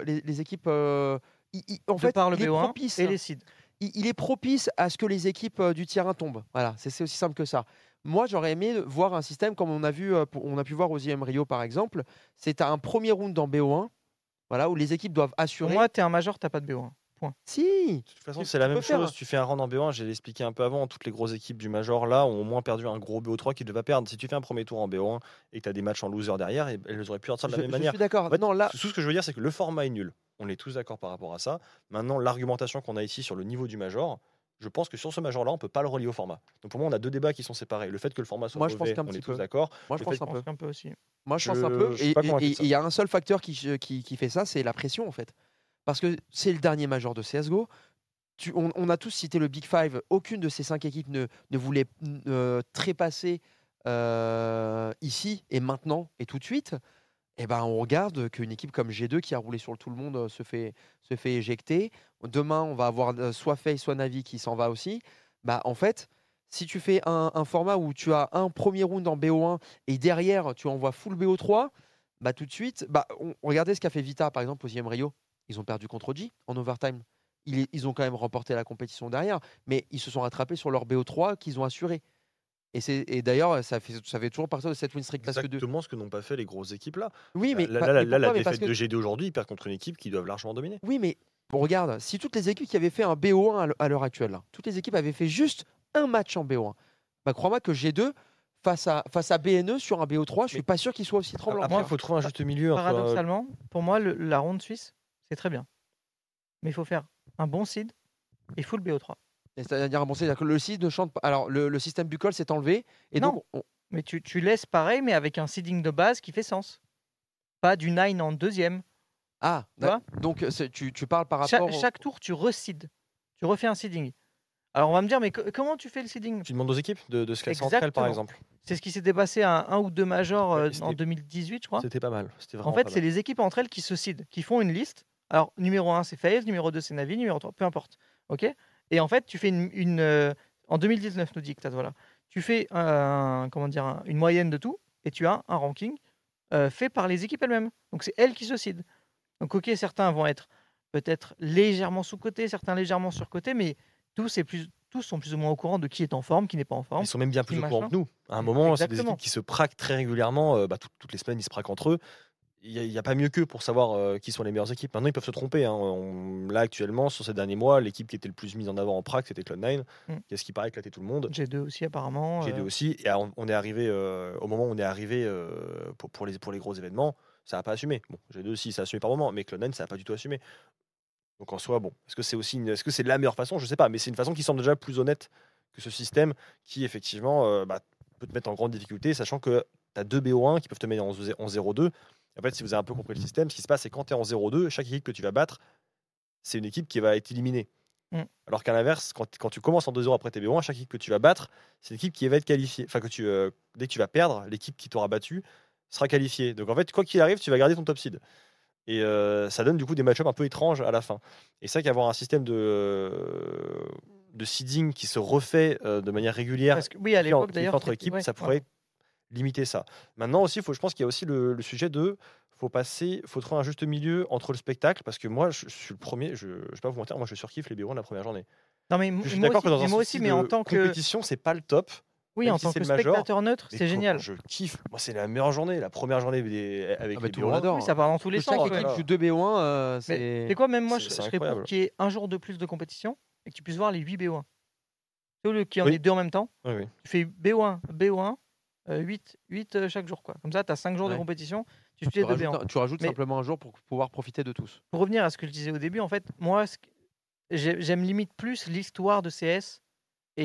En fait, par le il est BO1 propice. Et les seeds. Il est propice à ce que les équipes du Tier 1 tombent. Voilà, c'est aussi simple que ça. Moi, j'aurais aimé voir un système comme on a pu voir aux IM Rio par exemple. C'est un premier round dans BO1, voilà, où les équipes doivent assurer. Pour moi, t'es un major, t'as pas de BO1. Point. Si. De toute façon, c'est la même chose. Tu fais un round en BO1, j'ai expliqué un peu avant. Toutes les grosses équipes du Major là ont au moins perdu un gros BO3 qu'ils devaient perdre. Si tu fais un premier tour en BO1 et que tu as des matchs en loser derrière, elles auraient pu sortir de la même manière. Je suis d'accord. En fait, non, là... Tout ce que je veux dire, c'est que le format est nul. On est tous d'accord par rapport à ça. Maintenant, l'argumentation qu'on a ici sur le niveau du Major, je pense que sur ce Major-là, on ne peut pas le relier au format. Donc pour moi, on a 2 débats qui sont séparés. Le fait que le format soit mauvais, on est tous d'accord. Moi, je pense un peu aussi. Moi, je pense un peu. Et il y a un seul facteur qui fait ça, c'est la pression en fait. Parce que c'est le dernier Major de CSGO. On a tous cité le Big Five. Aucune de ces 5 équipes ne voulait trépasser ici et maintenant et tout de suite. Et on regarde qu'une équipe comme G2 qui a roulé sur tout le monde se fait éjecter. Demain, on va avoir soit Faye, soit Navi qui s'en va aussi. En fait, si tu fais un format où tu as un premier round en BO1 et derrière tu envoies full BO3, tout de suite, regardez ce qu'a fait Vita par exemple au IM Rio. Ils ont perdu contre OG en overtime. Ils ont quand même remporté la compétition derrière, mais ils se sont rattrapés sur leur BO3 qu'ils ont assuré. Et d'ailleurs, ça fait toujours partie de cette win streak. Exactement ce que n'ont pas fait les grosses équipes là. Oui, mais la défaite de G2 aujourd'hui, ils perdent contre une équipe qui doivent largement dominer. Oui, mais regarde, si toutes les équipes qui avaient fait un BO1 à l'heure actuelle, là, toutes les équipes avaient fait juste un match en BO1, bah, crois-moi que G2, face à BNE sur un BO3, je suis pas sûr qu'il soit aussi tremblant. Après, il faut trouver un juste milieu. Paradoxalement, pour moi, la ronde suisse, c'est très bien. Mais il faut faire un bon seed et full BO3. C'est-à-dire, bon, c'est-à-dire que le seed ne chante pas. Alors, le système Bucol s'est enlevé. Et Non. donc, Mais tu laisses pareil, mais avec un seeding de base qui fait sens. Pas du 9 en deuxième. Ah, Tu vois donc tu parles par rapport. Chaque tour, tu reseed. Tu refais un seeding. Alors on va me dire, mais comment tu fais le seeding? Tu demandes aux équipes de se classer entre elles, par exemple. C'est ce qui s'était passé à un ou deux majors Ouais, en 2018, je crois. C'était pas mal. C'était vraiment En fait, pas c'est mal. les équipes entre elles qui se seedent, qui font une liste. Alors, numéro 1, c'est FaZe, numéro 2, c'est Navi, numéro 3, peu importe. Ok. Et en fait, tu fais en 2019, nous dit Ktat, voilà. Tu fais une moyenne de tout et tu as un ranking fait par les équipes elles-mêmes. Donc, c'est elles qui se seedent. Donc, ok, certains vont être peut-être légèrement sous-cotés, certains légèrement sur-cotés, mais tous sont plus ou moins au courant de qui est en forme, qui n'est pas en forme. Ils sont même bien plus au courant machin. que nous. À un moment, c'est des Exactement. équipes qui se praquent très régulièrement. Toutes les semaines, ils se praquent entre eux. Il n'y a pas mieux qu'eux pour savoir qui sont les meilleures équipes. Maintenant, ils peuvent se tromper. Là, actuellement, sur ces derniers mois, l'équipe qui était le plus mise en avant en praque, c'était Cloud9. Qu'est-ce qui paraît éclater tout le monde. G2 aussi, apparemment. G2 aussi. Et on est arrivé, au moment où on est arrivé pour les gros événements, ça n'a pas assumé. Bon, G2 aussi, ça a assumé par moment, mais Cloud9, ça n'a pas du tout assumé. Donc en soi, bon, est-ce que c'est la meilleure façon? Je sais pas, mais c'est une façon qui semble déjà plus honnête que ce système qui, effectivement, peut te mettre en grande difficulté, sachant que tu as deux BO1 qui peuvent te mettre en 0-2. En fait, si vous avez un peu compris le système, ce qui se passe, c'est quand tu es en 0-2, chaque équipe que tu vas battre, c'est une équipe qui va être éliminée. Alors qu'à l'inverse, quand tu commences en 2-0 après tes BO1, chaque équipe que tu vas battre, c'est une équipe qui va être qualifiée. Enfin, dès que tu vas perdre, l'équipe qui t'aura battu sera qualifiée. Donc en fait, quoi qu'il arrive, tu vas garder ton top seed. Et ça donne du coup des match-ups un peu étranges à la fin. Et c'est vrai qu'avoir un système de seeding qui se refait de manière régulière à l'époque, d'ailleurs, entre équipes, ça pourrait limiter ça. Maintenant aussi, je pense qu'il y a aussi le sujet de faut trouver un juste milieu entre le spectacle, parce que moi, je suis le premier, je vais pas vous mentir, moi je surkiffe les B1 de la première journée. Non, mais je suis d'accord que dans un moi aussi, mais en tant que compétition, c'est pas le top. Oui, même en si tant c'est que le major, spectateur neutre, c'est génial. Je kiffe. Moi, c'est la meilleure journée, la première journée avec les tout le monde B1. adore. Oui, ça part dans tous les sens. Chaque équipe joue 2 B1. C'est quoi, même moi, je serais incroyable. pour qu'il y ait un jour de plus de compétition et que tu puisses voir les 8 BO1. Au lieu qu'il y en ait deux en même temps, Oui. tu fais BO1, 8 chaque jour, quoi. Comme ça, tu as 5 jours de compétition. Tu rajoutes simplement un jour pour pouvoir profiter de tous. Pour revenir à ce que je disais au début, en fait, moi, j'aime limite plus l'histoire de CS et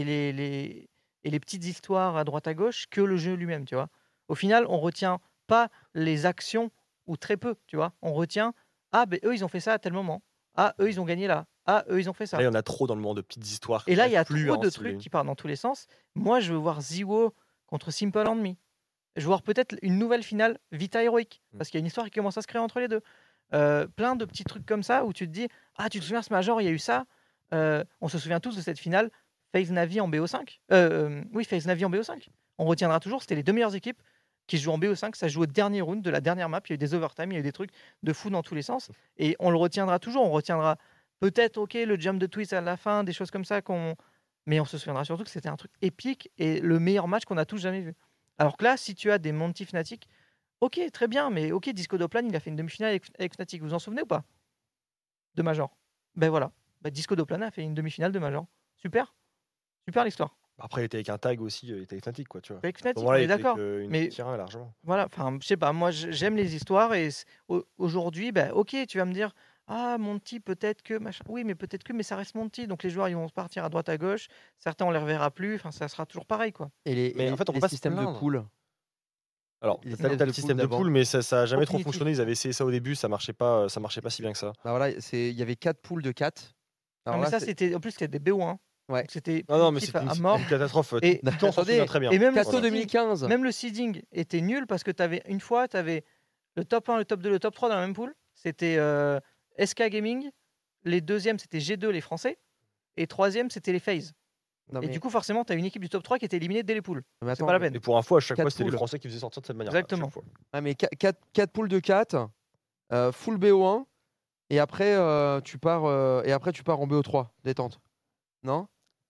les petites histoires à droite à gauche que le jeu lui-même, tu vois. Au final, on retient pas les actions ou très peu, tu vois. On retient eux ils ont fait ça à tel moment. Eux ils ont gagné là. Eux ils ont fait ça. Là, il y en a trop dans le monde de petites histoires. Et là, il y a trop de trucs qui partent dans tous les sens. Moi, je veux voir Ziwo contre Simple and Me. Je veux voir peut-être une nouvelle finale Vita Heroic, parce qu'il y a une histoire qui commence à se créer entre les deux. Plein de petits trucs comme ça où tu te dis tu te souviens ce major, il y a eu ça. On se souvient tous de cette finale FaZe Navi en BO5. FaZe Navi en BO5. On retiendra toujours, c'était les deux meilleures équipes qui jouent en BO5. Ça joue au dernier round de la dernière map. Il y a eu des overtime, il y a eu des trucs de fou dans tous les sens. Et on le retiendra toujours. On retiendra peut-être le jump de Twist à la fin, des choses comme ça. Mais on se souviendra surtout que c'était un truc épique et le meilleur match qu'on a tous jamais vu. Alors que là, si tu as des Monty Fnatic, ok, très bien, mais ok, Disco Doplan, il a fait une demi-finale avec Fnatic. Vous vous en souvenez ou pas? De Major. Ben voilà. Disco Doplan a fait une demi-finale de Major. Super l'histoire. Après, il était avec un tag aussi, il était avec Fnatic, quoi, tu vois. Avec Fnatic, on est d'accord. Mais largement. Voilà, enfin, je sais pas, moi j'aime les histoires et aujourd'hui, ok, tu vas me dire, Monty, peut-être que, machin. Oui, mais peut-être que, mais ça reste Monty, donc les joueurs ils vont partir à droite à gauche, certains on les reverra plus, enfin ça sera toujours pareil, quoi. Mais en fait, on peut pas système de pool. Alors, t'as le système de pool, mais ça a jamais trop fonctionné. Ils avaient essayé ça au début, ça marchait pas si bien que ça. Bah voilà, il y avait 4 poules de 4. Non, mais ça, c'était en plus c'était des BO1. Ouais. C'était mais c'était une catastrophe. Et tout attendez, très bien. Et même Casto 2015. Même le seeding était nul parce que une fois, tu avais le top 1, le top 2, le top 3 dans la même pool. C'était SK Gaming. Les deuxièmes, c'était G2, les Français. Et troisième, c'était les FaZe. Et du coup, forcément, tu as une équipe du top 3 qui était éliminée dès les poules. C'est pas la peine. Et pour info, à chaque fois, c'était les Français qui faisaient sortir de cette manière. Exactement. Mais 4 poules de 4, full BO1, et après, tu pars en BO3, détente. Non?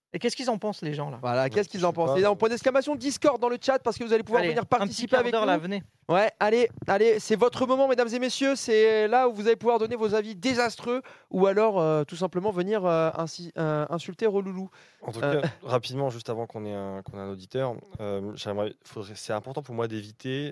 Et qu'est-ce qu'ils en pensent, les gens, là? Voilà, qu'est-ce qu'ils en je sais pensent? pas. Et là, on point d'exclamation Discord dans le chat parce que vous allez pouvoir Allez, venir un petit participer quart avec d'heure, nous. là, venez. Ouais, allez, c'est votre moment, mesdames et messieurs. C'est là où vous allez pouvoir donner vos avis désastreux ou alors tout simplement venir insulter Reloulou. En tout cas, rapidement, juste avant qu'on ait un auditeur, c'est important pour moi d'éviter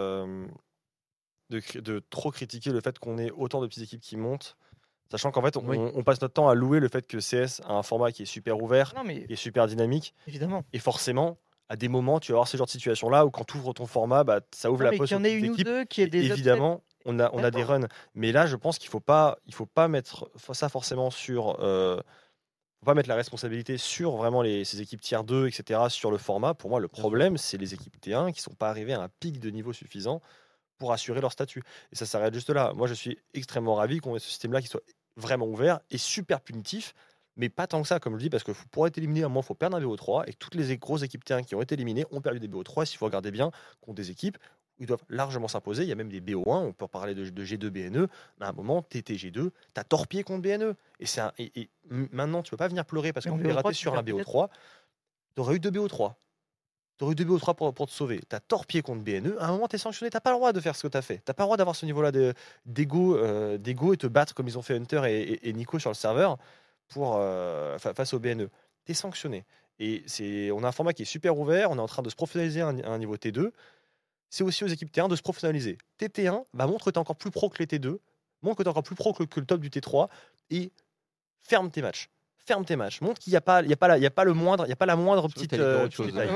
de trop critiquer le fait qu'on ait autant de petites équipes qui montent, sachant qu'en fait, Oui. on passe notre temps à louer le fait que CS a un format qui est super ouvert, Non, mais qui est super dynamique, évidemment. et forcément, à des moments, tu vas avoir ce genre de situation-là où quand tu ouvres ton format, bah, ça ouvre Non, la mais porte qu'il y sur en ait toutes les une ou équipes. deux qui ait des upsets. Évidemment, on a des D'accord. runs. Mais là, je pense qu'il faut pas mettre ça forcément sur. Faut pas mettre la responsabilité sur vraiment ces équipes tier 2, etc., sur le format. Pour moi, le problème, c'est les équipes T1 qui sont pas arrivées à un pic de niveau suffisant pour assurer leur statut. Et ça s'arrête juste là. Moi, je suis extrêmement ravi qu'on ait ce système-là qui soit vraiment ouvert et super punitif, mais pas tant que ça, comme je le dis, parce que pour être éliminé, à un moment, il faut perdre un BO3, et que toutes les grosses équipes T1 qui ont été éliminées ont perdu des BO3. S'il faut regarder bien, contre des équipes où ils doivent largement s'imposer. Il y a même des BO1, on peut parler de G2 BNE, mais à un moment, TT G2, tu as torpillé contre BNE. Et maintenant, tu peux pas venir pleurer parce Mais que en tu es BO3, raté tu sur perds un peut-être. BO3. Tu aurais eu 2 BO3. Tu aurais eu 2 BO3 pour te sauver. Tu as torpillé contre BNE. À un moment, tu es sanctionné. Tu n'as pas le droit de faire ce que tu as fait. Tu n'as pas le droit d'avoir ce niveau-là d'ego et te battre comme ils ont fait Hunter et Nico sur le serveur face au BNE. Tu es sanctionné. Et on a un format qui est super ouvert. On est en train de se professionnaliser à un niveau T2. C'est aussi aux équipes T1 de se professionnaliser. T1, montre que tu es encore plus pro que les T2. Montre que tu es encore plus pro que le top du T3. Et ferme tes matchs. Ferme tes matchs. Montre qu'il n'y a pas la moindre petite taille.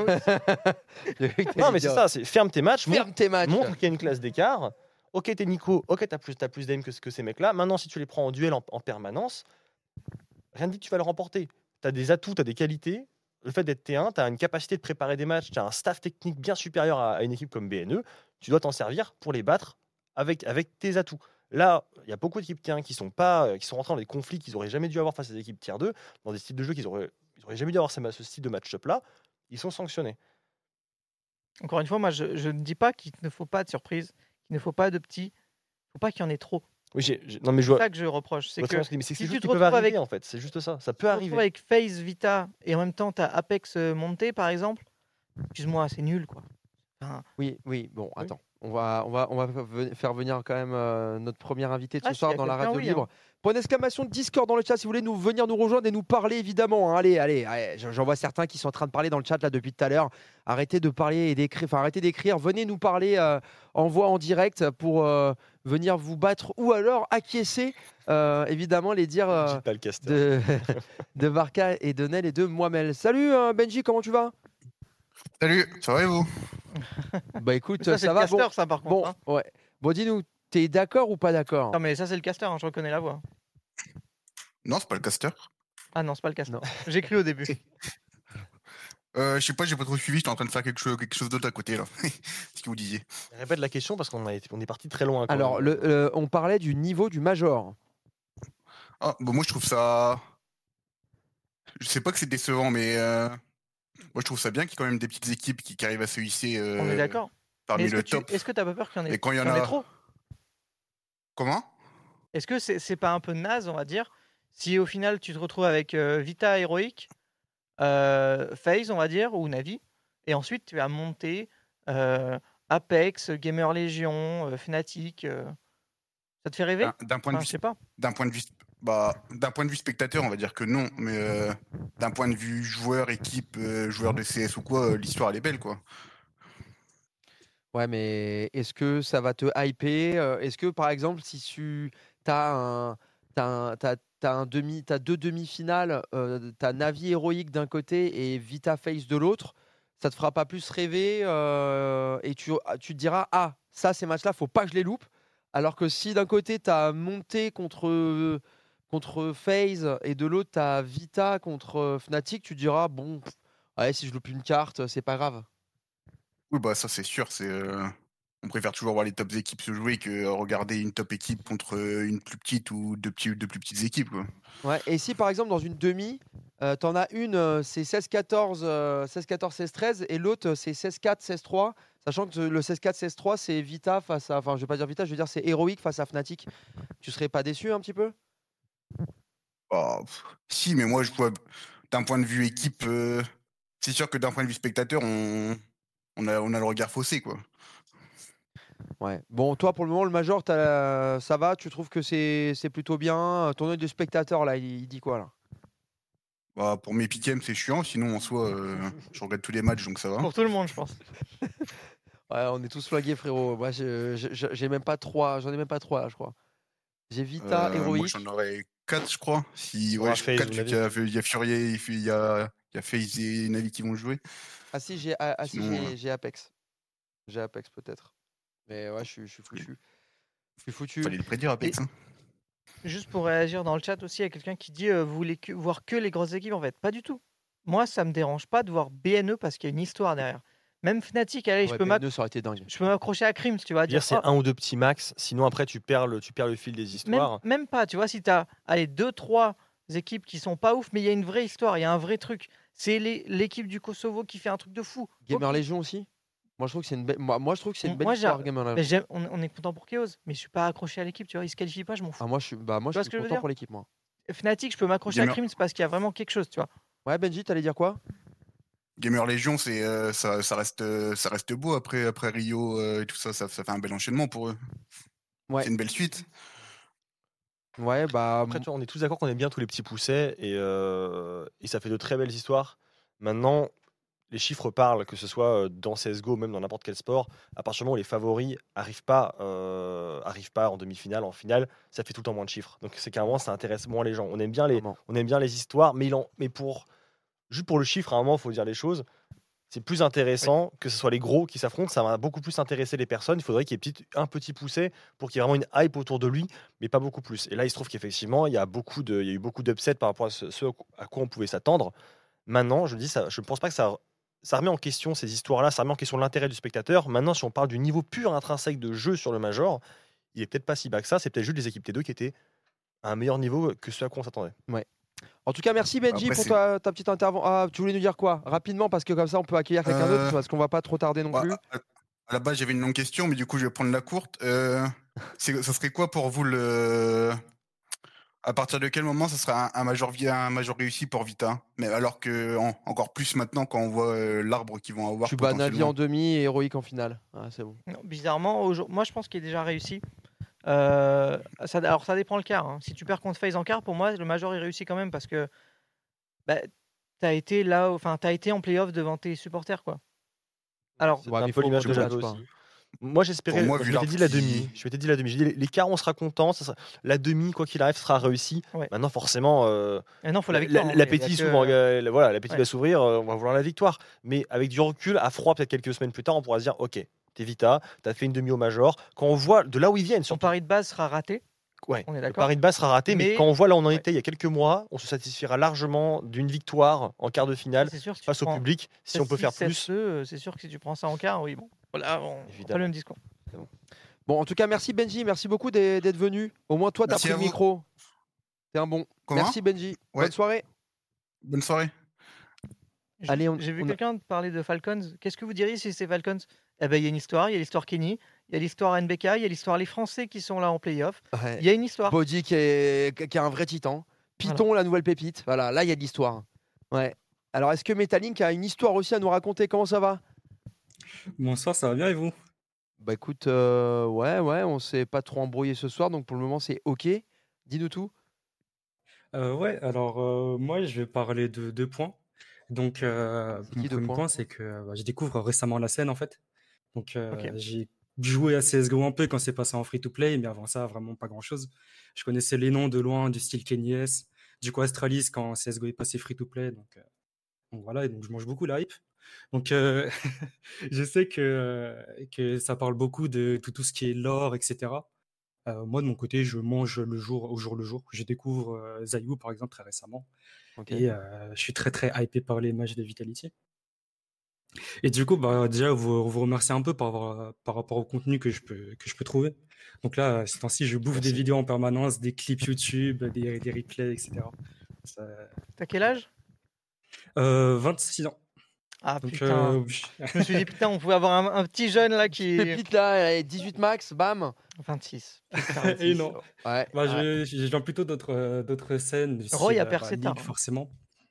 Non, mais c'est ça, c'est ferme tes matchs. Ferme tes matchs. Montre qu'il y a une classe d'écart. Ok, t'es Nico, ok, t'as plus d'aim que ces mecs-là. Maintenant, si tu les prends en duel en permanence, rien ne dit que tu vas le remporter. T'as des atouts, t'as des qualités. Le fait d'être T1, t'as une capacité de préparer des matchs, t'as un staff technique bien supérieur à une équipe comme BNE. Tu dois t'en servir pour les battre avec tes atouts. Là, il y a beaucoup d'équipes T1 qui sont rentrées dans des conflits qu'ils n'auraient jamais dû avoir face à des équipes Tier 2, dans des styles de jeu qu'ils auraient jamais dû avoir ce style de match-up-là. Ils sont sanctionnés. Encore une fois, moi, je ne dis pas qu'il ne faut pas de surprise, qu'il ne faut pas de petits. Il ne faut pas qu'il y en ait trop. Oui, non, mais je C'est vois. ça que je reproche. C'est que Mais c'est si juste tu te qu'ils peuvent retrouves arriver, avec- en fait. C'est juste ça. Ça peut tu te retrouves arriver. avec FaZe, Vita, et en même temps, tu as Apex monté, par exemple, excuse-moi, c'est nul, quoi. Enfin, Oui, bon, Oui. attends. On va faire venir quand même notre premier invité de ce s'il soir y a dans la quelqu'un, radio oui, libre. Point d'exclamation Discord dans le chat si vous voulez venir nous rejoindre et nous parler évidemment. Hein. Allez, j'en vois certains qui sont en train de parler dans le chat là depuis tout à l'heure. Arrêtez de parler et d'écrire, arrêtez d'écrire. Venez nous parler en voix en direct pour venir vous battre ou alors acquiescer évidemment les dires Dis pas le caster. de Varka et de Nel et de Moimel. Salut Benji, comment tu vas? Salut, ça va et vous? Bah écoute, ça, c'est ça le va. caster, Bon, ça, par contre. hein. ouais. Bon, dis-nous, t'es d'accord ou pas d'accord? Non, mais ça, c'est le caster, je reconnais la voix. Non, c'est pas le caster. Ah non, c'est pas le caster. Non. J'ai cru au début. Je sais pas, j'ai pas trop suivi, j'étais en train de faire quelque chose d'autre à côté là. Ce que vous disiez. Répète la question parce qu'on est parti très loin. quoi. Alors, on parlait du niveau du Major. Ah, bon, moi je trouve ça. Je sais pas que c'est décevant, mais moi je trouve ça bien qu'il y ait quand même des petites équipes qui arrivent à se hisser On est d'accord. Mais parmi est-ce le que top. est-ce que t'as pas peur qu'il y en ait, Et quand il y en qu'il y en ait a. trop? Comment? Est-ce que c'est pas un peu naze, on va dire, si au final tu te retrouves avec Vita Heroic, FaZe, on va dire, ou Navi, et ensuite tu vas monter Apex, Gamer Legion, Fnatic. Ça te fait rêver? D'un point de Enfin, je vue, sais pas. d'un point de vue, d'un point de vue spectateur, on va dire que non, mais d'un point de vue joueur, équipe, joueur de CS ou quoi, l'histoire elle est belle quoi. Ouais, mais est-ce que ça va te hyper? Est-ce que, par exemple, si tu as t'as deux demi-finales, t'as Navi héroïque d'un côté et Vita Face de l'autre, ça te fera pas plus rêver et tu te diras, ah, ça, ces matchs-là, faut pas que je les loupe. Alors que si d'un côté, t'as monté contre FaZe et de l'autre, t'as Vita contre Fnatic, tu te diras, bon, ouais, si je loupe une carte, c'est pas grave. Oui, bah ça c'est sûr, on préfère toujours voir les top équipes se jouer que regarder une top équipe contre une plus petite ou deux plus petites équipes quoi. Ouais, et si par exemple dans une demi, t'en as une, c'est 16-14, 16-13, et l'autre, c'est 16-4, 16-3, sachant que le 16-4, 16-3, c'est Vita face à. Enfin, je vais pas dire Vita, je veux dire c'est héroïque face à Fnatic. Tu serais pas déçu un petit peu? Si, mais moi je vois. d'un point de vue équipe, c'est sûr que d'un point de vue spectateur, on a le regard faussé, quoi. Ouais. Bon, toi, pour le moment, le Major, ça va? Tu trouves que c'est plutôt bien? Ton œil de spectateur, là, il dit quoi, là? Bah, pour mes pick'em, c'est chiant. Sinon, en soi, je regarde tous les matchs, donc ça va. Pour tout le monde, je pense. Ouais, on est tous flagués, frérot. Moi, j'ai même pas 3. J'en ai même pas 3, là, je crois. J'ai Vita, Moi, Héroïque. j'en aurais 4, je crois. Si, Sur ouais, un FaZe, 4, vous vu qu'il y a Furier, il y a FaZe et Navi qui vont jouer. Ah si, Sinon, j'ai Apex. J'ai Apex, peut-être. Mais ouais, je suis foutu. Je suis foutu. fallait le prédire, Apex. Hein. Juste pour réagir dans le chat aussi, il y a quelqu'un qui dit vous voulez voir que les grosses équipes en fait. Pas du tout. Moi, ça me dérange pas de voir BNE parce qu'il y a une histoire derrière. Même Fnatic, allez, Ouais, je peux PNE, ça aurait été dingue. m'accrocher à Crims, tu vois. Dire c'est oh, un ou deux petits max, sinon après tu perds le fil des histoires. même pas, tu vois, si tu as 2-3 équipes qui sont pas ouf, mais il y a une vraie histoire, il y a un vrai truc. C'est l'équipe du Kosovo qui fait un truc de fou. Gamer Ok. Légion aussi. Moi, je trouve que c'est une belle. Moi, je trouve que c'est une belle Moi, histoire, Gamer Légion. Mais on est content pour Chaos, mais je suis pas accroché à l'équipe, tu vois. Ils se qualifient pas, je m'en fous. Ah, moi, je suis, vois ce suis que je veux content dire pour l'équipe, moi. Fnatic, je peux m'accrocher à Gamer- Crims parce qu'il y a vraiment quelque chose, tu vois. Ouais, Benji, t'allais dire quoi? Gamer Légion, ça reste beau après Rio et tout ça. Ça fait un bel enchaînement pour eux. Ouais. C'est une belle suite. Ouais, bah. Après, tu vois, on est tous d'accord qu'on aime bien tous les petits poussets et ça fait de très belles histoires. Maintenant, les chiffres parlent, que ce soit dans CSGO, même dans n'importe quel sport. À partir du moment où les favoris arrivent pas en demi-finale, en finale, ça fait tout le temps moins de chiffres. Donc c'est qu'à un moment, ça intéresse moins les gens. On aime bien les histoires, mais juste pour le chiffre, à un moment, il faut dire les choses. C'est plus intéressant que ce soit les gros qui s'affrontent. Ça va beaucoup plus intéresser les personnes. Il faudrait qu'il y ait un petit poussé pour qu'il y ait vraiment une hype autour de lui, mais pas beaucoup plus. Et là, il se trouve qu'effectivement, il y a eu beaucoup d'upsets par rapport à ce à quoi on pouvait s'attendre. Maintenant, je ne pense pas que ça remet en question ces histoires-là, ça remet en question l'intérêt du spectateur. Maintenant, si on parle du niveau pur intrinsèque de jeu sur le Major, il est peut-être pas si bas que ça. C'est peut-être juste les équipes T2 qui étaient à un meilleur niveau que ce à quoi on s'attendait. En tout cas, merci Benji Après, pour c'est- ta petite intervention. Ah, tu voulais nous dire quoi? Rapidement, parce que comme ça, on peut accueillir quelqu'un d'autre, parce qu'on va pas trop tarder non Bah, plus. à la base, j'avais une longue question, mais du coup, je vais prendre la courte. Ça serait quoi pour vous à partir de quel moment ça serait un major réussi pour Vita? Mais alors que encore plus maintenant quand on voit l'arbre qu'ils vont avoir. Tu bats Navi en potentiellement. demi et Héroïque en finale. Ah, c'est bon. Non, bizarrement, moi je pense qu'il est déjà réussi. Alors ça dépend le quart. Hein. Si tu perds contre FaZe en quart, pour moi le Major est réussi quand même parce que t'as été là, enfin t'as été en playoff devant tes supporters quoi. Alors C'est Ouais, un mais peu faut l'image de jouer le Jado match, aussi. quoi. Moi, j'espérais. Pour moi, Je vu m'étais l'arbre dit la qui- demi. Je m'étais dit la demi. J'ai dit les quarts, on sera content. La demi, quoi qu'il arrive, sera réussi. Ouais. Maintenant, forcément, non, faut la victoire. hein, mais l'appétit il y a s'ouvre, que- voilà, l'appétit Ouais. va s'ouvrir. On va vouloir la victoire. Mais avec du recul, à froid, peut-être quelques semaines plus tard, on pourra se dire, ok, t'es Vita, t'as fait une demi au Major. Quand on voit de là où ils viennent, Son surtout, pari de base sera raté. ouais, On est le d'accord. pari de base sera raté. Mais Mais- quand on voit là où on en ouais. était il y a quelques mois, on se satisfiera largement d'une victoire en quart de finale C'est sûr si tu face au prends public. Si on peut faire 7-6, plus, 7-2, c'est sûr que si tu prends ça en quart, oui bon. Voilà, on fait Évidemment. le même discours. Bon, en tout cas, merci Benji. Merci beaucoup d'être venu. Au moins, toi, t'as Merci pris à le vous. micro. T'es un bon. Comment Merci Benji. Ouais. Bonne soirée. Bonne soirée. Allez, J'ai vu on a- quelqu'un parler de Falcons. Qu'est-ce que vous diriez si c'est Falcons? Eh ben, il y a une histoire. Il y a l'histoire Kenny. Il y a l'histoire NBK. Il y a l'histoire les Français qui sont là en playoff. Ouais. Il y a une histoire. Body qui est un vrai titan. Python, la nouvelle pépite. Voilà, là, il y a de l'histoire. Ouais. Alors, est-ce que Metalink a une histoire aussi à nous raconter? Comment ça va? Bonsoir, ça va bien et vous? Bah écoute, ouais, on s'est pas trop embrouillé ce soir, donc pour le moment, c'est OK. Dis-nous tout. Ouais, alors moi je vais parler de 2 points. Donc C'est mon qui, 2 premier points? point, c'est que je découvre récemment la scène en fait. Donc Ok. j'ai joué à CSGO un peu quand c'est passé en free-to-play, mais avant ça, vraiment pas grand-chose. Je connaissais les noms de loin du style Kenny S, du coup Astralis quand CSGO est passé free-to-play. Donc voilà, et donc je mange beaucoup la hype. Donc je sais que ça parle beaucoup de tout ce qui est lore, etc. Moi, de mon côté, je mange le jour au jour le jour. Je découvre Zayu, par exemple, très récemment. Ok. Et je suis très, très hypé par les matchs de Vitality. Et du coup, déjà, vous remercier un peu par rapport au contenu que je peux trouver. Donc là, ces temps-ci, je bouffe des vidéos en permanence, des clips YouTube, des replays, etc. T'as quel âge? 26 ans. Ah Donc, putain. Je me suis dit, putain, on pouvait avoir un petit jeune là qui. Pépite là, elle est 18 max, bam. 26. Et non. Ouais. Je viens plutôt d'autres scènes. Roy a style, percé League, tard, hein. forcément.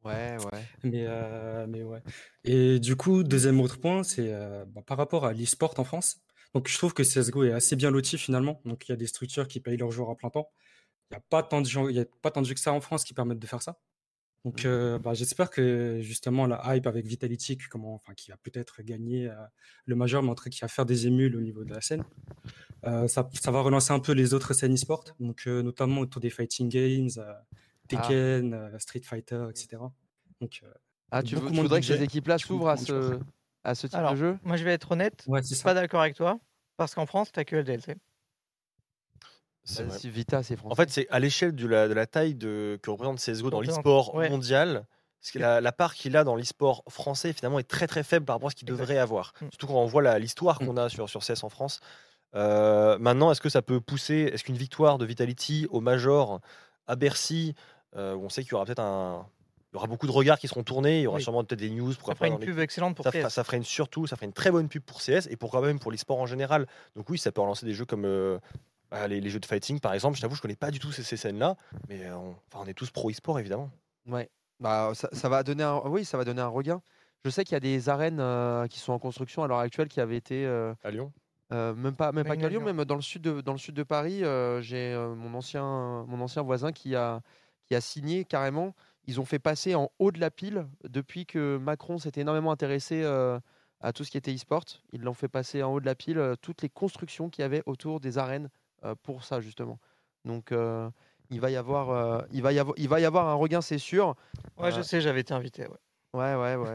Ouais. Mais ouais. Et du coup, deuxième autre point, c'est par rapport à l'e-sport en France. Donc, je trouve que CSGO est assez bien loti finalement. Donc, il y a des structures qui payent leurs joueurs à plein temps. Il n'y a pas tant de gens, il y a pas tant de jeux que ça en France qui permettent de faire ça. Donc, j'espère que justement la hype avec Vitality, qui va peut-être gagner le major, mais en tout cas qui va faire des émules au niveau de la scène, ça va relancer un peu les autres scènes e-sport, donc notamment autour des fighting games, Tekken, Street Fighter, etc. Donc, Tu beaucoup tu moins de voudrais que ces budget, équipes-là du coup, s'ouvrent beaucoup moins de joueurs. à ce type de Alors, jeu? moi je vais être honnête, Ouais, je c'est suis pas ça. d'accord avec toi, parce qu'en France, t'as que LDLC. C'est vrai. Si Vita, c'est En français. fait, c'est à l'échelle de la taille que représente CSGO dans Représente, l'e-sport ouais. mondial. Parce que la part qu'il a dans l'e-sport français, finalement, est très très faible par rapport à ce qu'il devrait avoir. Surtout quand on voit l'histoire qu'on a sur CS en France. Maintenant, est-ce que ça peut pousser, est-ce qu'une victoire de Vitality au Major à Bercy, où on sait qu'il y aura peut-être il y aura beaucoup de regards qui seront tournés, il y aura Oui. sûrement peut-être des news, pourquoi Ça fera pas une dans pub les... excellente pour ça, CS. ça ferait une très bonne pub pour CS et pourquoi même pour l'e-sport en général. Donc oui, ça peut relancer des jeux comme les jeux de fighting par exemple. Je t'avoue, je connais pas du tout ces scènes-là, mais on est tous pro e-sport évidemment. Ouais. Ça va donner ça va donner un regain. Je sais qu'il y a des arènes qui sont en construction à l'heure actuelle qui avaient été À Lyon. même pas Oui, qu'à Lyon, Lyon. même dans le sud de Paris. J'ai mon ancien voisin qui a signé carrément. Ils ont fait passer en haut de la pile depuis que Macron s'était énormément intéressé à tout ce qui était e-sport. Ils l'ont fait passer en haut de la pile toutes les constructions qu'il y avait autour des arènes pour ça justement. Donc il va y avoir un regain, c'est sûr. Ouais, je sais, j'avais été invité. Ouais. Ouais.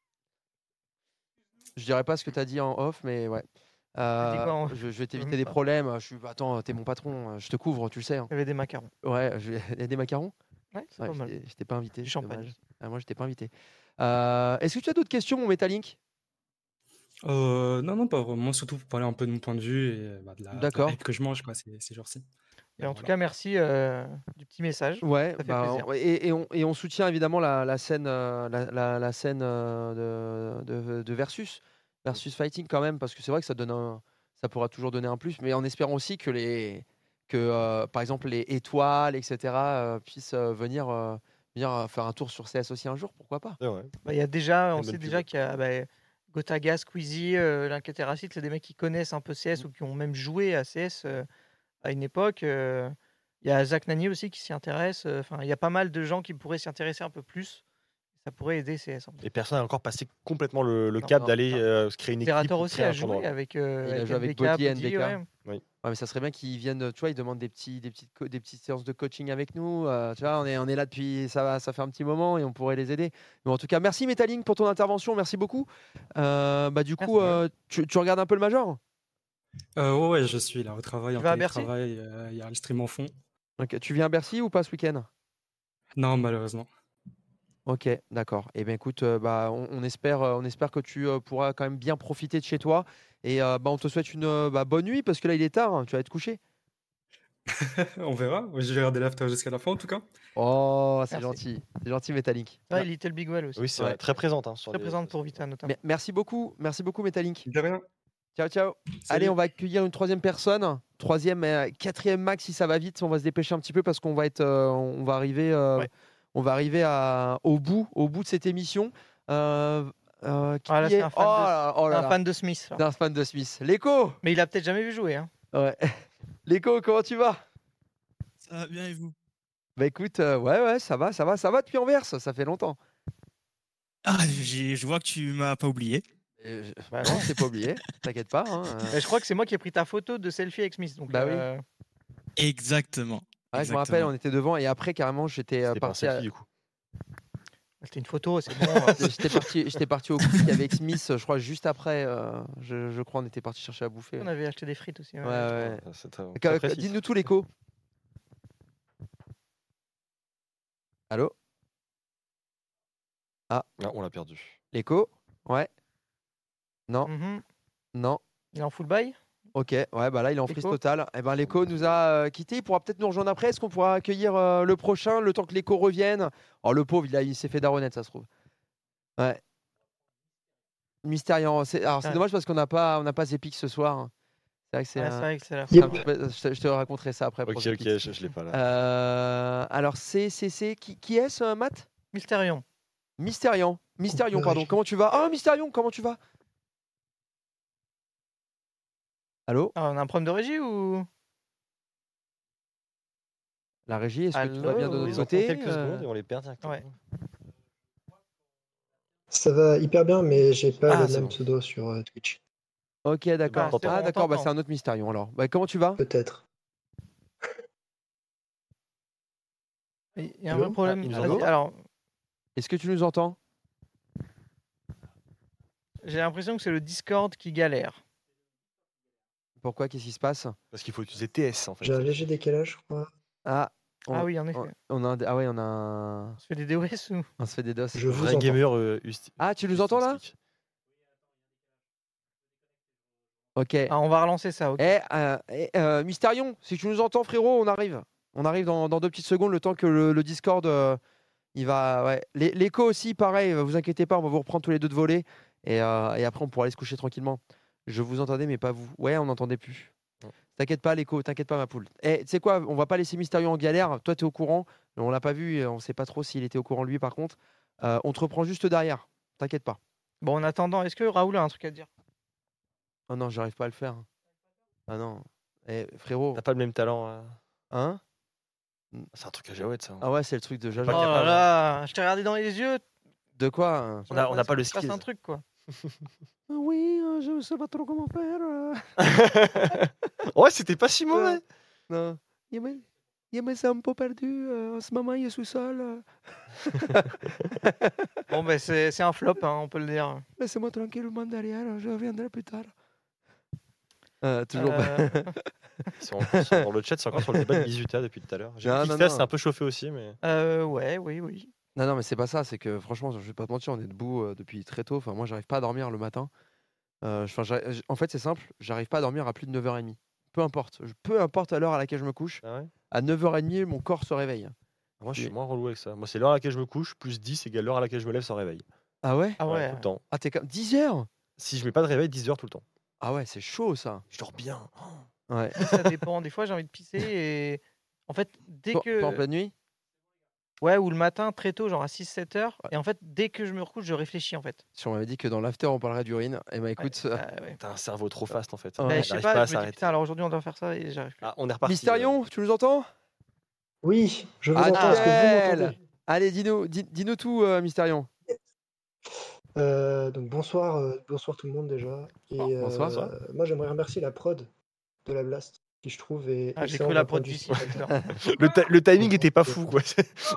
Je dirais pas ce que tu as dit en off, mais ouais. T'as dit quoi Je vais t'éviter Même des pas. problèmes. Attends, t'es mon patron, je te couvre, tu le sais. Hein. Il y avait des macarons. Ouais, il y a des macarons? Ouais, c'est Ouais, pas mal. je t'ai pas invité. Du c'est champagne. dommage. Moi, je t'ai pas invité. Est-ce que tu as d'autres questions, mon Metalink? Non, pas vraiment. Surtout pour parler un peu de mon point de vue et de la D'accord. hype que je mange ces jours-ci. Et en tout Voilà. cas, merci du petit message. Ouais, Ça fait plaisir. et on soutient évidemment la scène, la scène de versus fighting quand même, parce que c'est vrai que ça pourra toujours donner un plus, mais en espérant aussi que par exemple les étoiles, etc., puissent venir faire un tour sur CS aussi un jour, pourquoi pas? C'est vrai. Il y a déjà, on Une bonne sait pub. déjà qu'il y a Gotaga, Squeezie, L'Incateracite, c'est des mecs qui connaissent un peu CS ou qui ont même joué à CS à une époque. Il y a Zach Nani aussi qui s'y intéresse. Enfin, il y a pas mal de gens qui pourraient s'y intéresser un peu plus. Ça pourrait aider CS. Et personne n'a encore passé complètement le Non, cap non, d'aller se créer une équipe. Opérateur ou aussi créer a un tournoi. joué avec Il a joué avec NBK, Body, Body, NBK. ouais. Ouais, mais ça serait bien qu'ils viennent, tu vois, ils demandent des petites séances de coaching avec nous. Tu vois, on est là depuis, ça fait un petit moment et on pourrait les aider. Mais en tout cas, merci Metalink pour ton intervention, merci beaucoup. Du coup, tu regardes un peu le Major? Ouais, je suis là au travail, en vas à Bercy télétravail. Il y a le stream en fond. Ok, tu viens à Bercy ou pas ce week-end? Non, malheureusement. Ok, d'accord. Eh bien, écoute, on espère que tu pourras quand même bien profiter de chez toi. Et on te souhaite une bonne nuit parce que là, il est tard. Hein, tu vas être couché. On verra. Je vais regarder l'after jusqu'à la fin, en tout cas. Oh, c'est Merci. gentil. C'est gentil, Metalink. Ouais, Little Big Well aussi. Oui, c'est Ouais. vrai, très présente. Sur Très les- présente pour Vita notamment. Merci beaucoup, Metalink. De rien. Ciao, ciao. Salut. Allez, on va accueillir une troisième personne. Troisième, quatrième max si ça va vite. On va se dépêcher un petit peu parce qu'on va être, on va arriver au bout de cette émission. Qui Là, est... c'est un fan oh là un là. fan de Smith. là. C'est un fan de Smith. Léco. Mais il a peut-être jamais vu jouer. Hein. Ouais. Léco, comment tu vas? Ça va bien et vous? Bah écoute, ouais, ça va depuis Anvers. Ça fait longtemps. Ah, je vois que tu m'as pas oublié. Non, je t'ai pas oublié. T'inquiète pas. Hein, Je crois que c'est moi qui ai pris ta photo de selfie avec Smith. Donc, Bah oui. Exactement. Ouais, je me rappelle, on était devant et après carrément j'étais C'était pas un parti. selfie, du coup. C'était une photo, c'est bon. J'étais parti au quick avec Smith, je crois juste après. Je crois on était parti chercher à bouffer. On avait acheté des frites aussi. Ouais. C'est très précis. Dis-nous tout l'écho. Allô? Ah, on l'a perdu. L'écho? Ouais. Non, Mhm. non. Il est en full buy. Ok, ouais, bah là il est en freeze L'écho. total. Et ben l'écho nous a quitté. Il pourra peut-être nous rejoindre après. Est-ce qu'on pourra accueillir le prochain, le temps que l'écho revienne? Oh le pauvre, il s'est fait daronette, ça se trouve. Ouais. Mystériant. Alors c'est Ouais. dommage parce qu'on n'a pas Zepix ce soir. C'est vrai que c'est. Ouais, c'est vrai que c'est la c'est un petit peu- je te raconterai ça après. pour Ok, Zepix. je l'ai pas là. Alors c'est qui est-ce, Matt? Mystérion. Mysterion, Coupe pardon. régie. Comment tu vas? Ah, Mysterion, comment tu vas? Allô? Ah, on a un problème de régie ou La régie, est-ce que tout va bien de Allô? notre Ils en côté? quelques secondes et on les perd directement. Ouais. Ça va hyper bien, mais j'ai pas Ah, le c'est même bon. pseudo sur Twitch. Ok, d'accord. c'est bon, Ah, on d'accord, bah, t'entend. c'est un autre Mysterion alors. Bah, comment tu vas? Peut-être. Il y a un Allô? vrai problème. il nous Vas-y, entend? alors, Est-ce que tu nous entends? j'ai l'impression que c'est le Discord qui galère. Pourquoi? Qu'est-ce qui se passe? Parce qu'il faut utiliser TS en fait. J'ai un léger décalage, je crois. Ah, Ah oui, en effet. on a un, ah ouais, on a un... On se fait des DOS ou On se fait des dos. Je vous Vrai entends. gamer. Ah, tu nous entends là? Ok. Ah, on va relancer ça, ok. Mysterion, si tu nous entends, frérot, on arrive. On arrive dans 2 petites secondes, le temps que le Discord, il va... Ouais. L'écho aussi, pareil, vous inquiétez pas, on va vous reprendre tous les deux de voler. Et après, on pourra aller se coucher tranquillement. Je vous entendais, mais pas vous. Ouais, on n'entendait plus. Ouais. T'inquiète pas, l'écho, t'inquiète pas, ma poule. Tu sais quoi, on va pas laisser Mysterion en galère. Toi, t'es au courant. On l'a pas vu, et on sait pas trop s'il était au courant lui, par contre. On te reprend juste derrière. T'inquiète pas. Bon, en attendant, est-ce que Raoul a un truc à dire? Oh non, j'arrive pas à le faire. Ah non. Frérot. T'as pas le même talent. Hein? C'est un truc à Jawed ça. Ah ouais, c'est le truc de Oh Jaja. Pas capable. là là, je t'ai regardé dans les yeux. De quoi? Hein? On n'a pas le se passe skill. un truc, quoi. Ah oui, je sais pas trop comment faire. Ouais, c'était pas si mauvais. Non. Je me sens un peu perdu. En ce moment, je suis seul. Bon, ben, c'est un flop, hein, on peut le dire. Laissez-moi tranquillement derrière. Je reviendrai plus tard. Toujours pas. Ils sont dans le chat, c'est encore sur le débat de Mizuta depuis tout à l'heure. J'ai Non, vu non, que non. c'est un peu chauffé aussi, mais. Ouais, oui. Non, non, mais c'est pas ça. C'est que franchement, je vais pas te mentir, on est debout depuis très tôt. Enfin, moi, j'arrive pas à dormir le matin. En fait, c'est simple. J'arrive pas à dormir à plus de 9h30. Peu importe. Peu importe à l'heure à laquelle je me couche. Ah ouais. À 9h30, mon corps se réveille. Moi, je suis Oui. moins relou avec ça. Moi, c'est l'heure à laquelle je me couche, plus 10 égale l'heure à laquelle je me lève sans réveil. Ah ouais? Ah ouais. Tout le temps. Ah, t'es comme 10h? Si je mets pas de réveil, 10 heures tout le temps. Ah ouais, c'est chaud ça. Je dors bien. Ouais. Ça dépend. Des fois, j'ai envie de pisser et. En fait, dès que. Toi, en pleine nuit? Ouais, ou le matin, très tôt, genre à 6-7 heures. Et en fait, dès que je me recouche, je réfléchis, en fait. Si on m'avait dit que dans l'after on parlerait d'urine, eh ben écoute, Ouais. T'as un cerveau trop fast en fait. Ouais. Mais Ouais, je sais J'arrive pas, pas à je me dis, s'arrêter. putain, alors aujourd'hui, on doit faire ça et j'arrive plus. Ah, on est reparti. Mysterion, tu nous entends? Oui, je vous Ah, entends. Est-ce que vous nickel. m'entendez? Allez, dis-nous tout, Mysterion. Donc bonsoir tout le monde déjà. Et Bonsoir. moi j'aimerais remercier la prod de la Blast, qui je trouve est Ah, j'ai excellente cru la d'un point prod de vue du site. simulateur. Le timing était pas fou quoi.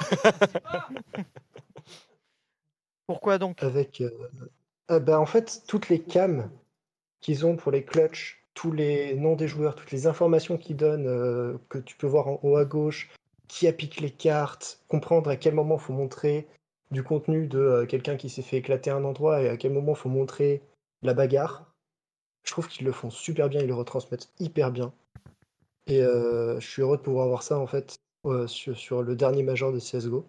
Pourquoi donc? Avec en fait toutes les cams qu'ils ont pour les clutches, tous les noms des joueurs, toutes les informations qu'ils donnent, que tu peux voir en haut à gauche, qui applique les cartes, comprendre à quel moment faut montrer du contenu de quelqu'un qui s'est fait éclater un endroit et à quel moment faut montrer la bagarre. Je trouve qu'ils le font super bien, ils le retransmettent hyper bien. Et je suis heureux de pouvoir voir ça en fait sur le dernier major de CSGO.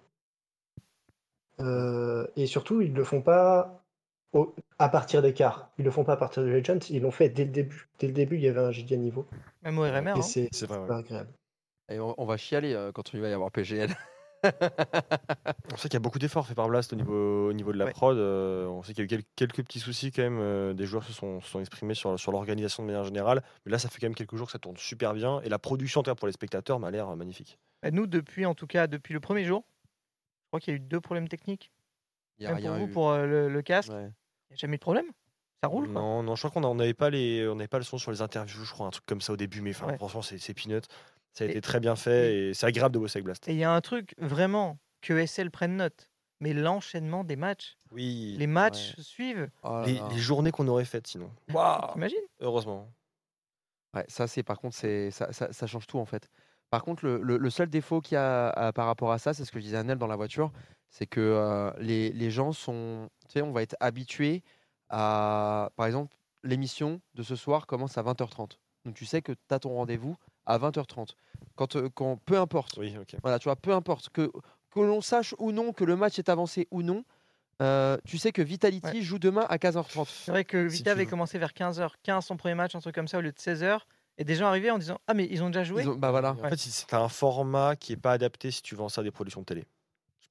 Et surtout, ils le font pas à partir des quarts. Ils le font pas à partir de Legends, ils l'ont fait dès le début. Dès le début, il y avait un giga niveau. Même au RMR, Et hein. c'est C'est vrai, super agréable. Et on va chialer quand il va y avoir PGL. On sait qu'il y a beaucoup d'efforts faits par Blast au niveau de la Ouais. prod. On sait qu'il y a eu quelques petits soucis quand même. Des joueurs se sont exprimés sur l'organisation de manière générale. Mais là, ça fait quand même quelques jours que ça tourne super bien. Et la production en tout cas, pour les spectateurs m'a l'air magnifique. Bah, nous, depuis le premier jour, je crois qu'il y a eu 2 problèmes techniques. Il y a Même pour rien vous, eu. pour le casque. Il Ouais. n'y a jamais eu de problème. Ça roule, quoi. Non, je crois qu'on n'avait pas le son sur les interviews, je crois, un truc comme ça au début. Mais Ouais. franchement, c'est peanut. Ça a été Et- très bien fait et c'est agréable de bosser avec Blast. Et il y a un truc, vraiment, que SL prenne note. Mais l'enchaînement des matchs. Oui. Les matchs suivent. Oh là Les là. journées qu'on aurait faites sinon. T'imagines? Heureusement. Ouais, par contre, ça change tout en fait. Par contre, le seul défaut qu'il y a par rapport à ça, c'est ce que je disais à Nel dans la voiture, c'est que les gens sont, tu sais, on va être habitués à, par exemple, l'émission de ce soir commence à 20h30. Donc tu sais que tu as ton rendez-vous à 20h30. Quand peu importe. Oui, ok. Voilà, tu vois, peu importe que l'on sache ou non que le match est avancé ou non, tu sais que Vitality Ouais. joue demain à 15h30. C'est vrai que Si Vita tu avait veux. commencé vers 15h15 son premier match, un truc comme ça, au lieu de 16h. Et des gens arrivaient en disant, ah, mais ils ont déjà joué? Bah voilà. En fait, c'est un format qui est pas adapté si tu vends ça à des productions de télé. Je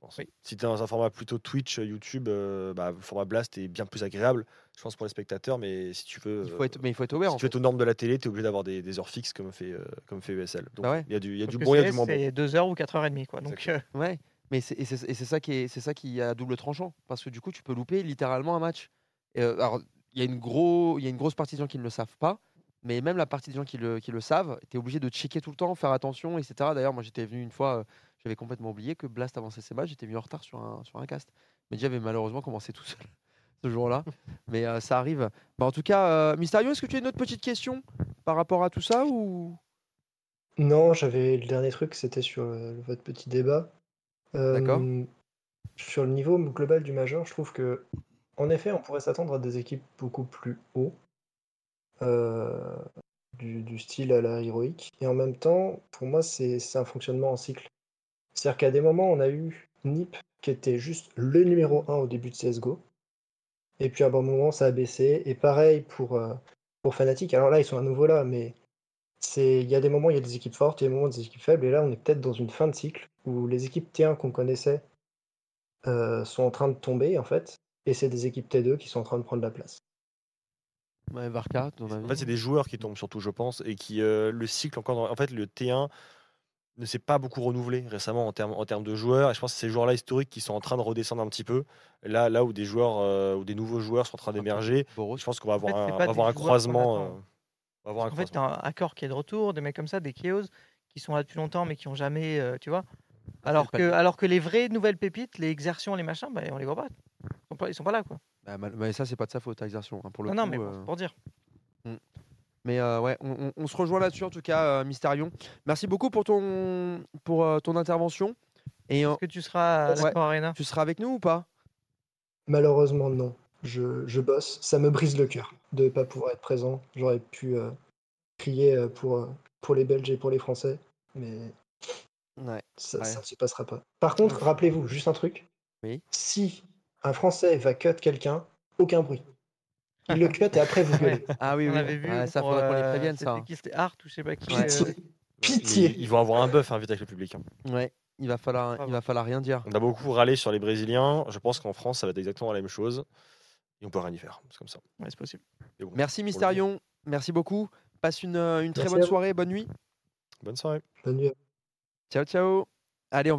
pense. Oui. Si tu es dans un format plutôt Twitch, YouTube, le format Blast est bien plus agréable, je pense, pour les spectateurs. Mais si tu veux, il faut être aware. si En tu es fait. aux normes de la télé, tu es obligé d'avoir des heures fixes comme fait ESL. Donc Bah ouais. il y a du Parce que bon, il y a du CS, moins bon. c'est 2 heures ou 4h30, quoi. Donc, Ouais. Mais c'est ça qui est à double tranchant parce que du coup tu peux louper littéralement un match. Alors il y a une grosse partie de gens qui ne le savent pas, mais même la partie des gens qui le savent, tu es obligé de checker tout le temps, faire attention, etc. D'ailleurs moi j'étais venu une fois, j'avais complètement oublié que Blast avançait ses matchs, j'étais mis en retard sur un cast. Mais j'avais malheureusement commencé tout seul ce jour-là, mais ça arrive. En tout cas, Mysterio, est-ce que tu as une autre petite question par rapport à tout ça ou Non, j'avais le dernier truc, c'était sur votre petit débat. D'accord. Sur le niveau global du Major, je trouve que, en effet, on pourrait s'attendre à des équipes beaucoup plus haut, euh, du style à la héroïque. Et en même temps, pour moi, c'est un fonctionnement en cycle. C'est-à-dire qu'à des moments, on a eu NiP qui était juste le numéro 1 au début de CSGO. Et puis à un bon moment, ça a baissé. Et pareil pour Fnatic. Alors là, ils sont à nouveau là, mais il y a des moments, il y a des équipes fortes, il y a des moments, des équipes faibles. Et là, on est peut-être dans une fin de cycle où les équipes T1 qu'on connaissait sont en train de tomber, en fait. Et c'est des équipes T2 qui sont en train de prendre la place. Ouais, Varka, ton avis? En fait, c'est des joueurs qui tombent surtout, je pense, et qui le cycle encore. En fait, le T1 ne s'est pas beaucoup renouvelé récemment en termes de joueurs. Et je pense que c'est ces joueurs-là historiques qui sont en train de redescendre un petit peu. Là où des joueurs, où des nouveaux joueurs sont en train d'émerger, Boros. je pense qu'on va avoir En fait, c'est un, pas on va avoir des un joueurs croisement. qu'on attend. On va avoir un En fait, croisement. t'as un Accor qui est de retour, des mecs comme ça, des Chaos, qui sont là depuis longtemps, mais qui ont jamais, tu vois. Ah, Alors c'est le que les vraies nouvelles pépites, les Exertions, les machins, on les voit pas. Ils sont pas là, quoi. Mais ça, c'est pas de sa faute, Exertion. Pour le Non, coup, mais bon, c'est pour dire. Mais ouais, on se rejoint là-dessus en tout cas, Mysterion. Merci beaucoup pour ton intervention. Et Est-ce que tu seras à ouais. l'Accor Arena? Tu seras avec nous ou pas? Malheureusement, non. Je bosse. Ça me brise le cœur de ne pas pouvoir être présent. J'aurais pu crier pour les Belges et pour les Français, mais Ouais. ça Ouais. ne se passera pas. Par contre, rappelez-vous, juste un truc. Oui. Si un Français va cut quelqu'un, aucun bruit. Il le cut et après vous gueulez. Ah oui, On oui. avait vu. Ouais, ça faudrait qu'on les prévienne, ça. C'était qui? C'était Art ou je sais pas qui. Pitié. Pitié. Ils vont avoir un buff vite avec le public. Ouais. Il va falloir rien dire. On a beaucoup râlé sur les Brésiliens. Je pense qu'en France, ça va être exactement la même chose. Et on peut rien y faire. C'est comme ça. Ouais, c'est possible. Mais bon, Merci pour le Mysterion. Merci beaucoup. Passe une très Merci bonne à vous. soirée, bonne nuit. Bonne soirée. Bonne nuit. Ciao, ciao. Allez, on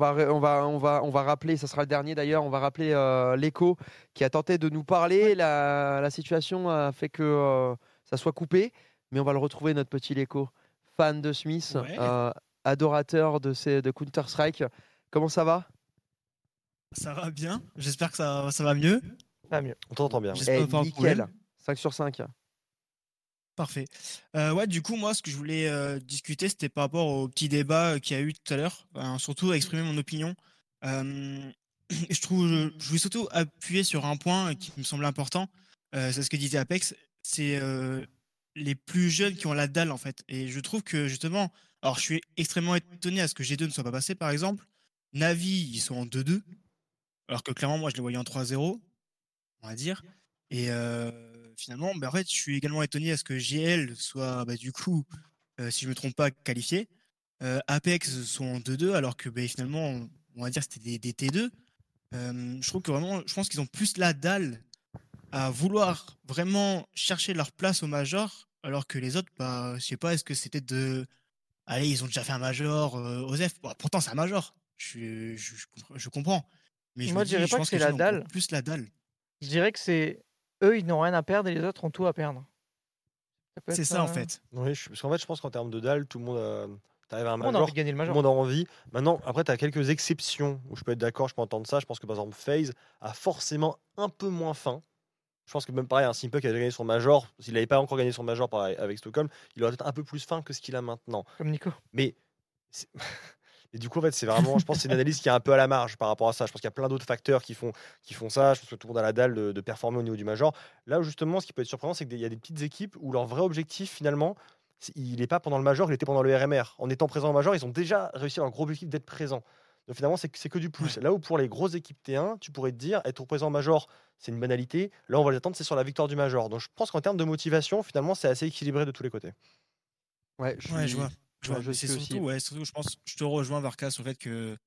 va rappeler, ça sera le dernier d'ailleurs, on va rappeler l'écho qui a tenté de nous parler. La situation a fait que ça soit coupé, mais on va le retrouver, notre petit l'écho. Fan de Smith, Ouais. adorateur de Counter-Strike. Comment ça va? Ça va bien. J'espère que ça va mieux. Pas mieux. On t'entend bien. J'espère pas de Nickel. problème. 5 sur 5. Parfait. Ouais, du coup, moi, ce que je voulais discuter, c'était par rapport au petit débat qu'il y a eu tout à l'heure. Surtout exprimer mon opinion. Je voulais surtout appuyer sur un point qui me semble important. C'est ce que disait Apex. C'est les plus jeunes qui ont la dalle, en fait. Et je trouve que, justement, alors je suis extrêmement étonné à ce que G2 ne soit pas passé, par exemple. Navi, ils sont en 2-2. Alors que clairement, moi, je les voyais en 3-0, on va dire. Et finalement, en fait, je suis également étonné à ce que GL soit, du coup, si je me trompe pas, qualifié. Apex sont en 2-2, alors que finalement, on va dire c'était des T2. Je trouve que vraiment, je pense qu'ils ont plus la dalle à vouloir vraiment chercher leur place au Major, alors que les autres, je sais pas, est-ce que c'était de... Allez, ils ont déjà fait un Major, OSEF. Bon, pourtant, c'est un Major. Je comprends. Mais Moi, je dirais pas que pense c'est les la jeunes ont dalle. plus la dalle. Je dirais que c'est eux, ils n'ont rien à perdre et les autres ont tout à perdre. peut C'est être ça, en fait. Oui, parce qu'en fait, je pense qu'en termes de dalle, tout le monde. T'arrives à un On a major, envie de gagner le tout le Major. monde a envie. Maintenant, après, tu as quelques exceptions où je peux être d'accord, je peux entendre ça. Je pense que par exemple, FaZe a forcément un peu moins faim. Je pense que même pareil, un Simple qui a déjà gagné son major, s'il n'avait pas encore gagné son major avec Stockholm, il aurait peut-être un peu plus faim que ce qu'il a maintenant. Comme Nico. Mais et du coup, en fait, c'est vraiment, je pense que c'est une analyse qui est un peu à la marge par rapport à ça. Je pense qu'il y a plein d'autres facteurs qui font ça. Je pense que tout le monde a la dalle de performer au niveau du major. Là où justement, ce qui peut être surprenant, c'est qu'il y a des petites équipes où leur vrai objectif, finalement, il n'est pas pendant le major, il était pendant le RMR. En étant présent au major, ils ont déjà réussi leur gros objectif d'être présent. Donc finalement, c'est que du plus. Là où pour les grosses équipes T1, tu pourrais te dire, être présent au major, c'est une banalité. Là, on va les attendre, c'est sur la victoire du major. Donc je pense qu'en termes de motivation, finalement, c'est assez équilibré de tous les côtés. Ouais, je vois. je C'est suis aussi. surtout, surtout, je te rejoins, Varka, sur le fait que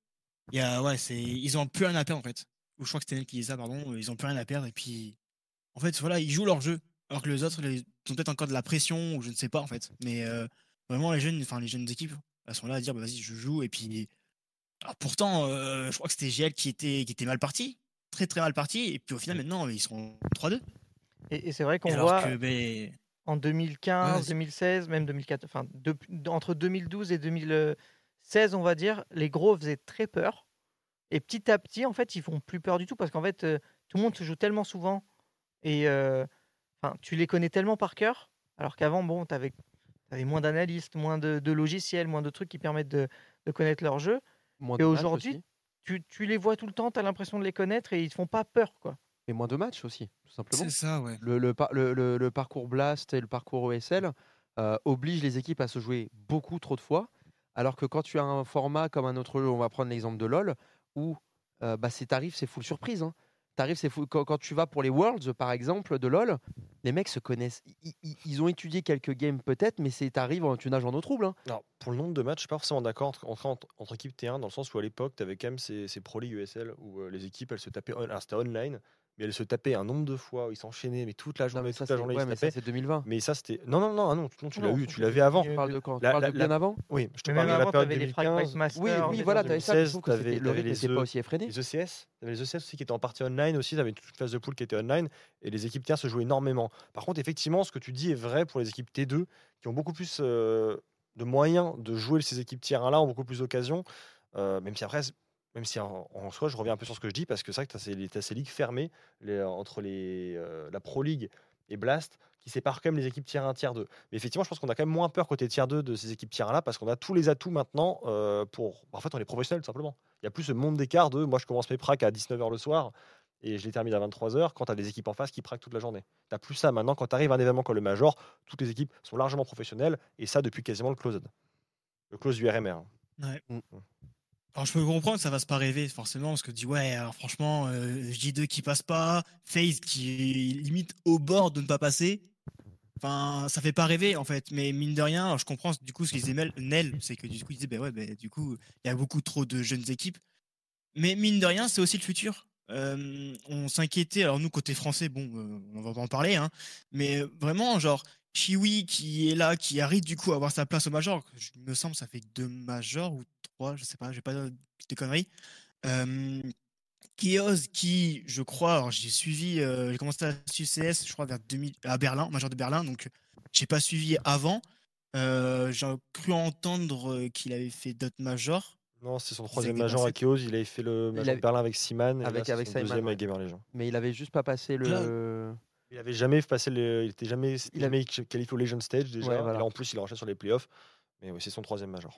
Ils ont plus rien à perdre en fait. Ou je crois que c'était Nel qui disait ça, pardon. Ils ont plus rien à perdre et puis en fait voilà, ils jouent leur jeu. Alors que les autres, ils ont peut-être encore de la pression ou je ne sais pas en fait. Mais vraiment les jeunes équipes, elles sont là à dire bah, vas-y je joue et puis alors, pourtant je crois que c'était GL qui était mal parti, très très mal parti et puis au final maintenant ils sont 3-2. Et c'est vrai Et qu'on alors voit que ben en ouais, 2015, vas-y. 2016, même 2014, enfin, entre 2012 et 2016, on va dire, les gros faisaient très peur. Et petit à petit, en fait, ils font plus peur du tout parce qu'en fait, tout le monde se joue tellement souvent et enfin, tu les connais tellement par cœur. Alors qu'avant, bon, tu avais moins d'analystes, moins de logiciels, moins de trucs qui permettent de connaître leur jeu. Moins Et de matchs aujourd'hui, aussi. tu les vois tout le temps, tu as l'impression de les connaître et ils te font pas peur, quoi. Mais moins de matchs aussi, tout simplement. C'est ça, ouais. Le parcours Blast et le parcours ESL obligent les équipes à se jouer beaucoup trop de fois, alors que quand tu as un format comme un autre jeu, on va prendre l'exemple de LoL, où tarif, c'est full surprise. Hein. Tarif, c'est full... quand tu vas pour les Worlds, par exemple, de LoL, les mecs se connaissent. Ils ont étudié quelques games peut-être, mais t'arrives, tu nages en eau trouble. Hein. Alors, pour le nombre de matchs, je suis pas forcément d'accord entre équipes T1, dans le sens où à l'époque, tu avais quand même ces Pro League ESL où les équipes, elles se tapaient. Alors, c'était online, mais elles se tapaient un nombre de fois où ils s'enchaînaient, mais toute la Non, journée, mais ça, toute la c'est journée, ils se mais ça, tapaient. c'est 2020. Mais ça, c'était. Non, non, non, ah non, tu l'as Non, eu, ça, tu l'avais avant. Tu parles de quand? Tu La- parles la- de bien la- avant? Oui, je te Mais parle même de la avant, tu période avais les Frag 2015. Masters. Oui, des voilà, trucs t'avais ça, comme mais je 2016, trouve que le rythme t'avais n'était pas aussi effréné. les ECS, t'avais les ECS aussi qui étaient en partie online aussi, t'avais toute une phase de pool qui était online et les équipes T1 se jouaient énormément. Par contre, effectivement, ce que tu dis est vrai pour les équipes T2 qui ont beaucoup plus de moyens de jouer ces équipes Tier 1 là, ont beaucoup plus d'occasions. Même si après, même si en soi, je reviens un peu sur ce que je dis parce que c'est vrai que tu as ces ligues fermées entre la Pro League et Blast qui séparent quand même les équipes Tier 1, Tier 2. Mais effectivement, je pense qu'on a quand même moins peur côté Tier 2 de ces équipes Tier 1 là parce qu'on a tous les atouts maintenant pour. En fait, on est professionnels tout simplement. Il n'y a plus ce monde d'écart de moi, je commence mes pracs à 19h le soir et je les termine à 23h quand tu as des équipes en face qui praquent toute la journée. Tu n'as plus ça maintenant. Quand tu arrives à un événement comme le Major, toutes les équipes sont largement professionnelles et ça depuis quasiment le Closed. Le Close du RMR. Ouais. Mm. Alors je peux comprendre que ça va se pas rêver forcément parce que tu dis ouais alors franchement J2 qui passe pas, FaZe qui est limite au bord de ne pas passer. Enfin ça fait pas rêver en fait, mais mine de rien alors, je comprends du coup ce qu'ils disaient Nel, c'est que du coup ils disaient bah ouais bah, du coup il y a beaucoup trop de jeunes équipes. Mais mine de rien c'est aussi le futur. On s'inquiétait alors nous côté français bon on va pas en parler hein, mais vraiment genre Chiwi qui est là, qui arrive du coup à avoir sa place au Major, il me semble ça fait 2 Majors ou 3, je sais pas, j'ai pas des conneries. Euh, Chaos qui, je crois, alors j'ai suivi, j'ai commencé à suivre CS, je crois vers 2000 à Berlin, Major de Berlin, donc j'ai pas suivi avant. J'ai cru entendre qu'il avait fait d'autres Majors. Non, c'est son Qu'ils troisième avaient major à dépassé. Chaos. Il avait fait le Major de Berlin avec Seaman et Avec là, c'est son Simon, deuxième ouais. avec Gamer Legion. Mais il avait juste pas passé le. Il avait jamais passé il était jamais Il avait- qualifié au Legend Stage déjà. Ouais, voilà. Et là, en plus, il enchaîne sur les playoffs. Mais oui, c'est son troisième major.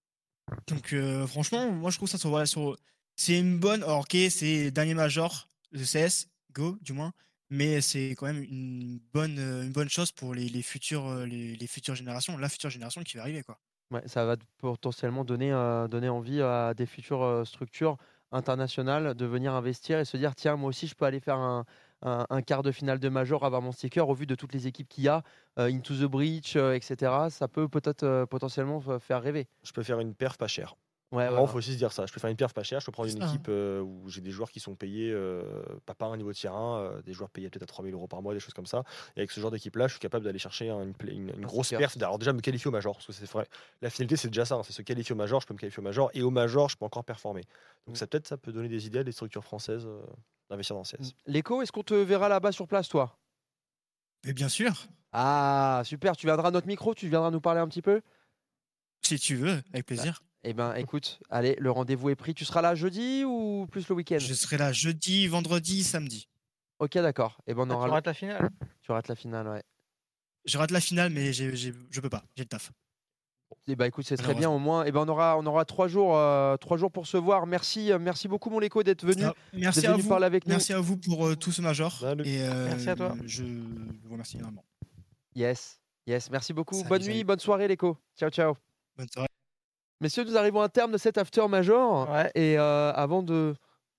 Donc franchement, moi je trouve ça voilà, c'est une bonne. Alors, ok, c'est dernier Major de CS, go du moins, mais c'est quand même une bonne chose pour les futures générations, la future génération qui va arriver quoi. Ouais, ça va potentiellement donner envie à des futures structures internationales de venir investir et se dire tiens, moi aussi, je peux aller faire un quart de finale de Major, avoir mon sticker au vu de toutes les équipes qu'il y a, Into the Breach, etc. Ça peut peut-être potentiellement faire rêver. Je peux faire une perf pas chère. Ouais, Il voilà. faut aussi se dire ça. Je peux faire une perf pas chère. Je peux prendre C'est une ça, équipe où j'ai des joueurs qui sont payés, pas un niveau tier 1, des joueurs payés peut-être à 3000 € par mois, des choses comme ça. Et avec ce genre d'équipe-là, je suis capable d'aller chercher une grosse sticker. perf. Alors déjà, me qualifier au Major. Parce que c'est vrai. La finalité, c'est déjà ça. Hein, c'est se qualifier au Major. Je peux me qualifier au Major. Et au Major, je peux encore performer. Donc ça peut donner des idées à des structures françaises d'investir dans CS. L'écho, est-ce qu'on te verra là-bas sur place, toi? Mais bien sûr, Ah, super. Tu viendras à notre micro, tu viendras nous parler un petit peu? si tu veux, avec plaisir. Eh ben, écoute, allez, le rendez-vous est pris. Tu seras là jeudi ou plus le week-end? Je serai là jeudi, vendredi, samedi. Ok, d'accord. Eh ben, on Ah, aura tu rates la finale. Tu rates la finale, ouais. Je rate la finale, mais je peux pas, j'ai le taf. Eh ben, écoute, c'est très bien au moins. Eh ben, on aura 3 jours pour se voir. Merci beaucoup, mon Léco, d'être venu. Merci d'être à venu vous. parler avec nous. Merci à vous pour tout ce Major. Salut. Et Merci à toi. Je vous remercie énormément. Yes, merci beaucoup. Salut, Bonne salut. nuit, bonne soirée, Léco. Ciao, ciao. Bonne soirée. Messieurs, nous arrivons à un terme de cet after major. Ouais. Et avant de.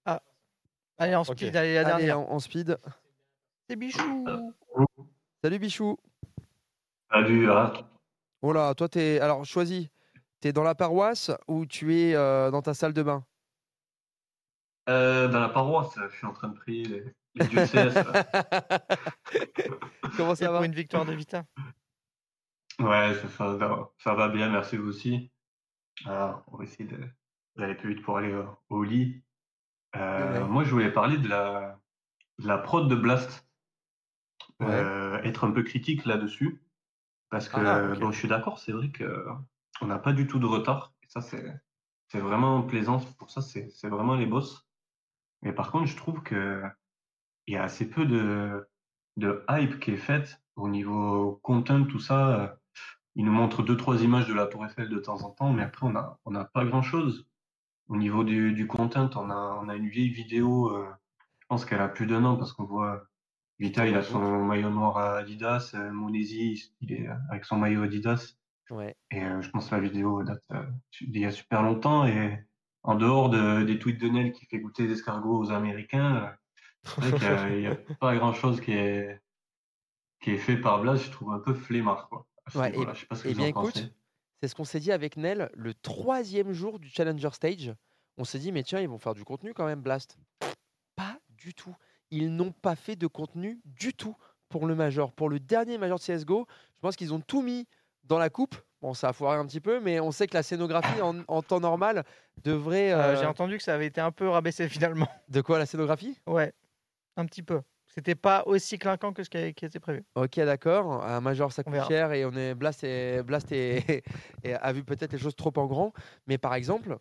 Allez, en Ok. speed, allez, la Allez, dernière. en speed. C'est Bichou. Salut, Bichou. Salut, Oh là, toi, t'es. Alors, choisis. T'es dans la paroisse ou tu es dans ta salle de bain? Dans la paroisse, je suis en train de prier les dieux de CS. Là. Comment Et ça pour va? une victoire de Vita. Ouais, ça va bien, merci vous aussi. On va essayer d'aller plus vite pour aller au lit. Ouais. Moi, je voulais parler de la prod de Blast. Ouais. Être un peu critique là-dessus. Parce que, Ah, ok. bon, je suis d'accord, c'est vrai que on n'a pas du tout de retard. Et ça, c'est vraiment plaisant. Pour ça, c'est vraiment les boss. Mais par contre, je trouve que il y a assez peu de hype qui est faite au niveau content, tout ça. Ils nous montrent 2-3 images de la Tour Eiffel de temps en temps, mais après, on n'a pas grand-chose. Au niveau du content, on a une vieille vidéo, je pense qu'elle a plus d'1 an parce qu'on voit Vita, Victor il a Westbrook. son maillot noir à Adidas, Monesi, il est avec son maillot Adidas. Ouais. Et je pense que la vidéo date d'il y a super longtemps. Et en dehors des tweets de Nel qui fait goûter des escargots aux Américains, c'est vrai qu'il y a pas grand-chose qui est fait par Blas. Je trouve un peu flemmard, quoi, à ce Ouais, niveau-là. Je sais pas ce que eh vous bien en pensez. écoute, c'est ce qu'on s'est dit avec Nel le 3e jour du Challenger Stage. On s'est dit, mais tiens, ils vont faire du contenu quand même, Blast. Pas du tout. Ils n'ont pas fait de contenu du tout pour le Major. Pour le dernier Major de CSGO, je pense qu'ils ont tout mis dans la coupe. Bon, ça a foiré un petit peu, mais on sait que la scénographie en temps normal devrait. J'ai entendu que ça avait été un peu rabaissé finalement. De quoi, la scénographie? Ouais, un petit peu. C'était pas aussi clinquant que ce qui était prévu. Ok, d'accord. Un Major, ça On coûte verra. cher et Blast a vu peut-être les choses trop en grand. Mais par exemple,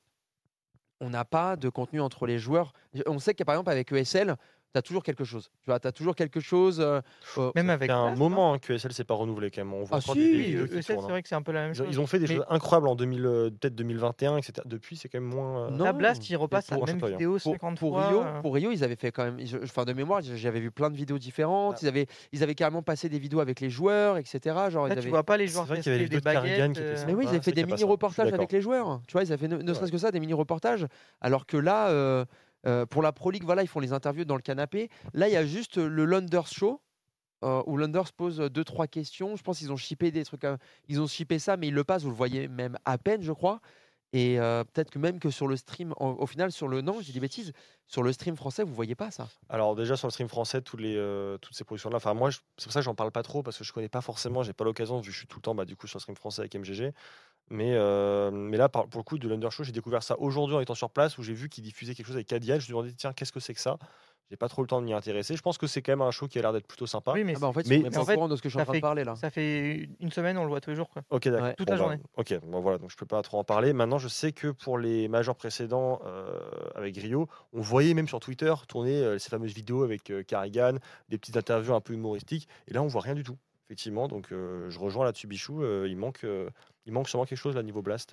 on n'a pas de contenu entre les joueurs. On sait que par exemple avec ESL, tu as toujours quelque chose. Tu vois, tu as toujours quelque chose. Même avec Il y a un Blast, moment que ESL s'est pas renouvelé quand même. On voit Ah encore si, des oui, vidéos qui ESL, tournent. c'est vrai que c'est un peu la même chose. Ils ont fait des Mais choses incroyables en peut-être 2021, etc. Depuis, c'est quand même moins. Non. là, Blast, il repasse la pour- même pour- vidéo pour, 50 pour fois. Rio, pour Rio, ils avaient fait quand même. Enfin, de mémoire, j'avais vu plein de vidéos différentes. Ah. Ils avaient carrément passé des vidéos avec les joueurs, etc. Genre, Là, ils tu avaient. vois pas les C'est joueurs vrai qu'il y avait tester les des vidéos de Carrigan baguettes. qui étaient Mais oui, ils sympas, avaient fait c'est des qu'il y a pas ça. Je suis mini-reportages avec d'accord. les joueurs. Tu vois, ils avaient ne serait-ce que ça, des mini-reportages. Alors que là, pour la Pro League, voilà, ils font les interviews dans le canapé. Là, il y a juste le Londers Show. Où Londers pose 2-3 questions. Je pense qu'ils ont shippé des trucs. Ils ont shippé ça, mais ils le passent. Vous le voyez même à peine, je crois. Et peut-être que même que sur le stream, au final, non, j'ai des bêtises. Sur le stream français, vous voyez pas ça. Alors déjà sur le stream français, toutes ces productions-là, enfin moi, c'est pour ça que j'en parle pas trop parce que je connais pas forcément, j'ai pas l'occasion vu que je suis tout le temps du coup sur le stream français avec MGG. Mais là, pour le coup, de l'Undershow, j'ai découvert ça aujourd'hui en étant sur place où j'ai vu qu'ils diffusaient quelque chose avec Cadian. Je me suis demandé, tiens, qu'est-ce que c'est que ça? J'ai pas trop le temps de m'y intéresser. Je pense que c'est quand même un show qui a l'air d'être plutôt sympa. Oui, mais Ah bah en fait, ils mais- sont même pas en au fait, courant de ce que je suis en ça train de fait- parler là. Ça fait une semaine, on le voit tous les jours. Quoi. Ok, d'accord. Ouais. Toute la journée. Ok, bon, voilà, donc je peux pas trop en parler. Maintenant, je sais que pour les majors précédents avec Rio, on voyait même sur Twitter tourner ces fameuses vidéos avec Carrigan, des petites interviews un peu humoristiques. Et là, on voit rien du tout, effectivement. Donc, je rejoins là-dessus Bichou. Il manque sûrement quelque chose là niveau Blast.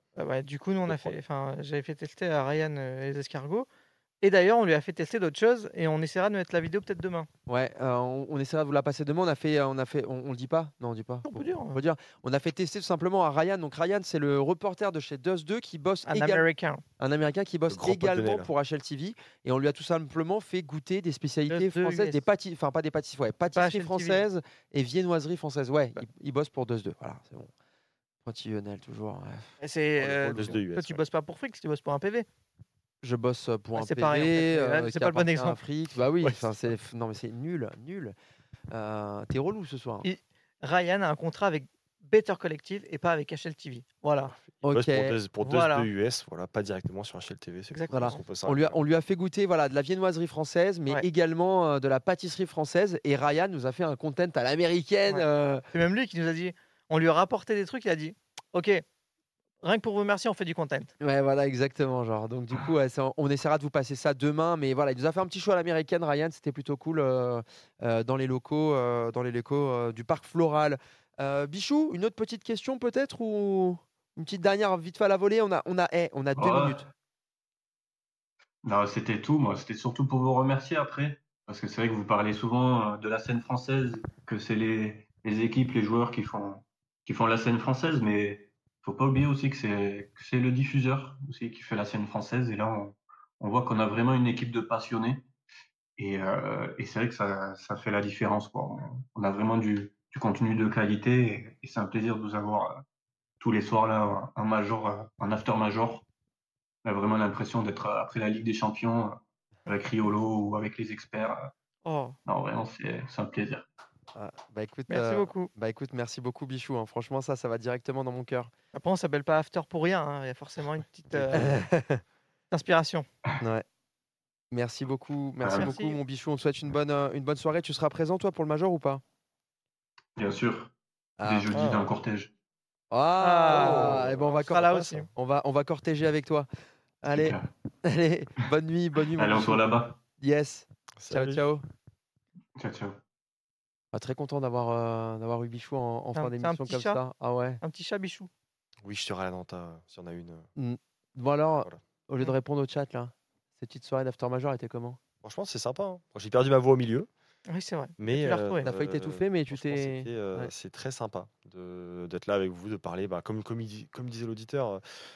Du coup, nous, on Je a crois. j'avais fait tester à Ryan les escargots. Et d'ailleurs, on lui a fait tester d'autres choses et on essaiera de mettre la vidéo peut-être demain. Ouais, on essaiera de vous la passer demain. On le dit pas? Non, on dit pas. On peut dire. On peut dire. On a fait tester tout simplement à Ryan. Donc Ryan, c'est le reporter de chez Dust 2 qui bosse Un également. américain. Un Américain qui bosse grand pote de également Nel. pour HLTV et on lui a tout simplement fait goûter des spécialités Dust 2 françaises, US. des pâtisseries, enfin pas des pâtisseries, ouais, pâtisseries HLTV. françaises et viennoiseries françaises. Ouais, Bah. il bosse pour Dust 2. Voilà, c'est bon. Petit Lionel toujours. Ouais. Et c'est, Pour le Dust 2 US, toi, tu ouais. bosses pas pour Frix, tu bosses pour un PV. Je bosse pour Ouais, un c'est PV. pareil, en fait. Là, c'est qui pas le bon appartient à exemple. Frix. Bah oui, Ouais, enfin, non mais c'est nul. T'es relou ce soir. Et Ryan a un contrat avec Better Collective et pas avec HLTV. Voilà. Il bosse Ok, pour voilà. Dust 2 US, voilà, pas directement sur HLTV. C'est Exactement. Voilà. qu'on peut On lui a fait goûter voilà, de la viennoiserie française, mais Ouais. également de la pâtisserie française. Et Ryan nous a fait un content à l'américaine. Ouais. C'est même lui qui nous a dit, on lui a rapporté des trucs, il a dit, ok, rien que pour vous remercier, on fait du content. Ouais, voilà, exactement. Genre. Donc, du coup, on essaiera de vous passer ça demain. Mais voilà, il nous a fait un petit show à l'américaine, Ryan. C'était plutôt cool dans les locaux, du parc floral. Bichou, une autre petite question peut-être ou une petite dernière vite fait à la volée. On a 2 Ouais. minutes. Non, c'était tout. Moi, c'était surtout pour vous remercier après. Parce que c'est vrai que vous parlez souvent de la scène française, que c'est les équipes, les joueurs qui font la scène française. Mais faut pas oublier aussi que c'est le diffuseur aussi qui fait la scène française. Et là, on voit qu'on a vraiment une équipe de passionnés. Et c'est vrai que ça fait la différence, quoi. On a vraiment du contenu de qualité. Et c'est un plaisir de vous avoir tous les soirs là, un major, un after major. On a vraiment l'impression d'être après la Ligue des Champions avec Riolo ou avec les experts. Oh, Non, vraiment, c'est un plaisir. Ah, bah écoute, merci beaucoup. merci beaucoup Bichou, hein. Franchement, ça va directement dans mon cœur. Après, on s'appelle pas After pour rien. Hein. Il y a forcément une petite inspiration. Ouais. Merci beaucoup, merci Merci. beaucoup mon Bichou. On te souhaite une bonne soirée. Tu seras présent toi pour le Major ou pas? Bien sûr, Ah. dès jeudi dans le cortège. Ah, et ben on sera là cor- aussi. on va cortéger avec toi. Allez, Super. allez, bonne nuit mon Allez, on se Bichou. voit là-bas. Yes. Ciao, Salut. ciao. Ciao, ciao. Ah, très content d'avoir eu Bichou en fin C'est un d'émission petit comme chat. ça. Ah ouais. Un petit chat bichou. Oui, je serai à Nanta si on a une. Bon alors, Voilà. au lieu de répondre au chat là, cette petite soirée d'After Major était comment? Franchement, c'est sympa. Hein. Bon, j'ai perdu ma voix au milieu, Oui, c'est vrai. mais Tu l'as retrouvé. T'as failli t'étouffer, mais tu franchement, t'es. Ouais. c'est très sympa d'être là avec vous, de parler, comme disait l'auditeur,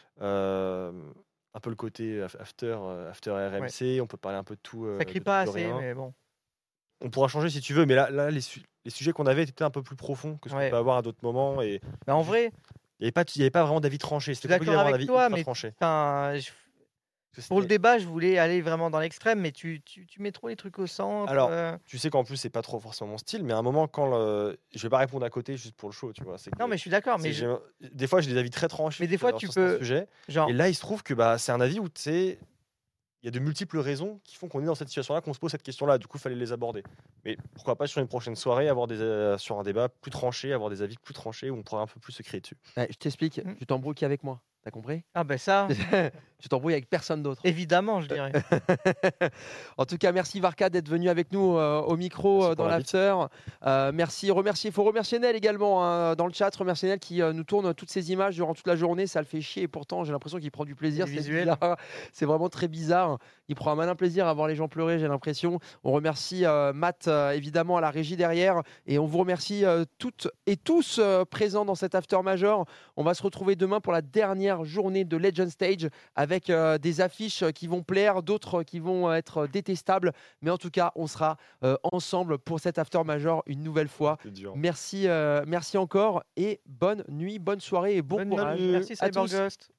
un peu le côté after RMC. On peut parler un peu de tout. Ça crie de pas tout, de assez, rien. mais bon. On pourra changer si tu veux, mais là les sujets qu'on avait étaient un peu plus profonds que ce qu'on Ouais. peut avoir à d'autres moments. Et Mais en vrai, il n'y avait pas vraiment d'avis tranché. je suis C'était compliqué d'accord d'avoir un avec avis toi, ultra mais tranché. enfin, Parce que pour le c'était- débat, je voulais aller vraiment dans l'extrême, mais tu mets trop les trucs au centre. Alors, tu sais qu'en plus, c'est pas trop forcément mon style, mais à un moment, je vais pas répondre à côté juste pour le show, tu vois. C'est que Non, mais je suis d'accord. Mais des fois, j'ai des avis très tranchés. Mais des fois, sur tu certains peux- sujets. genre, Et là, il se trouve que c'est un avis où, tu sais, il y a de multiples raisons qui font qu'on est dans cette situation-là, qu'on se pose cette question-là. Du coup, il fallait les aborder. Mais pourquoi pas sur une prochaine soirée, avoir sur un débat plus tranché, avoir des avis plus tranchés où on pourrait un peu plus se créer dessus. Ouais, je t'explique, Mm. tu t'embrouilles qu'avec moi. T'as compris? ah ben ça, Tu t'embrouilles avec personne d'autre. évidemment, je dirais. En tout cas, merci Varka d'être venu avec nous au micro Merci pour dans l'invite. l'after. Il faut remercier Nel également dans le chat. Remercier Nel qui nous tourne toutes ces images durant toute la journée. Ça le fait chier et pourtant j'ai l'impression qu'il prend du plaisir. Les C'est visuels. bizarre. C'est vraiment très bizarre. Il prend un malin plaisir à voir les gens pleurer, j'ai l'impression. On remercie Matt évidemment à la régie derrière et on vous remercie toutes et tous présents dans cet after major. On va se retrouver demain pour la dernière journée de Legend Stage avec des affiches qui vont plaire, d'autres qui vont être détestables. Mais en tout cas, on sera ensemble pour cet after major une nouvelle fois. C'est dur. Merci encore et bonne nuit, bonne soirée et bon Bonne courage nuit. Merci à tous. Cyberghost.